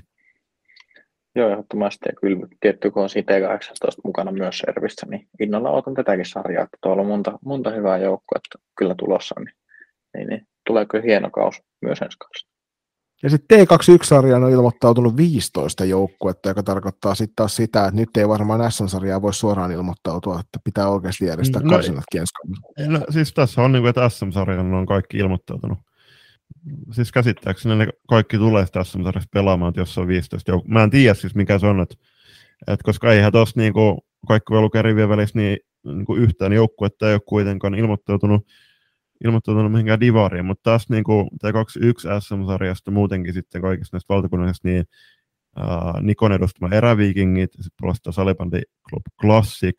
Joo, ehdottomasti. Ja kyllä tietty, kun on siinä T kahdeksantoista mukana myös servissä, niin innolla otan tätäkin sarjaa. Että tuolla on monta, monta hyvää joukkuetta kyllä tulossa, niin, niin, niin tulee kyllä hieno kausi myös ensi kaudesta. Ja sitten T kaksikymmentäyksi-sarjaan on ilmoittautunut viisitoista joukkuetta, joka tarkoittaa sitten taas sitä, että nyt ei varmaan S M-sarjaa voi suoraan ilmoittautua, että pitää oikeasti järjestää no, karsinatkin ensi kaudella. No, siis tässä on niin kuin, että S M-sarjaan on kaikki ilmoittautunut. Siis käsittääkseni ne kaikki tulee sitä S M-sarjasta pelaamaan, että jos on viisitoista joukkuetta. Mä en tiedä siis mikä se on, että, että koska eihän tuossa niin kaikki voi lukea rivien välissä, niin, niin kuin yhtään joukkuetta ei ole kuitenkaan ilmoittautunut ilmoittautunut mihinkään divariin, mutta taas niin kuin T kaksikymmentäyksi S M-sarjasta muutenkin sitten kaikista näistä valtakunnallisista, niin ää, Nikon edustama Eräviikingit, sitten puolestaan Salibändi Club Classic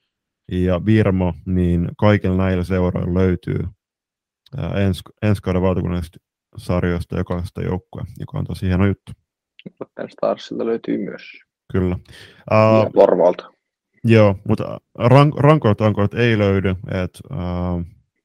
ja Virmo, niin kaikilla näillä seuroilla löytyy ää, ens, ensi kauden valtakunnallisista sarjoista jokaisesta joukkoa, joka on tosi hieno juttu. Rotten Starsilta löytyy myös. Kyllä. Ja Uh, Porvoolta. joo, mutta rank- rankoilta rankoilta ei löydy. Et, uh,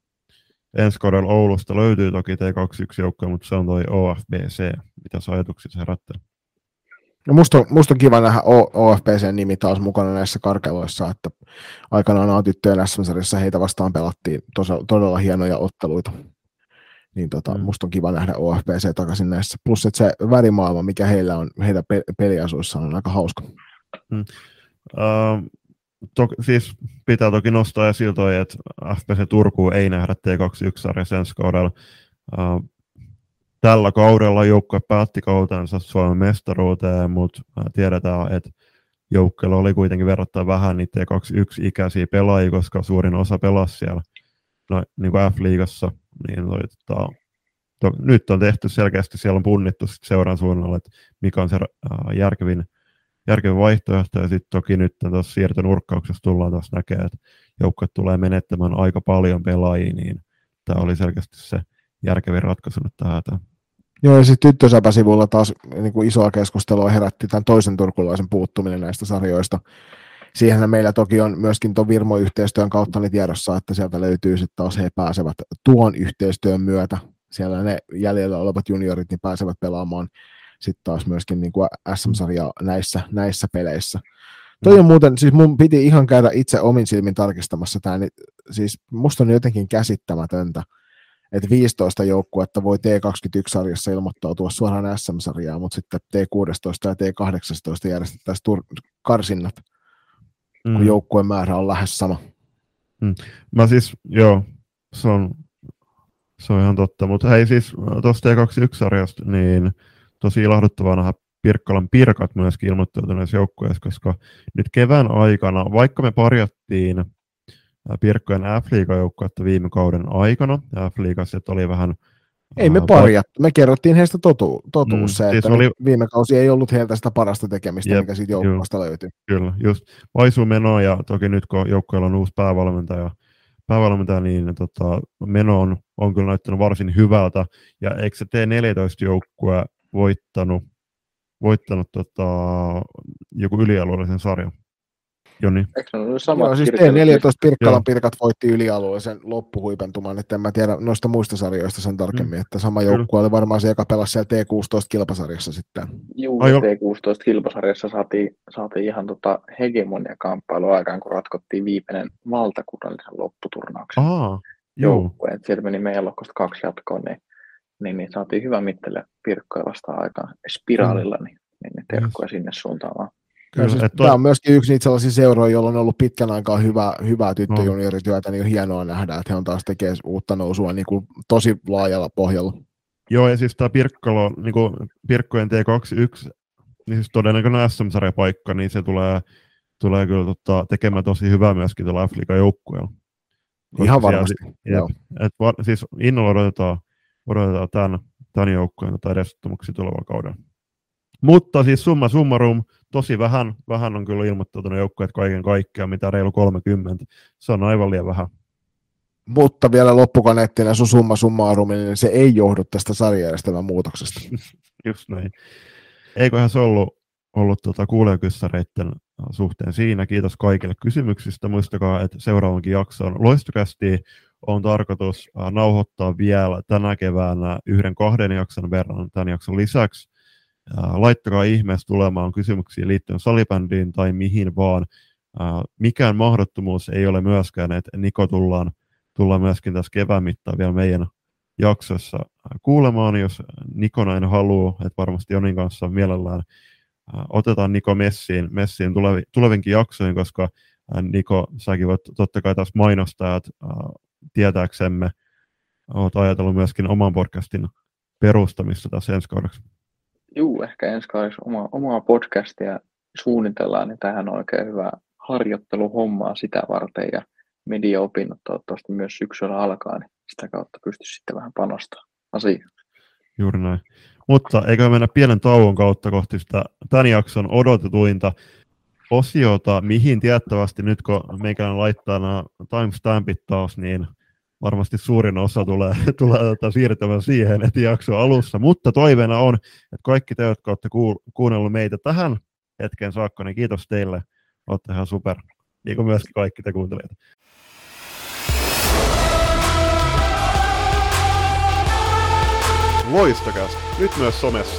ensi kaudella Oulusta löytyy toki T kaksikymmentäyksi joukkoja, mutta se on toi O F B C. Mitä sä ajatuksia se herättää? No musta, on, musta on kiva nähdä O F B C-nimi taas mukana näissä karkeloissa, että aikanaan A-tyttöjen S M-sarjassa heitä vastaan pelattiin todella, todella hienoja otteluita. Niin tota, mm. musta on kiva nähdä O F B C takaisin näissä. Plus, että se värimaailma, mikä heillä on, heidän pe- peliasuissaan on aika hauska. Mm. Uh, to, siis pitää toki nostaa esille toi, että F P C Turkuun ei nähdä T kaksikymmentäyksi-sarjassa ensi kaudella. Uh, tällä kaudella joukkue päätti kautensa Suomen mestaruuteen, mutta tiedetään, että joukkueella oli kuitenkin verrattain vähän niitä T kaksikymmentäyksi-ikäisiä pelaajia, koska suurin osa pelasi siellä no, niin kuin F-liigassa. Niin toi, tota, to, nyt on tehty selkeästi, siellä on punnittu sit seuran suunnalla, että mikä on se äh, järkevin, järkevin vaihtoehto, ja sitten toki nyt tuossa siirtonurkkauksessa tullaan taas näkemään, että joukkue tulee menettämään aika paljon pelaajia, niin tämä oli selkeästi se järkevin ratkaisu nyt tähän. Joo, ja sitten tyttösäpäsivulla taas niin kuin isoa keskustelua herätti tämän toisen turkulaisen puuttuminen näistä sarjoista. Siihenhän meillä toki on myöskin tuon Virmo-yhteistyön kautta niin tiedossa, että sieltä löytyy sitten taas he pääsevät tuon yhteistyön myötä. Siellä ne jäljellä olevat juniorit niin pääsevät pelaamaan sitten taas myöskin niin kuin S M-sarjaa näissä, näissä peleissä. Mm. Toi on muuten, siis mun piti ihan käydä itse omin silmin tarkistamassa tämä, niin siis musta on jotenkin käsittämätöntä, että viisitoista joukkuetta voi T kaksikymmentäyksi-sarjassa ilmoittautua suoraan S M-sarjaan, mutta sitten T kuusitoista ja T kahdeksantoista järjestettäisiin tur- karsinnat. Mm. Kun joukkueen määrä on lähes sama. Mm. Mä siis, joo, se on, se on ihan totta, mutta hei siis tuosta T kaksikymmentäyksi-sarjasta, niin tosi ilahduttavaa nähdä Pirkkalan Pirkat myöskin ilmoittautuneessa joukkueessa, koska nyt kevään aikana, vaikka me parjattiin Pirkkojen F-liigajoukkuetta viime kauden aikana, F-liigassa oli vähän... Ei me parjattu, me kerrottiin heistä totu, totuus mm, se, siis että oli... viime kausi ei ollut heiltä sitä parasta tekemistä, Jep, mikä siitä joukkueesta löytyy. Kyllä, just vaisumenoa, ja toki nyt kun joukkueella on uusi päävalmentaja, päävalmentaja niin tota, meno on, on kyllä näyttänyt varsin hyvältä, ja eikö se T neljätoista-joukkue voittanut, voittanut tota, joku ylialueellisen sarjan? Joni. Eikö ne ollut samat? Joo, siis T neljätoista Pirkkalan Pirkat voitti ylialueellisen loppuhuipentuman, että en mä tiedä noista muista sarjoista sen tarkemmin, mm. että sama joukkue oli varmaan se, joka pelasi siellä T kuusitoista kilpasarjassa sitten. Juu, T kuusitoista kilpasarjassa saatiin, saatiin ihan tota hegemonia-kamppailu aikaan, kun ratkottiin viimeinen valtakunnallisen lopputurnauksen joukkueen. Sieltä meni meidän lohkosta kaksi jatkoon, niin, niin, niin saatiin hyvä mittele Pirkkoja vastaan aikaan spiraalilla, mm. niin, niin, niin terkkuja yes. sinne suuntaan vaan. Kyllä, siis toi... Tämä on myöskin yksi niitä sellaisia seuroja, joilla on ollut pitkän aikaa hyvää, hyvää tyttöjuniorityötä, niin on hienoa nähdä, että he on taas tekee uutta nousua niin kuin tosi laajalla pohjalla. Joo, ja siis tämä Pirkkalo, niin kuin Pirkkojen T kaksikymmentäyksi, niin siis todennäköinen S M-sarjapaikka, niin se tulee, tulee kyllä tota, tekemään tosi hyvää myöskin tuolla F-liigan joukkueella. Ihan varmasti, siellä, joo. Et, var, siis innolla odotetaan, odotetaan tämän, tämän joukkueen tota edesottamuksia tulevan kauden. Mutta siis summa summarum, tosi vähän, vähän on kyllä ilmoittautunut joukkueet kaiken kaikkiaan, mitä reilu kolmekymmentä. Se on aivan liian vähän. Mutta vielä loppukaneettina sun summa summarum, niin se ei johdu tästä sarjajärjestelmän muutoksesta. Just näin. Eiköhän se ollut, ollut tuota kuulijakyssäreiden suhteen siinä. Kiitos kaikille kysymyksistä. Muistakaa, että seuraavankin jakson Loistokästi on tarkoitus nauhoittaa vielä tänä keväänä yhden kahden jakson verran tämän jakson lisäksi. Laittakaa ihmeessä tulemaan kysymyksiä liittyen salibändiin tai mihin vaan. Mikään mahdottomuus ei ole myöskään, että Niko tullaan, tullaan myöskin tässä kevään mittaan vielä meidän jaksossa kuulemaan, jos Niko näin haluaa, että varmasti Jonin kanssa mielellään otetaan Niko messiin, messiin tulevi, tulevinkin jaksoihin, koska Niko, säkin voit totta kai taas mainostaa, että tietääksemme olet ajatellut myöskin oman podcastin perustamista tässä ensi kaudeksi. Juu, ehkä ensi kaudeksi oma, omaa podcastia suunnitellaan, niin tähän on oikein hyvä harjoitteluhommaa sitä varten, ja mediaopinnot toivottavasti myös syksyllä alkaa, niin sitä kautta pystyisi sitten vähän panostamaan asiaan. Juuri näin. Mutta eikö mennä pienen tauon kautta kohti sitä tämän jakson odotetuinta osiota, mihin tiettävästi nyt kun meikään laittaa nämä timestampit taas, niin varmasti suurin osa tulee, tulee tota, siirtymään siihen heti jakson alussa. Mutta toiveena on, että kaikki te, jotka olette kuunnellut meitä tähän hetken saakka, niin kiitos teille. Olette ihan super. Niin kuin myöskin kaikki te kuuntelijat. Loistokäs, nyt myös somessa.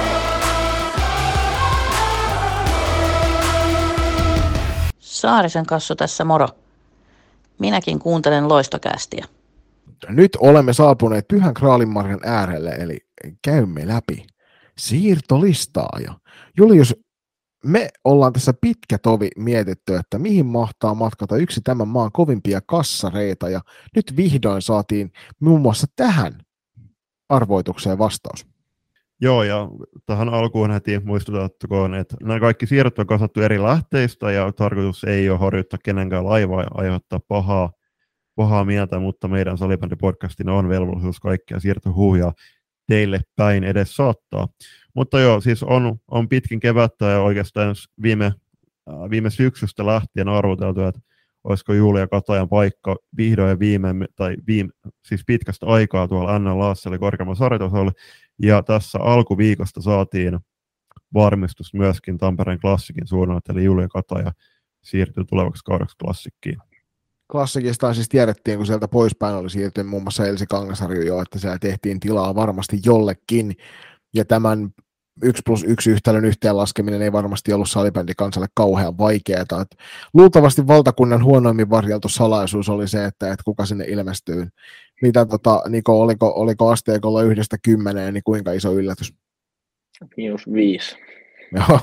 Saarisen Kassu tässä moro. Minäkin kuuntelen Loistokästiä. Nyt olemme saapuneet Pyhän Kraalinmarjan äärelle, eli käymme läpi siirtolistaa. Ja Julius, me ollaan tässä pitkä tovi mietitty, että mihin mahtaa matkata yksi tämän maan kovimpia kassareita, ja nyt vihdoin saatiin muun muassa tähän arvoitukseen vastaus. Joo, ja tähän alkuun heti muistutettakoon, että nämä kaikki siirrot on kasattu eri lähteistä, ja tarkoitus ei ole horjuttaa kenenkään laivaa ja aiheuttaa pahaa, pahaa mieltä, mutta meidän salibändipodcastina on velvollisuus kaikkia siirtohuhuja teille päin edes saattaa. Mutta joo, siis on, on pitkin kevättä ja oikeastaan viime, äh, viime syksystä lähtien arvoteltu, että olisiko Julia Katajan paikka vihdoin ja viime, tai viime, siis pitkästä aikaa tuolla N L A:ssa eli korkeammalla sarjatasolla. Ja tässä alkuviikosta saatiin varmistus myöskin Tampereen Klassikin suunnalta, eli Julia Kataja siirtyy tulevaksi kaudeksi Klassikkiin. Klassikista siis tiedettiin, kun sieltä poispäin oli siirtynyt muun muassa Elsi Kangasarju jo, että siellä tehtiin tilaa varmasti jollekin, ja tämän yksi plus yksi yhtälön yhteenlaskeminen ei varmasti ollut salibändikansalle kauhean vaikeaa. Että luultavasti valtakunnan huonoimmin varjeltu salaisuus oli se, että, että kuka sinne ilmestyy. Mitä tota, Niko, oliko, oliko asteikolla yhdestä kymmeneen, niin kuinka iso yllätys? Miinus viisi. Joo.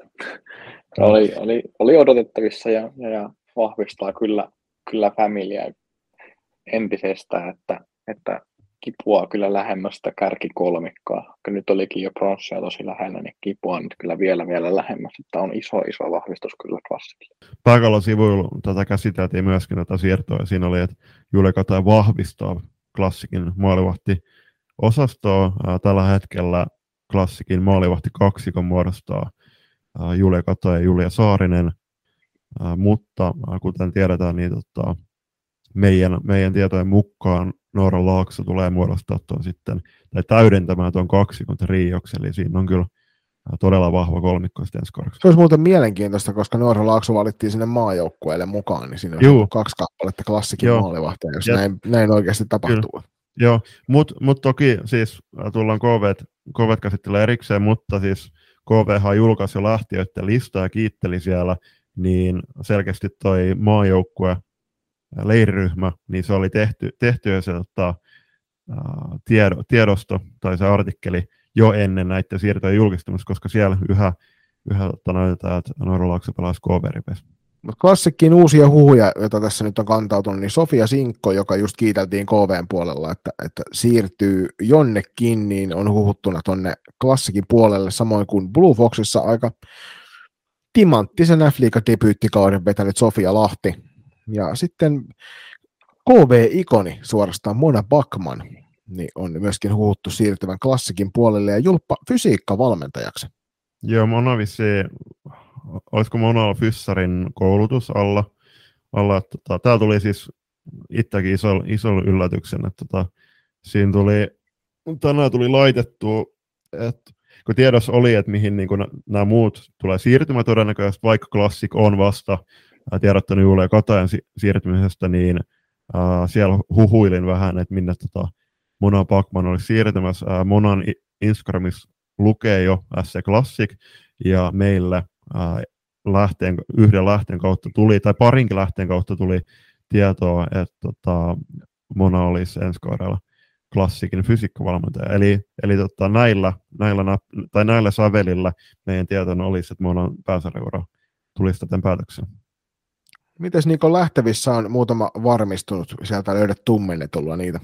oli, oli, oli odotettavissa ja, ja, ja vahvistaa kyllä, kyllä familiaa entisestään, että, että kipua kyllä lähemmästä kärkikolmikkaa. Nyt olikin jo pronssia tosi lähellä, niin kipua nyt kyllä vielä vielä lähemmäs. Että on iso iso vahvistus kyllä Klassikille. Pääkallon sivuilla tätä käsiteltiin myöskin tätä siirtoa, ja siinä oli, että Julia Kataja vahvistaa Klassikin maalivahti-osastoa. Tällä hetkellä Klassikin maalivahti kaksikon muodostaa Julia Kataja ja Julia Saarinen, mutta kuten tiedetään, niin tota, meidän, meidän tietojen mukaan Noora Laakso tulee muodostaa tuon sitten, tai täydentämään tuon kaksikon Trioksi, eli siinä on kyllä todella vahva kolmikko sitten ensi kaudeksi. Se olisi muuten mielenkiintoista, koska Noora Laakso valittiin sinne maajoukkueelle mukaan, niin siinä on kaksi kappaletta Klassikin maalivahtia, jos näin, näin oikeasti tapahtuu. Kyllä. Joo, mutta mut toki siis tullaan K V, K V käsittelee erikseen, mutta siis K V:han julkaisi jo lähtiöiden listaa ja kiitteli siellä, niin selkeästi toi maajoukkue leiriryhmä, niin se oli tehty, tehty jo se tota, tiedo, tiedosto tai se artikkeli jo ennen näiden siirtojen julkistamista, koska siellä yhä, yhä tota, näytetään, että Noora Laakso pelaisi K V-ripeissä. Mutta Klassikkiin uusia huhuja, joita tässä nyt on kantautunut, niin Sofia Sinkko, joka just kiiteltiin K V:n puolella, että, että siirtyy jonnekin, niin on huhuttuna tuonne Klassikin puolelle, samoin kuin Blue Foxissa aika timanttisen F-liiga-debyyttikauden vetänyt Sofia Lahti. Ja sitten K V-ikoni suorastaan Mona Backman niin on myöskin huhuttu siirtyvän Klassikin puolelle ja julppa fysiikkavalmentajaksi. Joo, Mona vissiin, olisiko Monalla fyssarin koulutus alla? alla että, tota, tää tuli siis itsekin iso, iso yllätyksen, että tota, siinä tuli, tänään tuli laitettua, että kun tiedossa oli, että mihin niin nämä muut tulee siirtymään todennäköisesti, vaikka Classic on vasta tiedottanut Julia Katajan si- siirtymisestä, niin äh, siellä huhuilin vähän, että minne tota, Mona Backman olisi siirtymässä. Äh, Monan Instagramissa lukee jo S C Classic, ja meille äh, lähteen, yhden lähteen kautta tuli, tai parinkin lähteen kautta tuli tietoa, että tota, Mona olisi ensi kaudella Klassikin fysiikkavalmentaja. Eli, eli tota, näillä, näillä, tai näillä sävelillä meidän tietona olisi, että Monan pääsarjaura tulisi täten päätökseen. Mites Niko lähtevissä on muutama varmistunut, sieltä löydät tummennetulla niitä?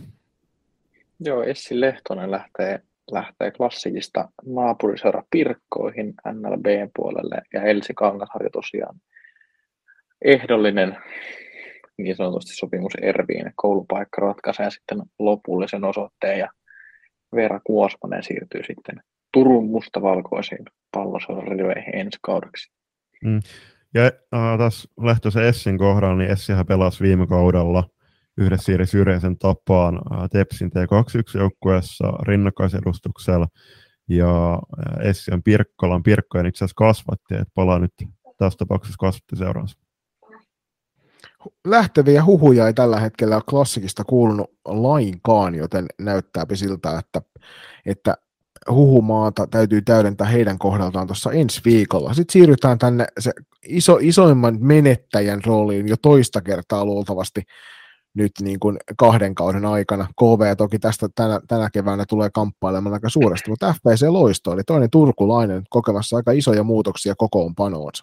Joo, Essi Lehtonen lähtee, lähtee Klassikista naapuriseura Pirkkoihin N L B:n puolelle ja Elsi Kangasharju tosiaan ehdollinen niin sanotusti sopimus Erviin. Koulupaikka ratkaisee sitten lopullisen osoitteen ja Veera Kuosmanen siirtyy sitten Turun mustavalkoisiin Palloseura riveihin ensi kaudeksi. Mm. Ja äh, tässä Lehtosen Essin kohdalla, niin Essihän pelasi viime kaudella yhdessä Siiri Syreisen tapaan äh, Tepsin T kaksikymmentäyksi-joukkueessa rinnakkaisedustuksella. Ja äh, Essi on Pirkkolan Pirkkojen itse asiassa kasvatti, että palaa nyt tässä tapauksessa kasvatti seuraansa. Lähteviä huhuja ei tällä hetkellä ole Klassikista kuulunut lainkaan, joten näyttääpi siltä, että, että huhumaata täytyy täydentää heidän kohdaltaan tuossa ensi viikolla. Sitten siirrytään tänne se iso, isoimman menettäjän rooliin jo toista kertaa luultavasti nyt niin kuin kahden kauden aikana. K V toki tästä tänä, tänä keväänä tulee kamppailemaan aika suuresti, mutta F P C Loisto, eli toinen turkulainen, kokemassa aika isoja muutoksia kokoonpanoonsa.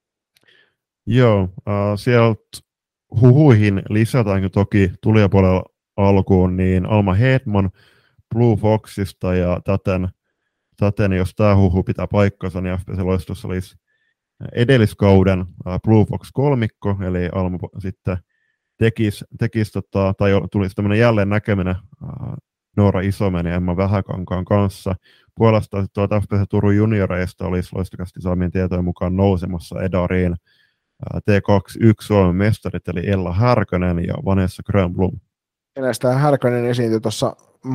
Joo, äh, sieltä huhuihin lisätäänkö toki tulijapuolella alkuun, niin Alma Hedman Blue Foxista, ja täten, täten jos tämä huhu pitää paikkansa, niin F P C Loistossa olisi edelliskauden Blue Fox kolmikko, eli Alma sitten tekisi, tekisi tota, tai tulisi tämmöinen jälleen näkeminen äh, Noora Isomen ja Emma Vähäkankaan kanssa. Puolestaan sitten tuolta F P C Turun junioreista olisi Loistokästi saamien tietojen mukaan nousemassa Edariin äh, T kaksikymmentäyksi Suomen mestarit, eli Ella Härkönen ja Vanessa Grönblom. Ja näistä Härkönen esiintyi tuossa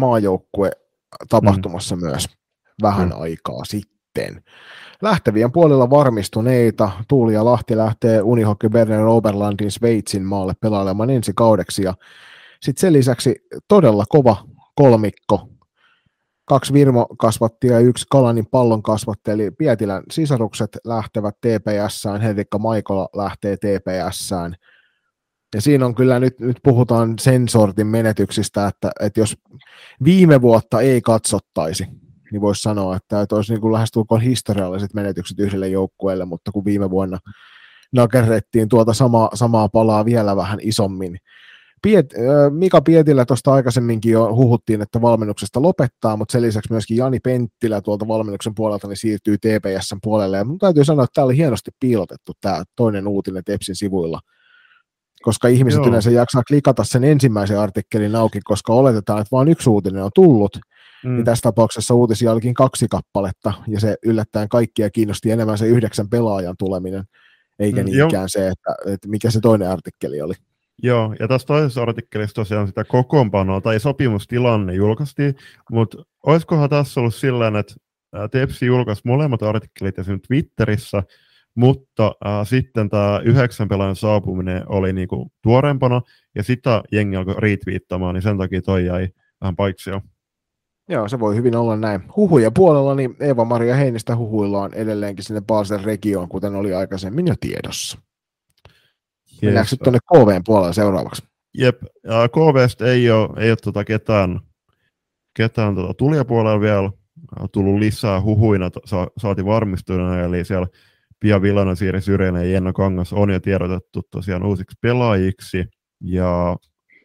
maajoukkue-tapahtumassa mm. myös vähän mm. aikaa sitten. Lähtevien puolella varmistuneita. Tuuli ja Lahti lähtee Unihockey Berner Oberlandin Sveitsin maalle pelailemaan ensi kaudeksi. Ja sitten sen lisäksi todella kova kolmikko. Kaksi Virmo-kasvattia ja yksi Kalanin pallon kasvattia, eli Pietilän sisarukset lähtevät T P S:ään, Henrikka Maikola lähtee T P S:ään. Ja siinä on kyllä nyt, nyt puhutaan sen sortin menetyksistä, että, että jos viime vuotta ei katsottaisi, niin voisi sanoa, että olisi niin kuin lähestulkoon historialliset menetykset yhdelle joukkueelle, mutta kun viime vuonna nakerrettiin tuota samaa, samaa palaa vielä vähän isommin. Piet, Mika Pietilä tuosta aikaisemminkin jo huhuttiin, että valmennuksesta lopettaa, mutta sen lisäksi myöskin Jani Penttilä tuolta valmennuksen puolelta niin siirtyy T P S:n puolelle. Ja mun täytyy sanoa, että tämä oli hienosti piilotettu tämä toinen uutinen Tepsin sivuilla, koska ihmiset Joo. yleensä jaksaa klikata sen ensimmäisen artikkelin auki, koska oletetaan, että vain yksi uutinen on tullut, mm. niin tässä tapauksessa uutisia olikin kaksi kappaletta, ja se yllättäen kaikkia kiinnosti enemmän se yhdeksän pelaajan tuleminen, eikä mm, niinkään jo. se, että, että mikä se toinen artikkeli oli. Joo, ja tässä toisessa artikkelissa tosiaan sitä kokoonpanoa tai sopimustilanne julkaistiin, mutta olisikohan tässä ollut sillä että Tepsi julkaisi molemmat artikkelit ja Twitterissä, mutta äh, sitten tämä yhdeksän pelaajan saapuminen oli niinku tuoreempana, ja sitä jengi alkoi retweettamaan, niin sen takia toi jäi vähän paitsioon. Joo, se voi hyvin olla näin. Huhuja puolella, niin Eeva-Maria Heinistä huhuillaan edelleenkin sinne Basel-regioon, kuten oli aikaisemmin jo tiedossa. Mennäänkö sitten tuonne K V:n puolella seuraavaksi? Jep, äh, K V:stä ei ole, ei ole tota ketään, ketään tota tulijapuolella vielä tullut lisää huhuina, sa, saati varmistunut, eli siellä Pia Villanen, Siiri Syrjänen ja Jenna Kangas on jo tiedotettu tosiaan uusiksi pelaajiksi, ja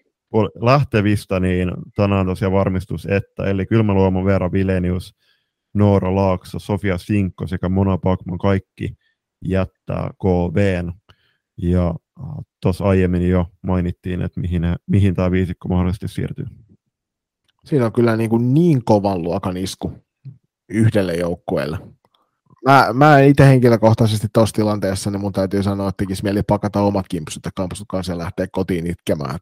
lähtevistä niin tänään tosiaan varmistus, että eli Kylmäluomon Veera Vilenius, Noora Laakso, Sofia Sinkko sekä Mona Pakman kaikki jättää K V:n, ja tuossa aiemmin jo mainittiin, että mihin, mihin tämä viisikko mahdollisesti siirtyy. Siinä on kyllä niin, kuin niin kovan luokan isku yhdelle joukkueelle. Mä, mä itse henkilökohtaisesti tuossa tilanteessa, niin mun täytyy sanoa, että tekisi mieli pakata omat kimpsut ja kampsut kanssa ja lähteä kotiin itkemään.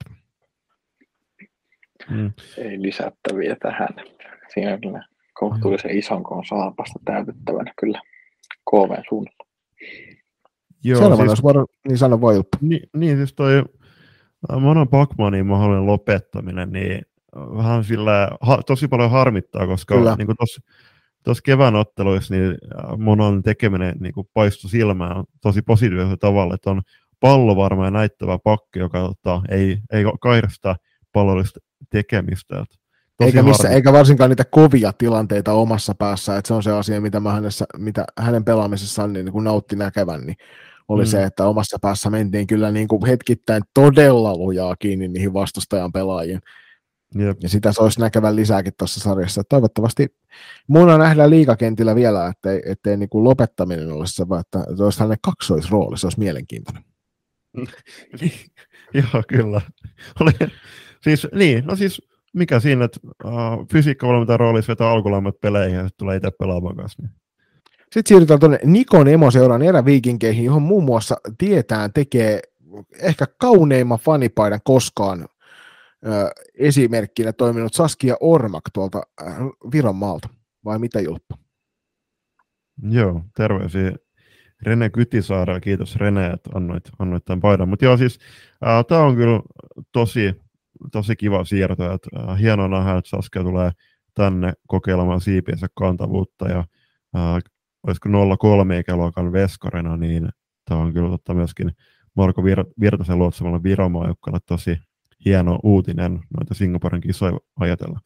Hmm. Ei lisättäviä tähän. Siinä on kyllä kohtuullisen ison koon saapasta täytettävänä kyllä K V:n suunnalla. Joo, Selvä, siis, jos var... niin sano voi juttu. Niin, niin siis toi Mona Pakmanin mahdollinen lopettaminen, niin vähän sillä ha, tosi paljon harmittaa, koska niin tuossa Tuossa kevään otteluissa niin Monan tekeminen niin kuin paistui silmään tosi positiivisella tavalla, että on pallovarma ja näyttävä pakki, joka tota, ei, ei kairasta pallollista tekemistä. Eikä, missä, eikä varsinkaan niitä kovia tilanteita omassa päässä, että se on se asia, mitä, mä hänessä, mitä hänen pelaamisessaan niin, niin nautti näkevän, niin oli mm. se, että omassa päässä mentiin kyllä niin kuin hetkittäin todella lujaa kiinni niihin vastustajan pelaajiin. Jep. Ja sitä se olisi näkevän lisääkin tuossa sarjassa. Toivottavasti Mona nähdään liigakentillä vielä, ettei, ettei niin kuin lopettaminen ole se, vaan että se olisi tällainen kaksoisrooli, se olisi mielenkiintoinen. Joo, kyllä. Oli, siis, niin, no siis mikä siinä, että uh, fysiikkavalmentajan roolissa vetää alkulämmöt peleihin ja sitten tulee itse pelaamaan kanssa. Niin. Sitten siirrytään tuonne Nikon emoseuran eräviikinkeihin, johon muun muassa tietään tekee ehkä kauneimman fanipaidan koskaan ö, esimerkkinä toiminut Saskia Ormak tuolta Viron maalta. Vai mitä, Julppa? Joo, terveisiä Rene Kytisaarella. Kiitos Rene, että annoit, annoit tämän paidan. Mutta joo, siis äh, tämä on kyllä tosi, tosi kiva siirto. Et, äh, hienoa nähdä, että Saskia tulee tänne kokeilemaan siipiensä kantavuutta. Ja äh, olisiko nolla kolme ikäluokan veskarina, niin tämä on kyllä totta myöskin Marko Vir- Virtasen luotsamalla Viromaajoukkalle tosi hieno uutinen noita Singaporen kisoja ajatella.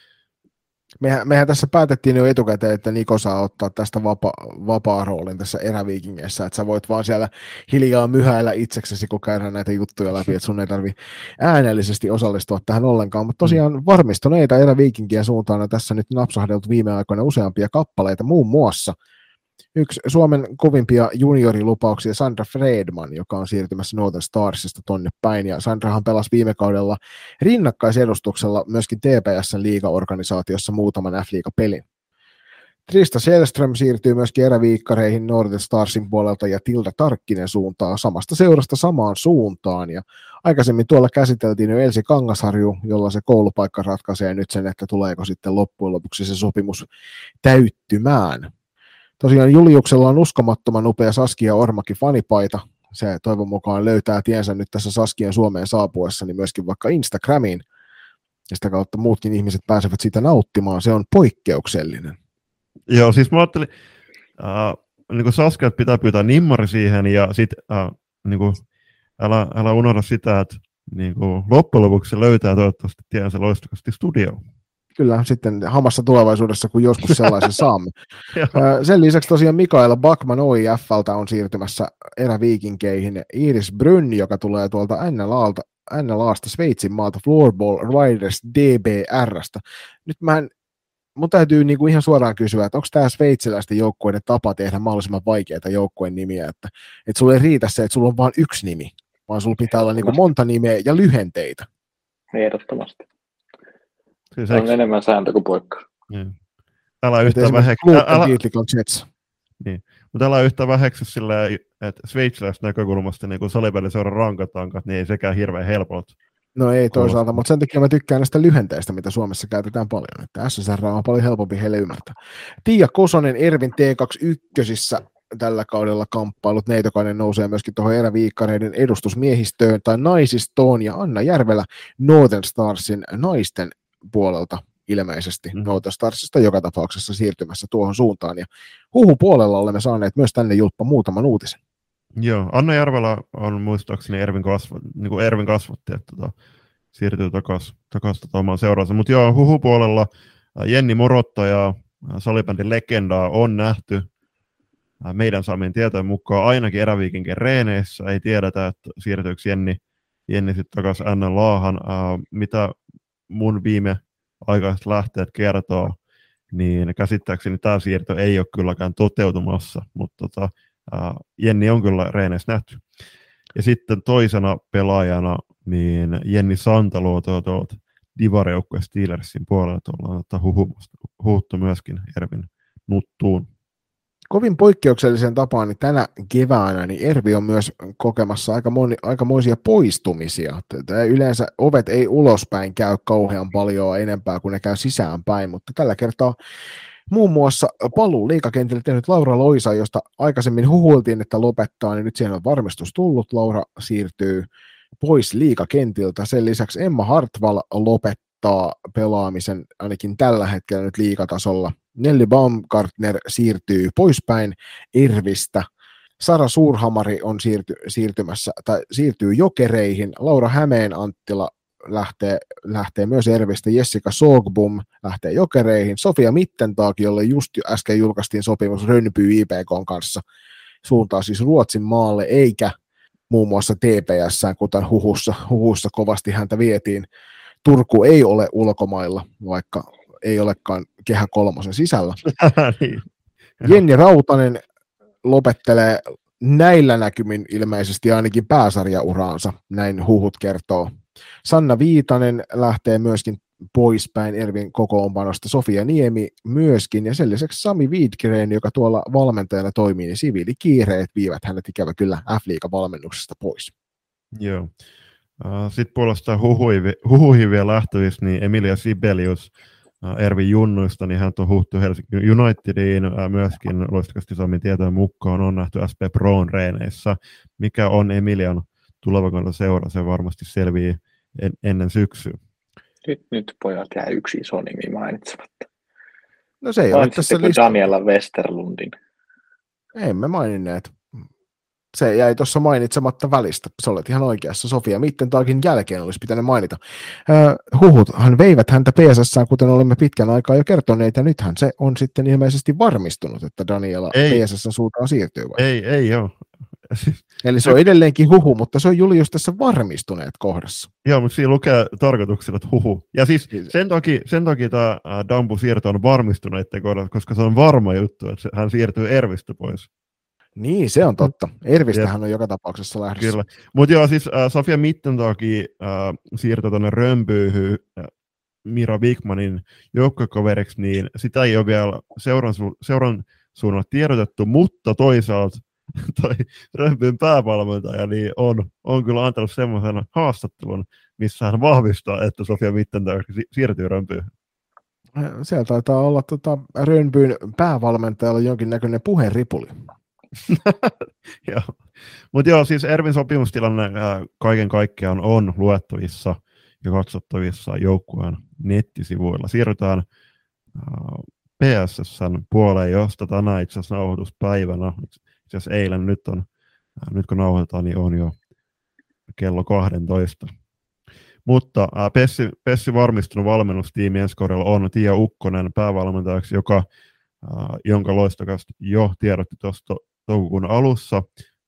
Mehän, mehän tässä päätettiin jo etukäteen, että Niko saa ottaa tästä vapa, vapaa-roolin tässä eräviikingeissä, että sä voit vaan siellä hiljaa myhäillä itseksesi, kun käydään näitä juttuja läpi, että sun ei tarvitse äänellisesti osallistua tähän ollenkaan, mutta tosiaan varmistuneita eräviikinkien suuntaan on tässä nyt napsahdeltu viime aikoina useampia kappaleita, muun muassa yksi Suomen kovimpia juniorilupauksia Sandra Fredman, joka on siirtymässä Northern Starsista tonne päin, ja Sandrahan pelasi viime kaudella rinnakkaisedustuksella myöskin T P S:n liigaorganisaatiossa muutaman F-liigapelin. Trista Selström siirtyy myöskin eräviikkareihin Northern Starsin puolelta ja Tilda Tarkkinen suuntaa samasta seurasta samaan suuntaan, ja aikaisemmin tuolla käsiteltiin jo Elsi Kangasharju, jolla se koulupaikka ratkaisee nyt sen, että tuleeko sitten loppujen lopuksi se sopimus täyttymään. Tosiaan Juliuksella on uskomattoman upea Saskia Ormakin fanipaita. Se toivon mukaan löytää tiensä nyt tässä Saskien Suomeen saapuessa, niin myöskin vaikka Instagramiin. Ja sitä kautta muutkin ihmiset pääsevät siitä nauttimaan. Se on poikkeuksellinen. Joo, siis mä ajattelin, äh, niin Saskiat pitää pyytää nimmari siihen, ja sit äh, niin kuin, älä, älä unohda sitä, että niin kuin, loppujen lopuksi löytää toivottavasti tiensä loistokasti studioon. Kyllä, sitten hamassa tulevaisuudessa, kun joskus sellaisen saamme. Sen lisäksi tosiaan Mikaela Backman O I F:ltä on siirtymässä eräviikinkeihin. Iris Brynn, joka tulee tuolta N L A:lta, N L A:sta Sveitsin maalta Floorball Riders D B R:stä. Nyt mä en, mun täytyy niinku ihan suoraan kysyä, että onko tämä sveitsiläisten joukkueiden tapa tehdä mahdollisimman vaikeita joukkueen nimiä, että, että sulla ei riitä se, että sulla on vain yksi nimi, vaan sulla pitää olla niinku monta nimeä ja lyhenteitä. Ehdottomasti. Siis se on enemmän sääntö kuin poikkeus. Niin. Älä yhtä väheksy. Älä... Niin. Mutta älä yhtä väheksy silleen, että sveitsiläistä näkökulmasta niin salibändiseuran rankatankat, niin ei sekään hirveän helpot. No ei toisaalta, mutta sen takia mä tykkään näistä lyhenteistä, mitä Suomessa käytetään paljon. Että S S R on paljon helpompi heille ymmärtää. Tiia Kosonen Ervin T kaksikymmentäyksi tällä kaudella kamppailut. Neitokainen nousee myöskin tuohon eräviikkareiden edustusmiehistöön tai naisistoon, ja Anna Järvelä Northern Starsin naisten puolelta ilmeisesti mm. Northern Starsista joka tapauksessa siirtymässä tuohon suuntaan. Ja huhupuolella olemme saaneet myös tänne Julppa muutaman uutisen. Joo, Anna Järvelä on muistaakseni Ervin, kasva, niin kuin Ervin kasvatti, että tota, siirtyy takaisin takas, tota, omaan seuraansa. Mutta joo, huhupuolella Jenni Morotta ja salibändin legendaa on nähty meidän saamien tietojen mukaan ainakin eräviikinkien reeneissä. Ei tiedetä, että siirtyykö Jenni, Jenni sitten takaisin N L A:han. Äh, mitä mun viime aikaiset lähteet kertoo, niin käsittääkseni tämä siirto ei ole kylläkään toteutumassa, mutta tota, ää, Jenni on kyllä reeneissä nähty. Ja sitten toisena pelaajana niin Jenni Santaluoto tuolta Divari-joukkueen Steelersin puolelta ollaan ottaa huhuttu myöskin Ervin nuttuun. Kovin poikkeuksellisen tapaan niin tänä keväänä niin Ervi on myös kokemassa aika moni, aikamoisia poistumisia. Tätä yleensä ovet ei ulospäin käy kauhean paljon enempää kuin ne käy sisäänpäin, mutta tällä kertaa muun muassa paluu liigakentille tehnyt Laura Loisa, josta aikaisemmin huhuiltiin, että lopettaa, niin nyt siihen on varmistus tullut. Laura siirtyy pois liigakentiltä. Sen lisäksi Emma Hartwall lopettaa pelaamisen ainakin tällä hetkellä nyt liigatasolla. Nelly Baumgartner siirtyy poispäin Ervistä. Sara Suurhamari on siirty, siirtymässä, tai siirtyy Jokereihin. Laura Hämeen Anttila lähtee, lähtee myös Ervistä. Jessica Sogbum lähtee Jokereihin. Sofia Mittentaak, jolle just äsken julkaistiin sopimus Rönnby I P K:n kanssa, suuntaa siis Ruotsin maalle, eikä muun muassa T P S:ään, kuten huhussa, huhussa kovasti häntä vietiin. Turku ei ole ulkomailla, vaikka ei olekaan Kehä kolmosen sisällä. niin. Jenni Rautanen lopettelee näillä näkymin ilmeisesti ainakin pääsarjauraansa, näin huhut kertoo. Sanna Viitanen lähtee myöskin poispäin Ervin kokoonpanosta, Sofia Niemi myöskin, ja sen lisäksi Sami Widgren, joka tuolla valmentajana toimii, niin siviilikiireet viivät hänet ikävä kyllä F-liigan valmennuksesta pois. Joo. Sitten puolestaan huhuihin vielä lähtövissä, niin Emilia Sibelius Ervin junnuista, niin hän on huhtu Helsingin Unitediin, myöskin loistakasti Samin tietojen mukaan on nähty S P Proon reeneissä. Mikä on Emilian tuleva seura, se varmasti selvii en, ennen syksyä. Nyt, nyt pojat jää yksi iso nimi mainitsematta. No se ei ole tässä listassa. Daniela Westerlundin. Emme maininneet. Se jäi tuossa mainitsematta välistä. Se olet ihan oikeassa. Sofia Mittentagin jälkeen olisi pitänyt mainita. Uh, huhuthan veivät häntä P S S:ään, kuten olemme pitkän aikaa jo kertoneet, ja nythän se on sitten ilmeisesti varmistunut, että Daniela ei. P S S:n suuntaan siirtyy. Vai? Ei, ei joo. Eli se on edelleenkin huhu, mutta se on Juli just tässä varmistuneet kohdassa. Joo, mutta siinä lukee tarkoituksella, että huhu. Ja siis sen takia, sen takia tämä Dambu siirto on varmistuneiden kohdassa, koska se on varma juttu, että hän siirtyy Ervistä pois. Niin, se on totta. Ervistähän on joka tapauksessa lähdössä. Kyllä. Mutta joo, siis äh, Sofia Mittentagi äh, siirtyi tuonne Römpyyhyn äh, Mira Wigmanin joukkokaveriksi, niin sitä ei ole vielä seuran, su- seuran suunnalla tiedotettu, mutta toisaalta toi Römpyyn päävalmentaja niin on, on kyllä antanut semmoisen haastattelun, missä hän vahvistaa, että Sofia Mittentagi si- siirtyy Römpyyhyn. Siellä taitaa olla tota, Römpyyn päävalmentajalla jonkinnäköinen puheenripuli. Joo. Mutta joo, siis Ervin sopimustilanne ää, kaiken kaikkiaan on luettavissa ja katsottavissa joukkueen nettisivuilla. Siirrytään ää, P S S:n puoleen, josta tänään itse asiassa nauhoituspäivänä, itse asiassa eilen, nyt, on, ää, nyt kun nauhoitetaan, niin on jo kello kaksitoista. Mutta ää, Pessi, Pessi varmistunut valmennustiimi ensi kaudella on Tiia Ukkonen päävalmentajaksi, joka, ää, jonka loistokasta jo tiedotti tuosta toukokuun alussa.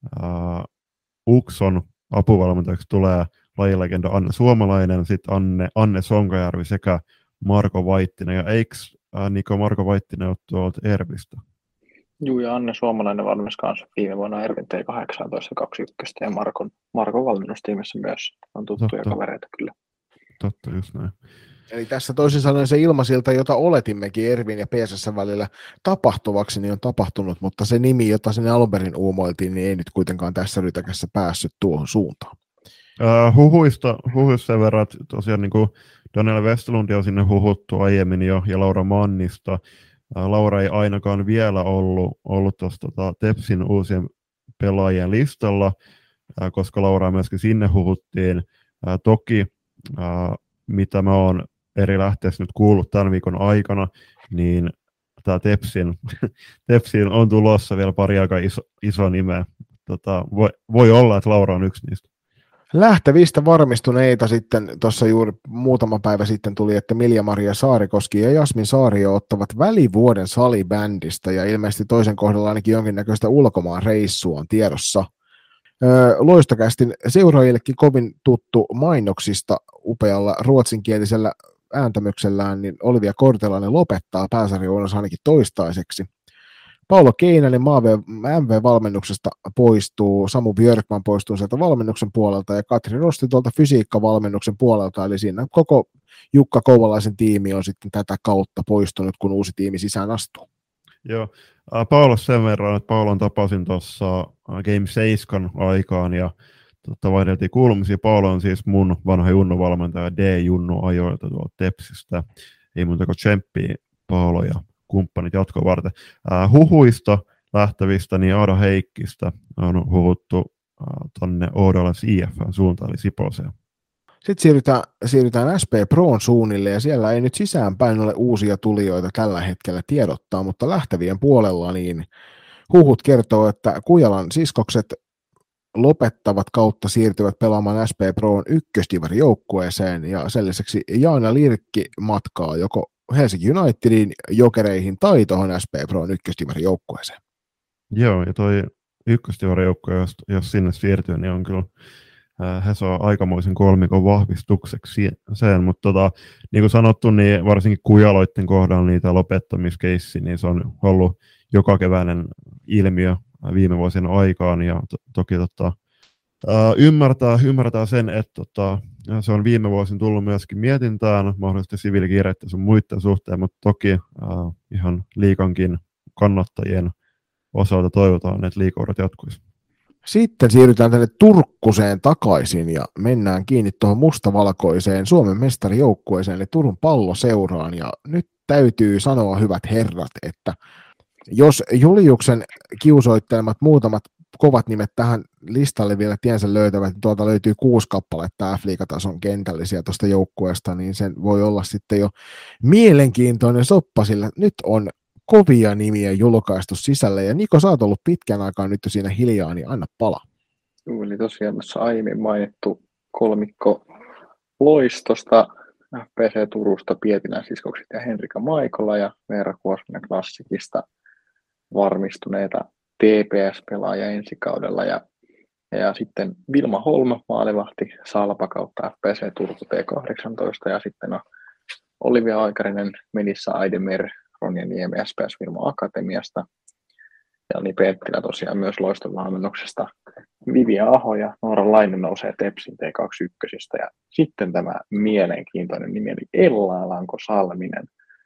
Uh, Ukson apuvalmentajaksi tulee lajilegenda Anne Suomalainen, sitten Anne, Anne Sonkajärvi sekä Marko Vaittinen. Ja eikö uh, Niko Marko Vaittinen ole tuolta Ervistä? Juu, ja Anne Suomalainen valmis kanssa viime vuonna Ervin T kahdeksantoista kaksikymmentä ja Markon, Markon valmennustiimissä myös on tuttuja Totta. kavereita kyllä. Totta, just näin. Eli tässä toisin sanoen se ilmasilta, jota oletimmekin Ervin ja P S S:n välillä tapahtuvaksi, niin on tapahtunut, mutta se nimi, jota sinne alun perin uumoiltiin, niin ei nyt kuitenkaan tässä rytäkässä päässyt tuohon suuntaan. Uh, huhuista, huhuista sen verran, että tosiaan niin kuin Daniela Westerlundia on sinne huhuttu aiemmin jo, ja Laura Mannista. Uh, Laura ei ainakaan vielä ollut, ollut tuossa tota, Tepsin uusien pelaajien listalla, uh, koska Lauraa myöskin sinne huhuttiin. Uh, toki, uh, mitä mä oon eri lähteessä nyt kuullut tämän viikon aikana, niin tämä Tepsin, Tepsin on tulossa vielä pari aika iso, iso nimeä. Tota, voi, voi olla, että Laura on yksi niistä. Lähtevistä varmistuneita sitten tuossa juuri muutama päivä sitten tuli, että Milja-Maria Saarikoski ja Jasmin Saario ottavat välivuoden salibändistä ja ilmeisesti toisen kohdalla ainakin jonkinnäköistä ulkomaan reissua on tiedossa. Loistokästin seuraajillekin kovin tuttu mainoksista upealla ruotsinkielisellä ääntämyksellään, niin Olivia Kortelainen lopettaa pääsarjavuodessa ainakin toistaiseksi. Paulo Keinänen M V-valmennuksesta poistuu, Samu Björkman poistuu sieltä valmennuksen puolelta ja Katri Rosti tuolta fysiikkavalmennuksen puolelta, eli siinä koko Jukka Kouvalaisen tiimi on sitten tätä kautta poistunut, kun uusi tiimi sisään astuu. Joo, Paulo sen verran, että Paulon tapasin tuossa Game seitsemän aikaan ja tota, vaihdeltiin kuulumisia. Paulo on siis mun vanha junnuvalmentaja D-junnu ajoilta tuolta Tepsistä. Ei muuta kuin tsemppiä Paulo ja kumppanit jatkoa varten. Äh, huhuista lähtevistä, niin Aada Heikkistä on huhuttu äh, tonne Oudolas I F:n suuntaan, eli Siposeen. Sitten siirrytään, siirrytään S P Proon suunnille, ja siellä ei nyt sisäänpäin ole uusia tulijoita tällä hetkellä tiedottaa, mutta lähtevien puolella niin huhut kertoo, että Kujalan siskokset lopettavat kautta siirtyvät pelaamaan S P Proon ykkösdivari-joukkueeseen, ja sen lisäksi Jaana Lirkki matkaa joko Helsinki Unitedin, Jokereihin tai tuohon S P Proon ykkösdivari-joukkueeseen. Joo, ja toi ykkösdivari-joukkue, jos, jos sinne siirtyy, niin on kyllä he saa aikamoisen kolmikon vahvistukseksi sen, mutta tota, niin kuin sanottu, niin varsinkin Kujaloitten kohdalla niitä lopettamiskeissi, niin se on ollut joka keväinen ilmiö viime vuosien aikaan, ja to- toki tota, ää, ymmärtää, ymmärtää sen, että tota, se on viime vuosina tullut myöskin mietintään, mahdollisesti siviilikiireiden sun muiden suhteen, mutta toki ää, ihan liikankin kannattajien osalta toivotaan, että liigaurat jatkuisi. Sitten siirrytään tänne Turkkuseen takaisin ja mennään kiinni tuohon mustavalkoiseen Suomen mestarijoukkueeseen, eli Turun Palloseuraan. Ja nyt täytyy sanoa, hyvät herrat, että jos Juliuksen kiusoittelemat muutamat kovat nimet tähän listalle vielä tiensä löytävät, niin tuolta löytyy kuusi kappaletta F-liigatason kentällisiä tuosta joukkueesta, niin sen voi olla sitten jo mielenkiintoinen soppa, sillä nyt on kovia nimiä julkaistu sisälle, ja Niko, sä oot ollut pitkän aikaa nyt jo siinä hiljaa, niin anna pala. Joo, eli tosiaan tässä aiemmin mainittu kolmikko Loistosta, F P C Turusta, Pietilän siskokset ja Henrika Maikola ja Veera Kuosmanen Klassikista varmistuneita T P S-pelaajia ensi kaudella, ja, ja sitten Vilma Holm, maalivahti Salpa kautta F P C Turku T kahdeksantoista, ja sitten on Olivia Aikarinen, Melissa Aidemer, Ronja Niemi S P S Vilma Akatemiasta, ja Jani Peettilä tosiaan myös Loiston valmennuksesta, Vivia Aho ja Noora Lainen nousee Tepsin T kaksikymmentäyksi, ja sitten tämä mielenkiintoinen nimi, eli Ella Alanko Salminen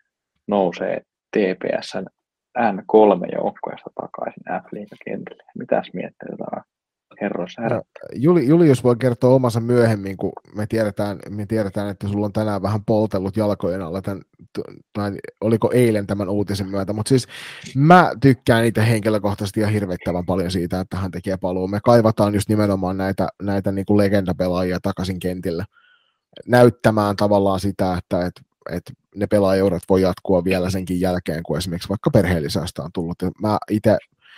nousee T P S:n N kolme joukkueesta takaisin F-liigakentälle. Mitäs mietteitä herroissa herättää? Juli, Julius voi kertoa omansa myöhemmin, kun me tiedetään, me tiedetään, että sulla on tänään vähän poltellut jalkojen alla, tämän, tai oliko eilen tämän uutisen myötä, mutta siis mä tykkään itse henkilökohtaisesti ihan hirveittävän paljon siitä, että hän tekee paluun. Me kaivataan just nimenomaan näitä, näitä niin kuin legendapelaajia takaisin kentille, näyttämään tavallaan sitä, että et, et ne pelaajaurat voi jatkua vielä senkin jälkeen, kun esimerkiksi vaikka perheellisästä on tullut. Ja mä itse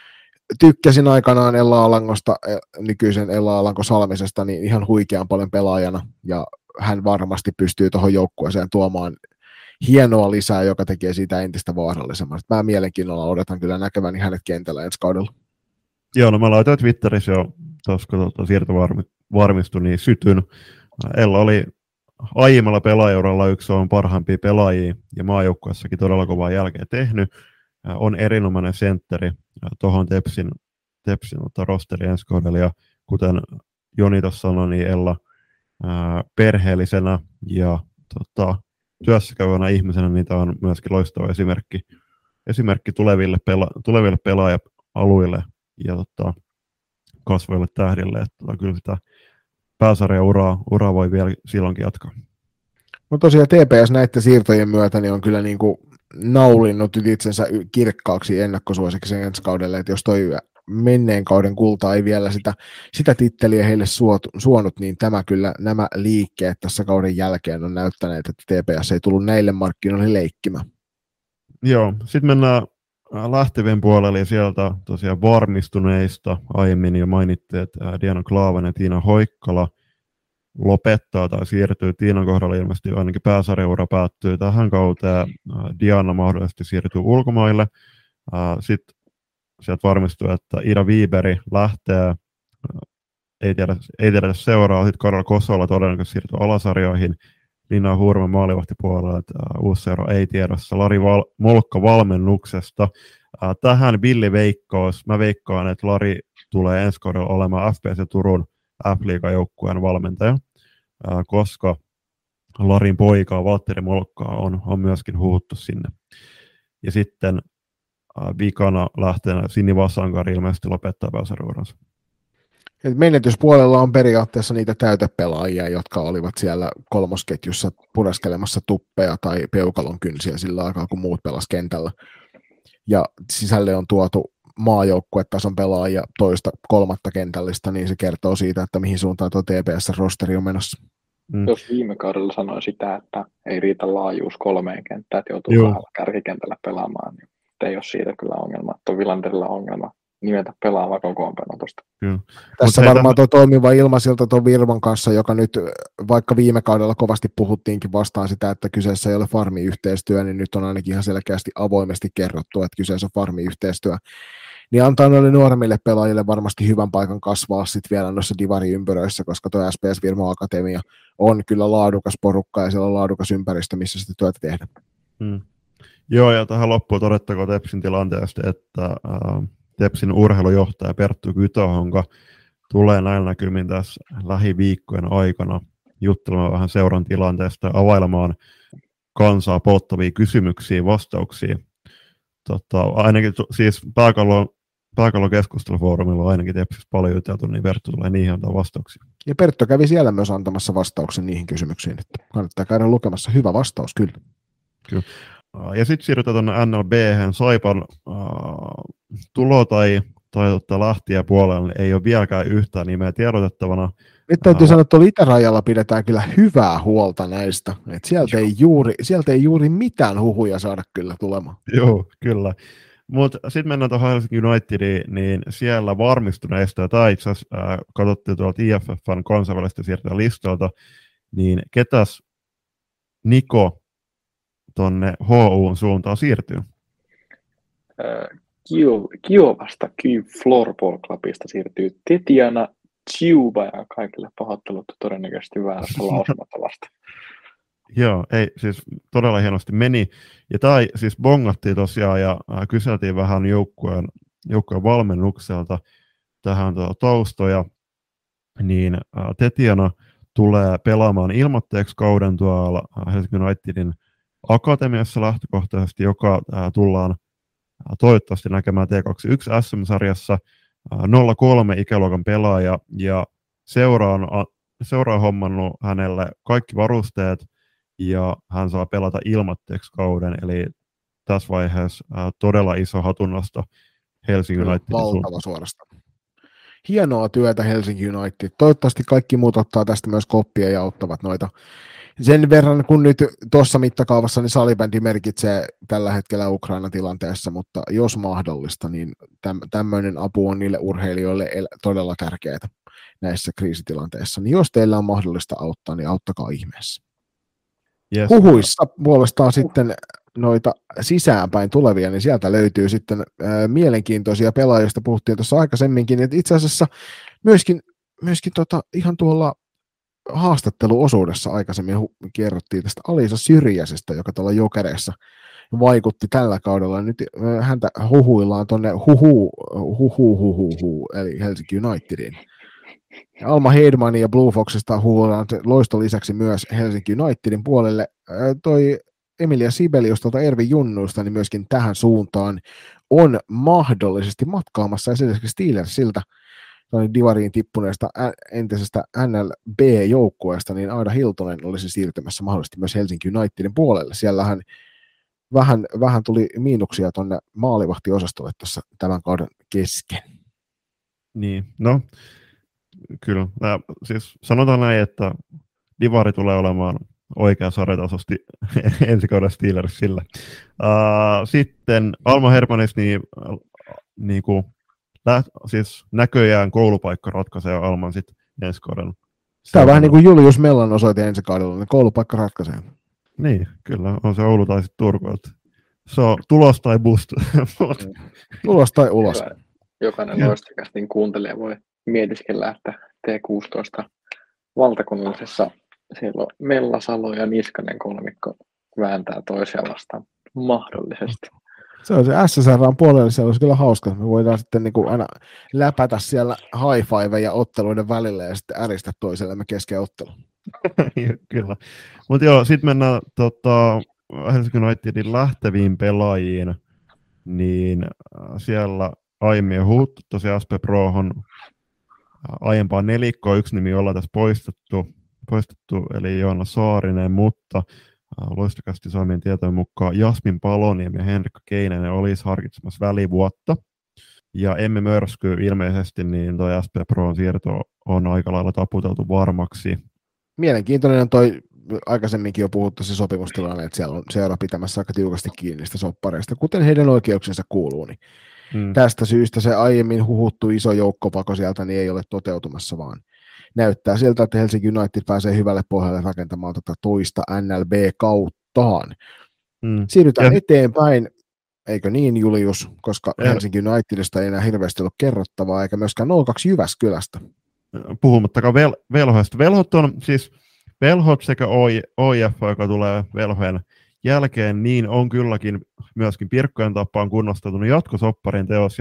tykkäsin aikanaan Ella Alangosta, nykyisen Ella Alanko Salmisesta, niin ihan huikean paljon pelaajana, ja hän varmasti pystyy tuohon joukkueeseen tuomaan hienoa lisää, joka tekee siitä entistä vaarallisemmaksi. Mä mielenkiinnolla odotan kyllä näkeväni hänet kentällä ensi kaudella. Joo, no mä laitoin Twitterissä jo, koska tuota siirto varmistui, niin sytyn. Ella oli aiemmalla pelaajauralla yksi on parhaimpia pelaajia, ja maajoukkueessakin todella kovaa jälkeä tehnyt. On erinomainen sentteri tuohon Tepsin, Tepsin rosteri ensi kaudella, ja kuten Joni tuossa sanoi, niin Ella ää, perheellisenä ja tota, työssäkäyvänä ihmisenä, niin tämä on myöskin loistava esimerkki, esimerkki tuleville, pela, tuleville pelaaja-alueille ja tota, kasvaville tähdille, että tota, kyllä sitä pääsarjauraa uraa voi vielä silloinkin jatkaa. No tosiaan T P S näiden siirtojen myötä niin on kyllä niin kuin naulinnut itsensä kirkkaaksi ennakkosuosiksi ensi kaudelle, että jos toi menneen kauden kulta ei vielä sitä, sitä titteliä heille suot, suonut, niin tämä kyllä, nämä liikkeet tässä kauden jälkeen on näyttäneet, että T P S ei tullut näille markkinoille leikkimään. Joo, sitten mennään lähtevien puolelle, ja sieltä tosiaan varmistuneista aiemmin jo mainittiin, että Diana Klaavan ja Tiina Hoikkala lopettaa tai siirtyy. Tiinan kohdalla ilmeisesti ainakin pääsarjaura päättyy tähän kauteen. Diana mahdollisesti siirtyy ulkomaille. Sitten sieltä varmistuu, että Ida Wiberg lähtee. Ei tiedä, ei tiedä seuraa. Sitten Karol Kosola todennäköisesti siirtyy alasarjoihin. Linna Hurme maalivahtipuolella, että uusi seura ei tiedossa. Lari Val- Molkka valmennuksesta. Tähän Billi veikkaus. Mä veikkaan, että Lari tulee ensi kaudella olemaan F P C Turun F-liigajoukkueen valmentaja, koska Larin poikaa, Valtteri Molkkaa, on, on myöskin huuttu sinne. Ja sitten vikana lähteenä Sini Vasankari ilmeisesti lopettaa pääsarjauransa. Menetyspuolella on periaatteessa niitä täytepelaajia, jotka olivat siellä kolmosketjussa pureskelemassa tuppeja tai peukalon kynsiä sillä aikaa, kun muut pelas kentällä. Ja sisälle on tuotu maajoukkuetason pelaajia toista, kolmatta kentällistä, niin se kertoo siitä, että mihin suuntaan tuo T P S-rosteri on menossa. Mm. Jos viime kaudella sanoin sitä, että ei riitä laajuus kolmeen kenttään, että joutuu kahdella kärkikentällä pelaamaan, niin ei ole siitä kyllä ongelma. Tuo Vilanderilla ongelma nimetä pelaava kokoonpano tuosta. Tässä Mut varmaan tuo toimiva ilmasilta tuon Virvan kanssa, joka nyt, vaikka viime kaudella kovasti puhuttiinkin vastaan sitä, että kyseessä ei ole farmiyhteistyö, niin nyt on ainakin ihan selkeästi avoimesti kerrottu, että kyseessä on farmiyhteistyö. Niin antaa noille nuoremmille pelaajille varmasti hyvän paikan kasvaa sitten vielä noissa divariympyröissä, koska tuo S P S Virmo Akatemia on kyllä laadukas porukka ja siellä on laadukas ympäristö, missä sitä työtä tehdään. Hmm. Joo, ja tähän loppuun todettakoon Tepsin tilanteesta, että äh, Tepsin urheilujohtaja Perttu Kytöhonka tulee näillä näkymin tässä lähiviikkojen aikana juttelemaan vähän seuran tilanteesta ja availemaan kansaa polttavia kysymyksiä, vastauksia. Tota, ainakin siis pääkallon, pääkallon keskustelufoorumilla on ainakin Tepsissä paljon juteltu, niin Perttu tulee niihin antaa vastauksia. Ja Perttu kävi siellä myös antamassa vastauksen niihin kysymyksiin, että kannattaa käydä lukemassa. Hyvä vastaus, kyllä. Kyllä. Ja sitten siirrytään tuonne N L B:hen. Saipan äh, tulo tai, tai totta, lähtiä puolella ei ole vieläkään yhtään nimeä tiedotettavana. Nyt täytyy sanoa, että tuolla itärajalla pidetään kyllä hyvää huolta näistä. Et sieltä, ei juuri, sieltä ei juuri mitään huhuja saada kyllä tulemaan. Joo, kyllä. Mutta sitten mennään tuohon Helsinki Unitediin, niin siellä varmistuneista, tai itse asiassa äh, katsottiin tuolta I F F:n kansainvälistä siirtoa listalta, niin ketäs Niko tuonne H U:n suuntaan siirtyy? Äh, Kiovasta Kyiv Floorball Clubista siirtyy Tetiana Ciuba, ja kaikille pahoittelut todennäköisesti väärästä lausumatavasta. Joo, ei, siis todella hienosti meni. Ja tai siis bongattiin tosiaan ja äh, kyseltiin vähän joukkueen, joukkueen valmennukselta tähän tuota, taustoja, niin äh, Tetiana tulee pelaamaan ilmoitteeksi kauden tuolla äh, Helsinki Unitedin akatemiassa lähtökohtaisesti, joka äh, tullaan äh, toivottavasti näkemään T kaksikymmentäyksi S M-sarjassa. Äh, nolla kolme ikäluokan pelaaja, ja seura on, äh, seura on hommannut hänelle kaikki varusteet, ja hän saa pelata ilmatteeksi kauden, eli tässä vaiheessa ää, todella iso hatunnosto Helsinki Unitedin valtava suorastaan. Hienoa työtä Helsinki United. Toivottavasti kaikki muut ottaa tästä myös koppia ja auttavat noita. Sen verran, kun nyt tuossa mittakaavassa niin salibändi merkitsee tällä hetkellä Ukrainan tilanteessa, mutta jos mahdollista, niin täm, tämmöinen apu on niille urheilijoille el- todella tärkeää näissä kriisitilanteissa. Niin jos teillä on mahdollista auttaa, niin auttakaa ihmeessä. Yes. Huhuissa puolestaan sitten noita sisäänpäin tulevia, niin sieltä löytyy sitten ää, mielenkiintoisia pelaajia, joista puhuttiin tuossa aikaisemminkin, että itse asiassa myöskin, myöskin tota, ihan tuolla haastatteluosuudessa aikaisemmin hu- kerrottiin tästä Alisa Syrjäsestä, joka tuolla Jokereissa vaikutti tällä kaudella. Nyt ää, häntä huhuillaan tuonne huhu, huhu, huhu, huhu, eli Helsinki Unitediin. Alma Hedman ja Blue Foxista huulaan Loiston lisäksi myös Helsinki Unitedin puolelle. Toi Emilia Sibelius tuolta Ervi Junnuista niin myöskin tähän suuntaan on mahdollisesti matkaamassa esimerkiksi Steelersiltä divariin tippuneesta entisestä N L B-joukkueesta, niin Aida Hiltonen olisi siirtymässä mahdollisesti myös Helsinki Unitedin puolelle. Siellähän vähän, vähän tuli miinuksia tuonne maalivahtiosastolle tuossa tämän kauden kesken. Niin, no kyllä. Tää, siis sanotaan näin, että divari tulee olemaan oikea sarjatasosti ensi kauden Steelersillä. Uh, sitten Alma Hermanis, niin, niin kuin, läht, siis näköjään koulupaikka ratkaisee Alman sitten ensi kauden. Tämä on vähän niin kuin Julius Mellan osoite ensi kaudella, niin koulupaikka ratkaisee. Niin, kyllä. On se Oulu tai sitten Turku. Se on tulos tai boost. Tulos tai ulos. Jokainen loistokästin kuuntelija voi mietiskellä, että T kuusitoista valtakunnallisessa silloin Mella, Salo ja Niskanen kolmikko vääntää toisiaan vastaan mahdollisesti. Se on se S S R:n puolella, se olisi kyllä hauska. Me voidaan sitten niin kuin aina läpätä siellä high fiveja otteluiden välillä ja sitten äristä toisellemme kesken ottelun. Kyllä. Mutta joo, sitten mennään tota, Helsinki Unitedin lähteviin pelaajiin, niin siellä aiemmin huuttu tosiaan S P Prohon aiempaa nelikkoa, yksi nimi ollaan tässä poistettu, poistettu eli Joona Saarinen, mutta loistokästi saamien tietojen mukaan Jasmin Paloniemi ja Henrikka Keinänen olisi harkitsemassa välivuotta. Ja Emme Mörsky ilmeisesti, niin toi S P Proon siirto on aika lailla taputeltu varmaksi. Mielenkiintoinen on toi aikaisemminkin jo puhuttu se sopimustilanne, että siellä on seura pitämässä aika tiukasti kiinni niistä soppareista, kuten heidän oikeuksensa kuuluu. Niin hmm. Tästä syystä se aiemmin huhuttu iso joukkopako sieltä niin ei ole toteutumassa, vaan näyttää siltä, että Helsinki United pääsee hyvälle pohjalle rakentamaan tätä toista N L B-kauttaan. Hmm. Siirrytään ja eteenpäin, eikö niin Julius, koska ja Helsinki Unitedista ei enää hirveästi ole kerrottavaa, eikä myöskään nolla kaksi Jyväskylästä. Puhumattakaan vel- velhoista. Velhot on siis Velhot sekä O I F, joka tulee velhojen jälkeen, niin on kylläkin myöskin Pirkkojen tappaan kunnostautunut jatkosopparin teos, ja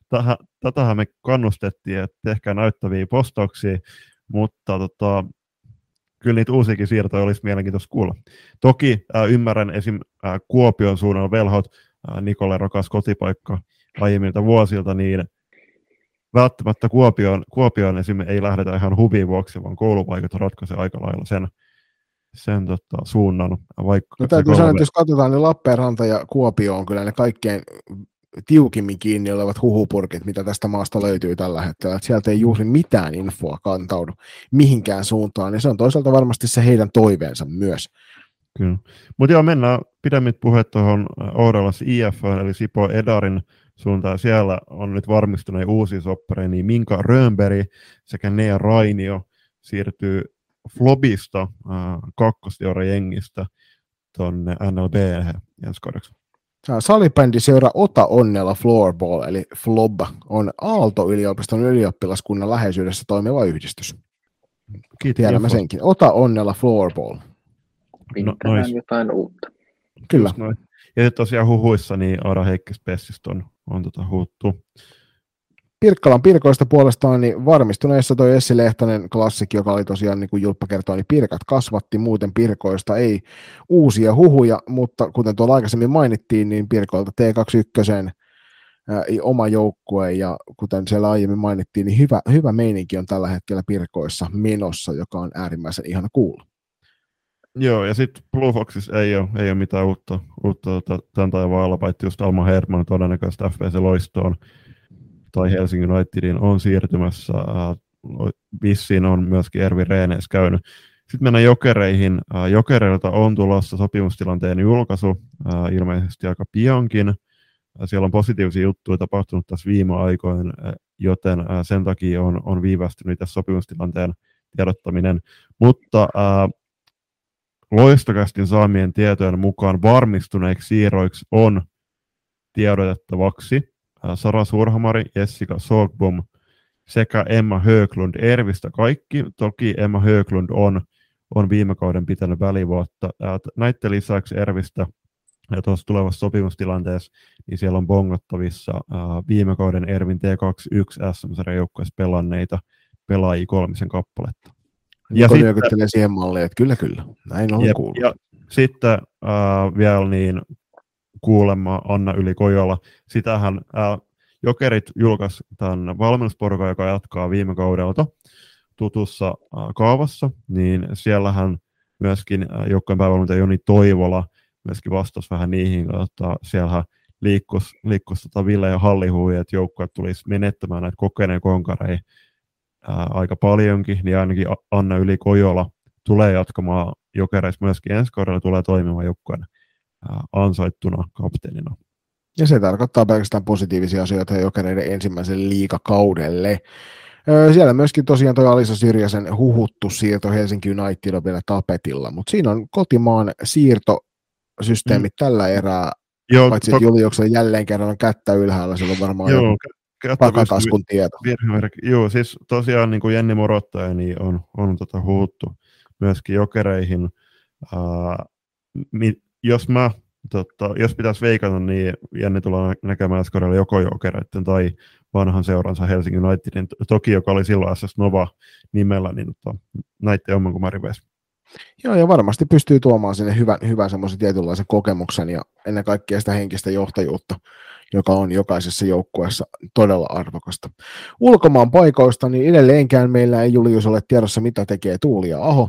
tähän, tätähän me kannustettiin, että tehkää näyttäviä postauksia, mutta tota, kyllä niitä uusiakin siirtoja olisi mielenkiintoista kuulla. Toki äh, ymmärrän esim. Äh, Kuopion suunnalla velhot, äh, Nikolle rakas kotipaikka aiemmilta vuosilta, niin välttämättä Kuopioon, Kuopioon esim. Ei lähdetä ihan huvin vuoksi, vaan koulupaikat ratkaisee aika lailla sen, sen tota, suunnan. Vaikka no täytyy sanoa, että jos katsotaan, niin Lappeenranta ja Kuopio on kyllä ne kaikkein tiukimmin kiinni olevat huhupurkit, mitä tästä maasta löytyy tällä hetkellä. Että sieltä ei juuri mitään infoa kantaudu mihinkään suuntaan, niin se on toisaalta varmasti se heidän toiveensa myös. Kyllä. Mutta joo, mennään pidemmit puheet tuohon Oudolas I F, eli Sipo Edarin suuntaan. Siellä on nyt varmistuneen uusia soppareja, niin Minka Rönnberg sekä Nea Rainio siirtyy Flobista, äh, kakkosjoura-jengistä tuonne N L B ensi kaudeksi. Salibändiseura Ota Onnella Floorball, eli Flob, on Aalto-yliopiston ylioppilaskunnan läheisyydessä toimiva yhdistys. Tiedämme senkin. Ota Onnella Floorball. Pintämään no, jotain uutta. Kyllä. Ja tosiaan huhuissa, niin Aada Heikkis-Pessistä on, on tota huuttu. Pirkkalan Pirkoista puolestaan niin varmistuneessa toi Essi Lehtonen klassikki, joka oli tosiaan, niin kuin Julppa kertoi, niin Pirkat kasvatti, muuten Pirkoista ei uusia huhuja, mutta kuten tuolla aikaisemmin mainittiin, niin Pirkoilta T kaksikymmentäyksi ää, oma joukkue, ja kuten siellä aiemmin mainittiin, niin hyvä, hyvä meininki on tällä hetkellä Pirkoissa menossa, joka on äärimmäisen ihana kuulla. Joo, ja sitten Blue Foxis ei ole, ei ole mitään uutta, uutta tämän taivaalla, paitsi just Alma Herman todennäköisesti F P C Loistoon tai Helsingin Unitedin on siirtymässä. Vissiin on myöskin Ervi Reenes käynyt. Sitten mennään Jokereihin. Jokereilta on tulossa sopimustilanteen julkaisu ilmeisesti aika piankin. Siellä on positiivisia juttuja tapahtunut tässä viime aikoina, joten sen takia on, on viivästynyt tässä sopimustilanteen tiedottaminen. Mutta ää, Loistokästin saamien tietojen mukaan varmistuneiksi siirroiksi on tiedotettavaksi Sara Surhamari, Jessica Sogbom sekä Emma Höglund Ervistä kaikki. Toki Emma Höglund on, on viime kauden pitänyt välivuotta. Näiden lisäksi Ervistä ja tuossa tulevassa sopimustilanteessa, niin siellä on bongattavissa ää, viime kauden Ervin T kaksikymmentäyksi S M-sarjan joukkueessa pelanneita pelaajia kolmisen kappaletta. Ja sitten siihen malliin, että kyllä, kyllä. Näin on kuullut. Ja sitten äh, vielä niin kuulemma Anna Yli-Kojola. Sitähän äh, Jokerit julkaisi tämän valmennusporukan, joka jatkaa viime kaudelta tutussa äh, kaavassa, niin siellähän myöskin äh, joukkueen päävalmentaja Joni Toivola myöskin vastasi vähän niihin, että siellähän liikkuisi liikkus tota Ville ja Hallihuja, että joukkueet tulisi menettämään näitä kokeneen konkareja ää, aika paljonkin, niin ainakin Anna Yli-Kojola tulee jatkamaan Jokereissa myöskin ensi kaudella, tulee toimimaan joukkueen ansaittuna kapteenina. Ja se tarkoittaa pelkästään positiivisia asioita Jokereiden ensimmäiselle liigakaudelle. Siellä myöskin tosiaan tuo Alisa Syrjäsen huhuttu siirto Helsinki United on vielä tapetilla, mutta siinä on kotimaan siirtosysteemit mm. tällä erää, Joo, paitsi to... että Juliuksella jälleen kerran on kättä ylhäällä, sillä on varmaan Joo, joku pakakaskun tieto. Joo, siis tosiaan niin kuin Jenni Morottaja niin on, on tota huhuttu myöskin Jokereihin. Uh, mi, jos mä Totta, jos pitäisi veikata, niin Jenni tulee näkemään skorella joko Jokereiden tai vanhan seuransa Helsingin Unitedin, toki joka oli silloin S S Nova nimellä, niin tota, näitte jomman kuin Marives. Joo, ja varmasti pystyy tuomaan sinne hyvän, hyvän semmoisen tietynlaisen kokemuksen ja ennen kaikkea sitä henkistä johtajuutta, joka on jokaisessa joukkueessa todella arvokasta. Ulkomaan paikoista, niin edelleenkään meillä ei Julius ole tiedossa, mitä tekee Tuuli ja Aho.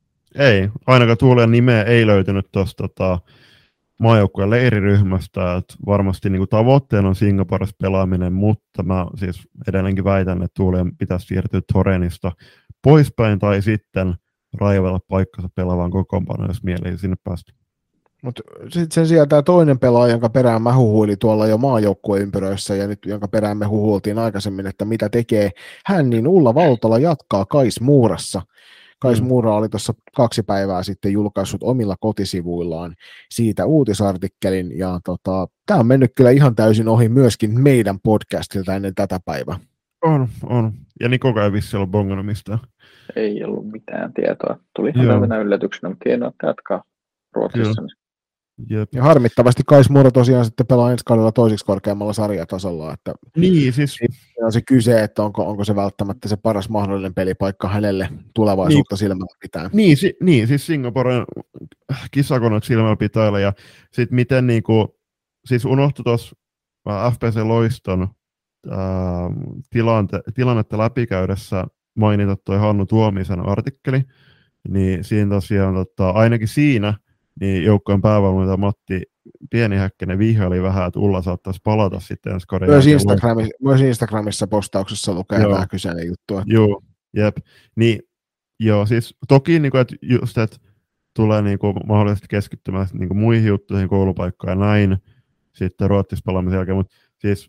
Ei, ainakaan Tuulien nimeä ei löytynyt tuosta tota, maajoukkueen leiriryhmästä, että varmasti niin kuin tavoitteena on Singaporessa pelaaminen, mutta mä siis edelleenkin väitän, että Tuulien pitäisi siirtyä Torenista poispäin tai sitten raivella paikkansa pelaavaan kokoonpanoon, jos mieli sinne päästä. Mutta sitten sen sijaan tämä toinen pelaaja, jonka perään mä huhuilin tuolla jo maajoukkueympyröissä ja nyt jonka perään me huhuiltiin aikaisemmin, että mitä tekee hän, niin Ulla Valtola jatkaa Kais Muurassa. Kais mm. Muura oli tuossa kaksi päivää sitten julkaissut omilla kotisivuillaan siitä uutisartikkelin, ja tota, tämä on mennyt kyllä ihan täysin ohi myöskin meidän podcastilta ennen tätä päivää. On, on. Ja Nikokaan ei vissi ollut bongannut mistään. Ei ollut mitään tietoa. Tuli ihan päivänä yllätyksenä, mutta hienoa, että jatkaa Ruotsissa. Kyllä. Jep. Ja harmittavasti Kais Muro tosiaan sitten pelaa ensi kaudella toisiksi korkeammalla sarjatasolla, että Niin, siis... on se kyse, että onko, onko se välttämättä se paras mahdollinen pelipaikka hänelle tulevaisuutta niin, silmällä pitää. Niin, si, niin, siis Singaporen kisakonot silmällä pitää, ja sitten miten niinku, siis unohtui tuossa F P C Loiston ää, tilante, tilannetta läpikäydessä mainita toi Hannu Tuomisen artikkeli, niin siinä tosiaan tota, ainakin siinä niin joukkojen päävalmentaja Matti Pienihäkkänen vihjaili vähän, että Ulla saattaisi palata sitten ensi kauden myös, Instagrami, myös Instagramissa postauksessa lukee joo. vähän kyseinen juttu. Joo, jep. Niin, joo, siis toki, niin kuin, että just, että tulee niin kuin, mahdollisesti keskittymään niin kuin, muihin juttuihin, koulupaikkoihin ja näin, sitten ruotsispelaamisen jälkeen, mutta siis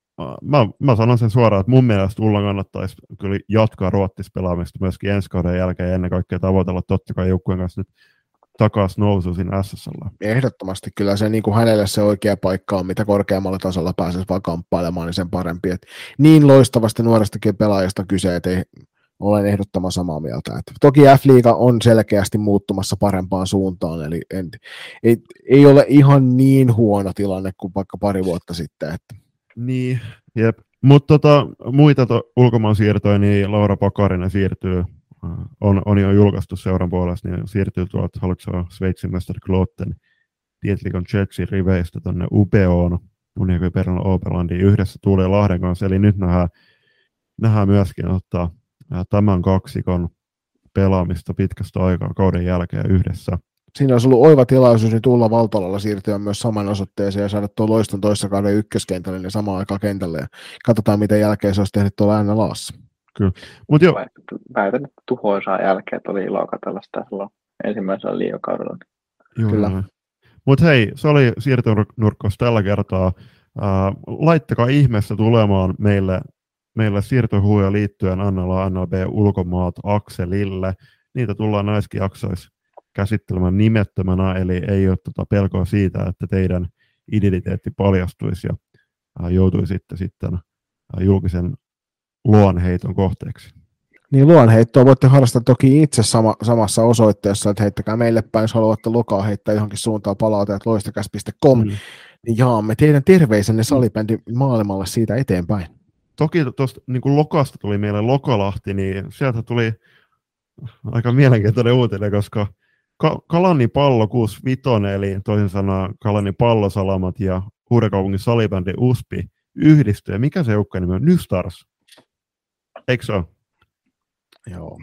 mä, mä sanon sen suoraan, että mun mielestä Ullan kannattaisi kyllä jatkaa ruotsispelaamista myöskin ensi kauden jälkeen ja ennen kaikkea tavoitella totta kai joukkueen kanssa nyt takaisin nousu siinä S S L. Ehdottomasti kyllä se niin kuin hänelle se oikea paikka on, mitä korkeammalla tasolla pääsisi vaan kamppailemaan, niin sen parempi. Et niin loistavasti nuorestakin pelaajasta kyse, että ei, olen ehdottoman samaa mieltä. Et toki F-liiga on selkeästi muuttumassa parempaan suuntaan, eli en, ei, ei ole ihan niin huono tilanne kuin vaikka pari vuotta sitten. Että. Niin, jep. Mutta tota, muita to, ulkomaan siirtoja, niin Laura Pakarinen siirtyy. On, on jo julkaistu seuran puolesta, niin siirtyy tuolta, haluatko Sveitsin mestari Kloten Dietlikon Jetsin riveistä tuonne Upeoon, Uniakin Pernon Oberlandiin yhdessä tulee Lahden kanssa, eli nyt nähdään, nähdään myöskin ottaa tämän kaksikon pelaamista pitkästä aikaa kauden jälkeen yhdessä. Siinä olisi ollut oiva tilaisuus nyt Ulla Valtolalla siirtyä myös saman osoitteeseen ja saada tuo Loiston toissa kauden ykköskentälle niin samaan aikaan kentälle ja katsotaan miten jälkeen se olisi tehnyt tuolla N L A:ssa. Kyllä. Mut jo. Väitän, että tuhoisaa jälkeen, että oli ilo katsella sitä silloin ensimmäisellä liigokaudella. Kyllä. Mutta hei, se oli siirtonurkkaus tällä kertaa. Ää, laittakaa ihmeessä tulemaan meille, meille siirtohuuja liittyen N L A N L B ulkomaat akselille. Niitä tullaan näissäkin jaksoissa käsittelemään nimettömänä, eli ei ole tota pelkoa siitä, että teidän identiteetti paljastuisi ja ää, joutuisitte sitten ää, julkisen luonheiton kohteeksi. Niin luonheittoa voitte harrastaa toki itse sama, samassa osoitteessa, että heittäkää meille päin, jos haluatte lukaa heittää johonkin suuntaan palautajat loistokäs piste com, mm. niin jaamme teidän terveisenne salibändi maailmalle siitä eteenpäin. Toki tuosta niin kuin Lokasta tuli meille Lokalahti, niin sieltä tuli aika mielenkiintoinen uutinen, koska Ka- Kalanin pallo kuusikymmentäviisi, eli toisin sanoen Kalanin pallosalamat ja Uudenkaupungin salibändi U S P I yhdistyy. Mikä se joukkojen nimi on? New Stars. Eikö se ole? Joo.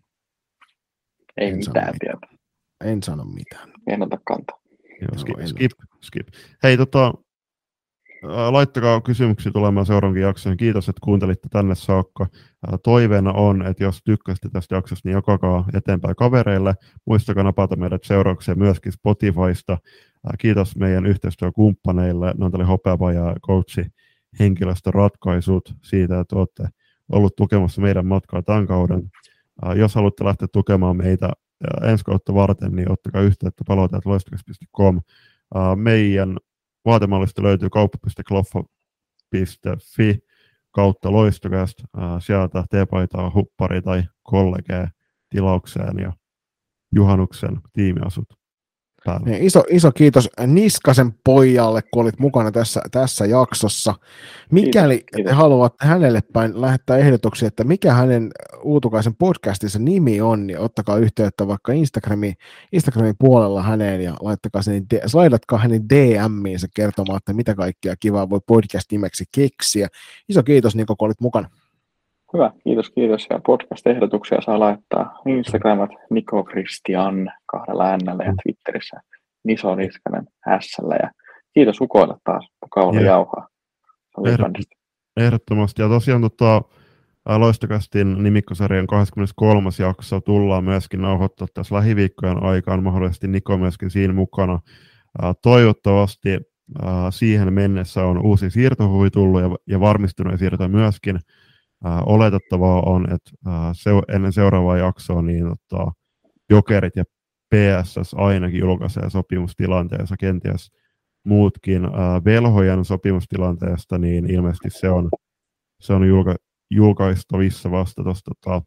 Ei en mitään tiedä. En sano mitään. En ota kantaa. Joo, skip, skip, skip. Hei, tota, laittakaa kysymyksiä tulemaan seuraavankin jaksoon. Kiitos, että kuuntelitte tänne saakka. Toiveena on, että jos tykkäsitte tästä jaksosta, niin jakakaa eteenpäin kavereille. Muistakaa napata meidät seuraukseen myöskin Spotifysta. Kiitos meidän yhteistyökumppaneille, Naantali Hopeapaja ja Coachi henkilöstöratkaisut siitä, että olette ollut tukemassa meidän matkaa tämän kauden. Jos haluatte lähteä tukemaan meitä ensi kautta varten, niin ottakaa yhteyttä palautajat loistokäs piste com. Meidän vaatemallista löytyy kauppa piste kloffa piste fi kautta loistokäst. Sieltä teepaitaa, huppari tai kollegea tilaukseen ja juhannuksen tiimiasut päälle. Niin, iso, iso kiitos Niskasen pojalle, kun olit mukana tässä, tässä jaksossa. Mikäli kiitos, kiitos. Te haluatte hänelle päin lähettää ehdotuksia, että mikä hänen Uutukaisen podcastinsa nimi on, niin ottakaa yhteyttä vaikka Instagramin, Instagramin puolella häneen ja laittakaa sen, slaidatkaa hänen D Miinsä kertomaan, että mitä kaikkea kivaa voi podcast-nimeksi keksiä. Iso kiitos Niko, kun olit mukana. Hyvä, kiitos, kiitos. Ja podcast-ehdotuksia saa laittaa Instagramat Niko Christian kahdella N:llä ja Twitterissä Niso Niskanen S:llä. Ja kiitos ukoille taas, mukava jauhaa. Ehdottomasti. Ja tosiaan tota, Loistokästin nimikkosarjan kahdeskymmeneskolmas jakso tullaan myöskin nauhoittaa tässä lähiviikkojen aikaan. Mahdollisesti Niko myöskin siinä mukana. Toivottavasti siihen mennessä on uusi siirtohuvi tullut ja, ja varmistunut siirtoja myöskin. Uh, oletettavaa on, että uh, seu- ennen seuraavaa jaksoa niin ottaa Jokerit ja P S S ainakin julkaisee sopimustilanteessa, kenties muutkin uh, velhojen sopimustilanteesta, niin ilmeisesti se on, se on julka- julkaistavissa vasta tuosta tota,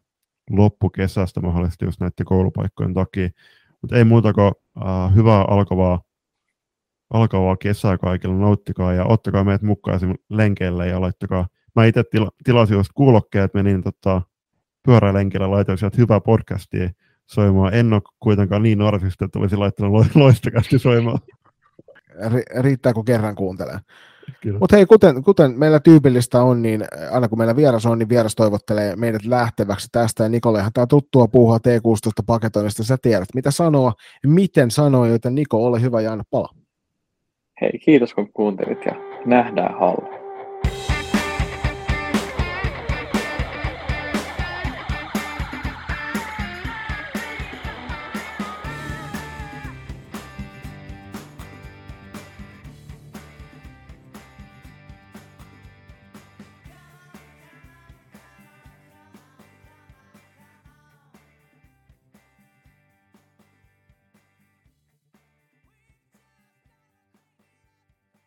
loppukesästä mahdollisesti just näiden koulupaikkojen takia. Mutta ei muuta kuin uh, hyvää alkavaa alkavaa kesää kaikille, nauttikaa ja ottakaa meidät mukaan esimerkiksi lenkeille ja laittakaa. Mä itse tila, tilasin just kuulokkeet, menin tota, pyöräilenkille, laitoin sieltä hyvää podcastia soimaan. En ole kuitenkaan niin narsisti, että olisin laittanut loistokästi soimaan. Ri- riittää, kun kerran kuuntelee. Mutta hei, kuten, kuten meillä tyypillistä on, niin aina kun meillä vieras on, niin vieras toivottelee meidät lähteväksi tästä. Ja Nikollehan tämä tuttua puuhaa T kuusitoista paketoinnista. Sä tiedät, mitä sanoa, miten sanoa, joten Niko, ole hyvä ja anna palaa. Hei, kiitos kun kuuntelit ja nähdään halla.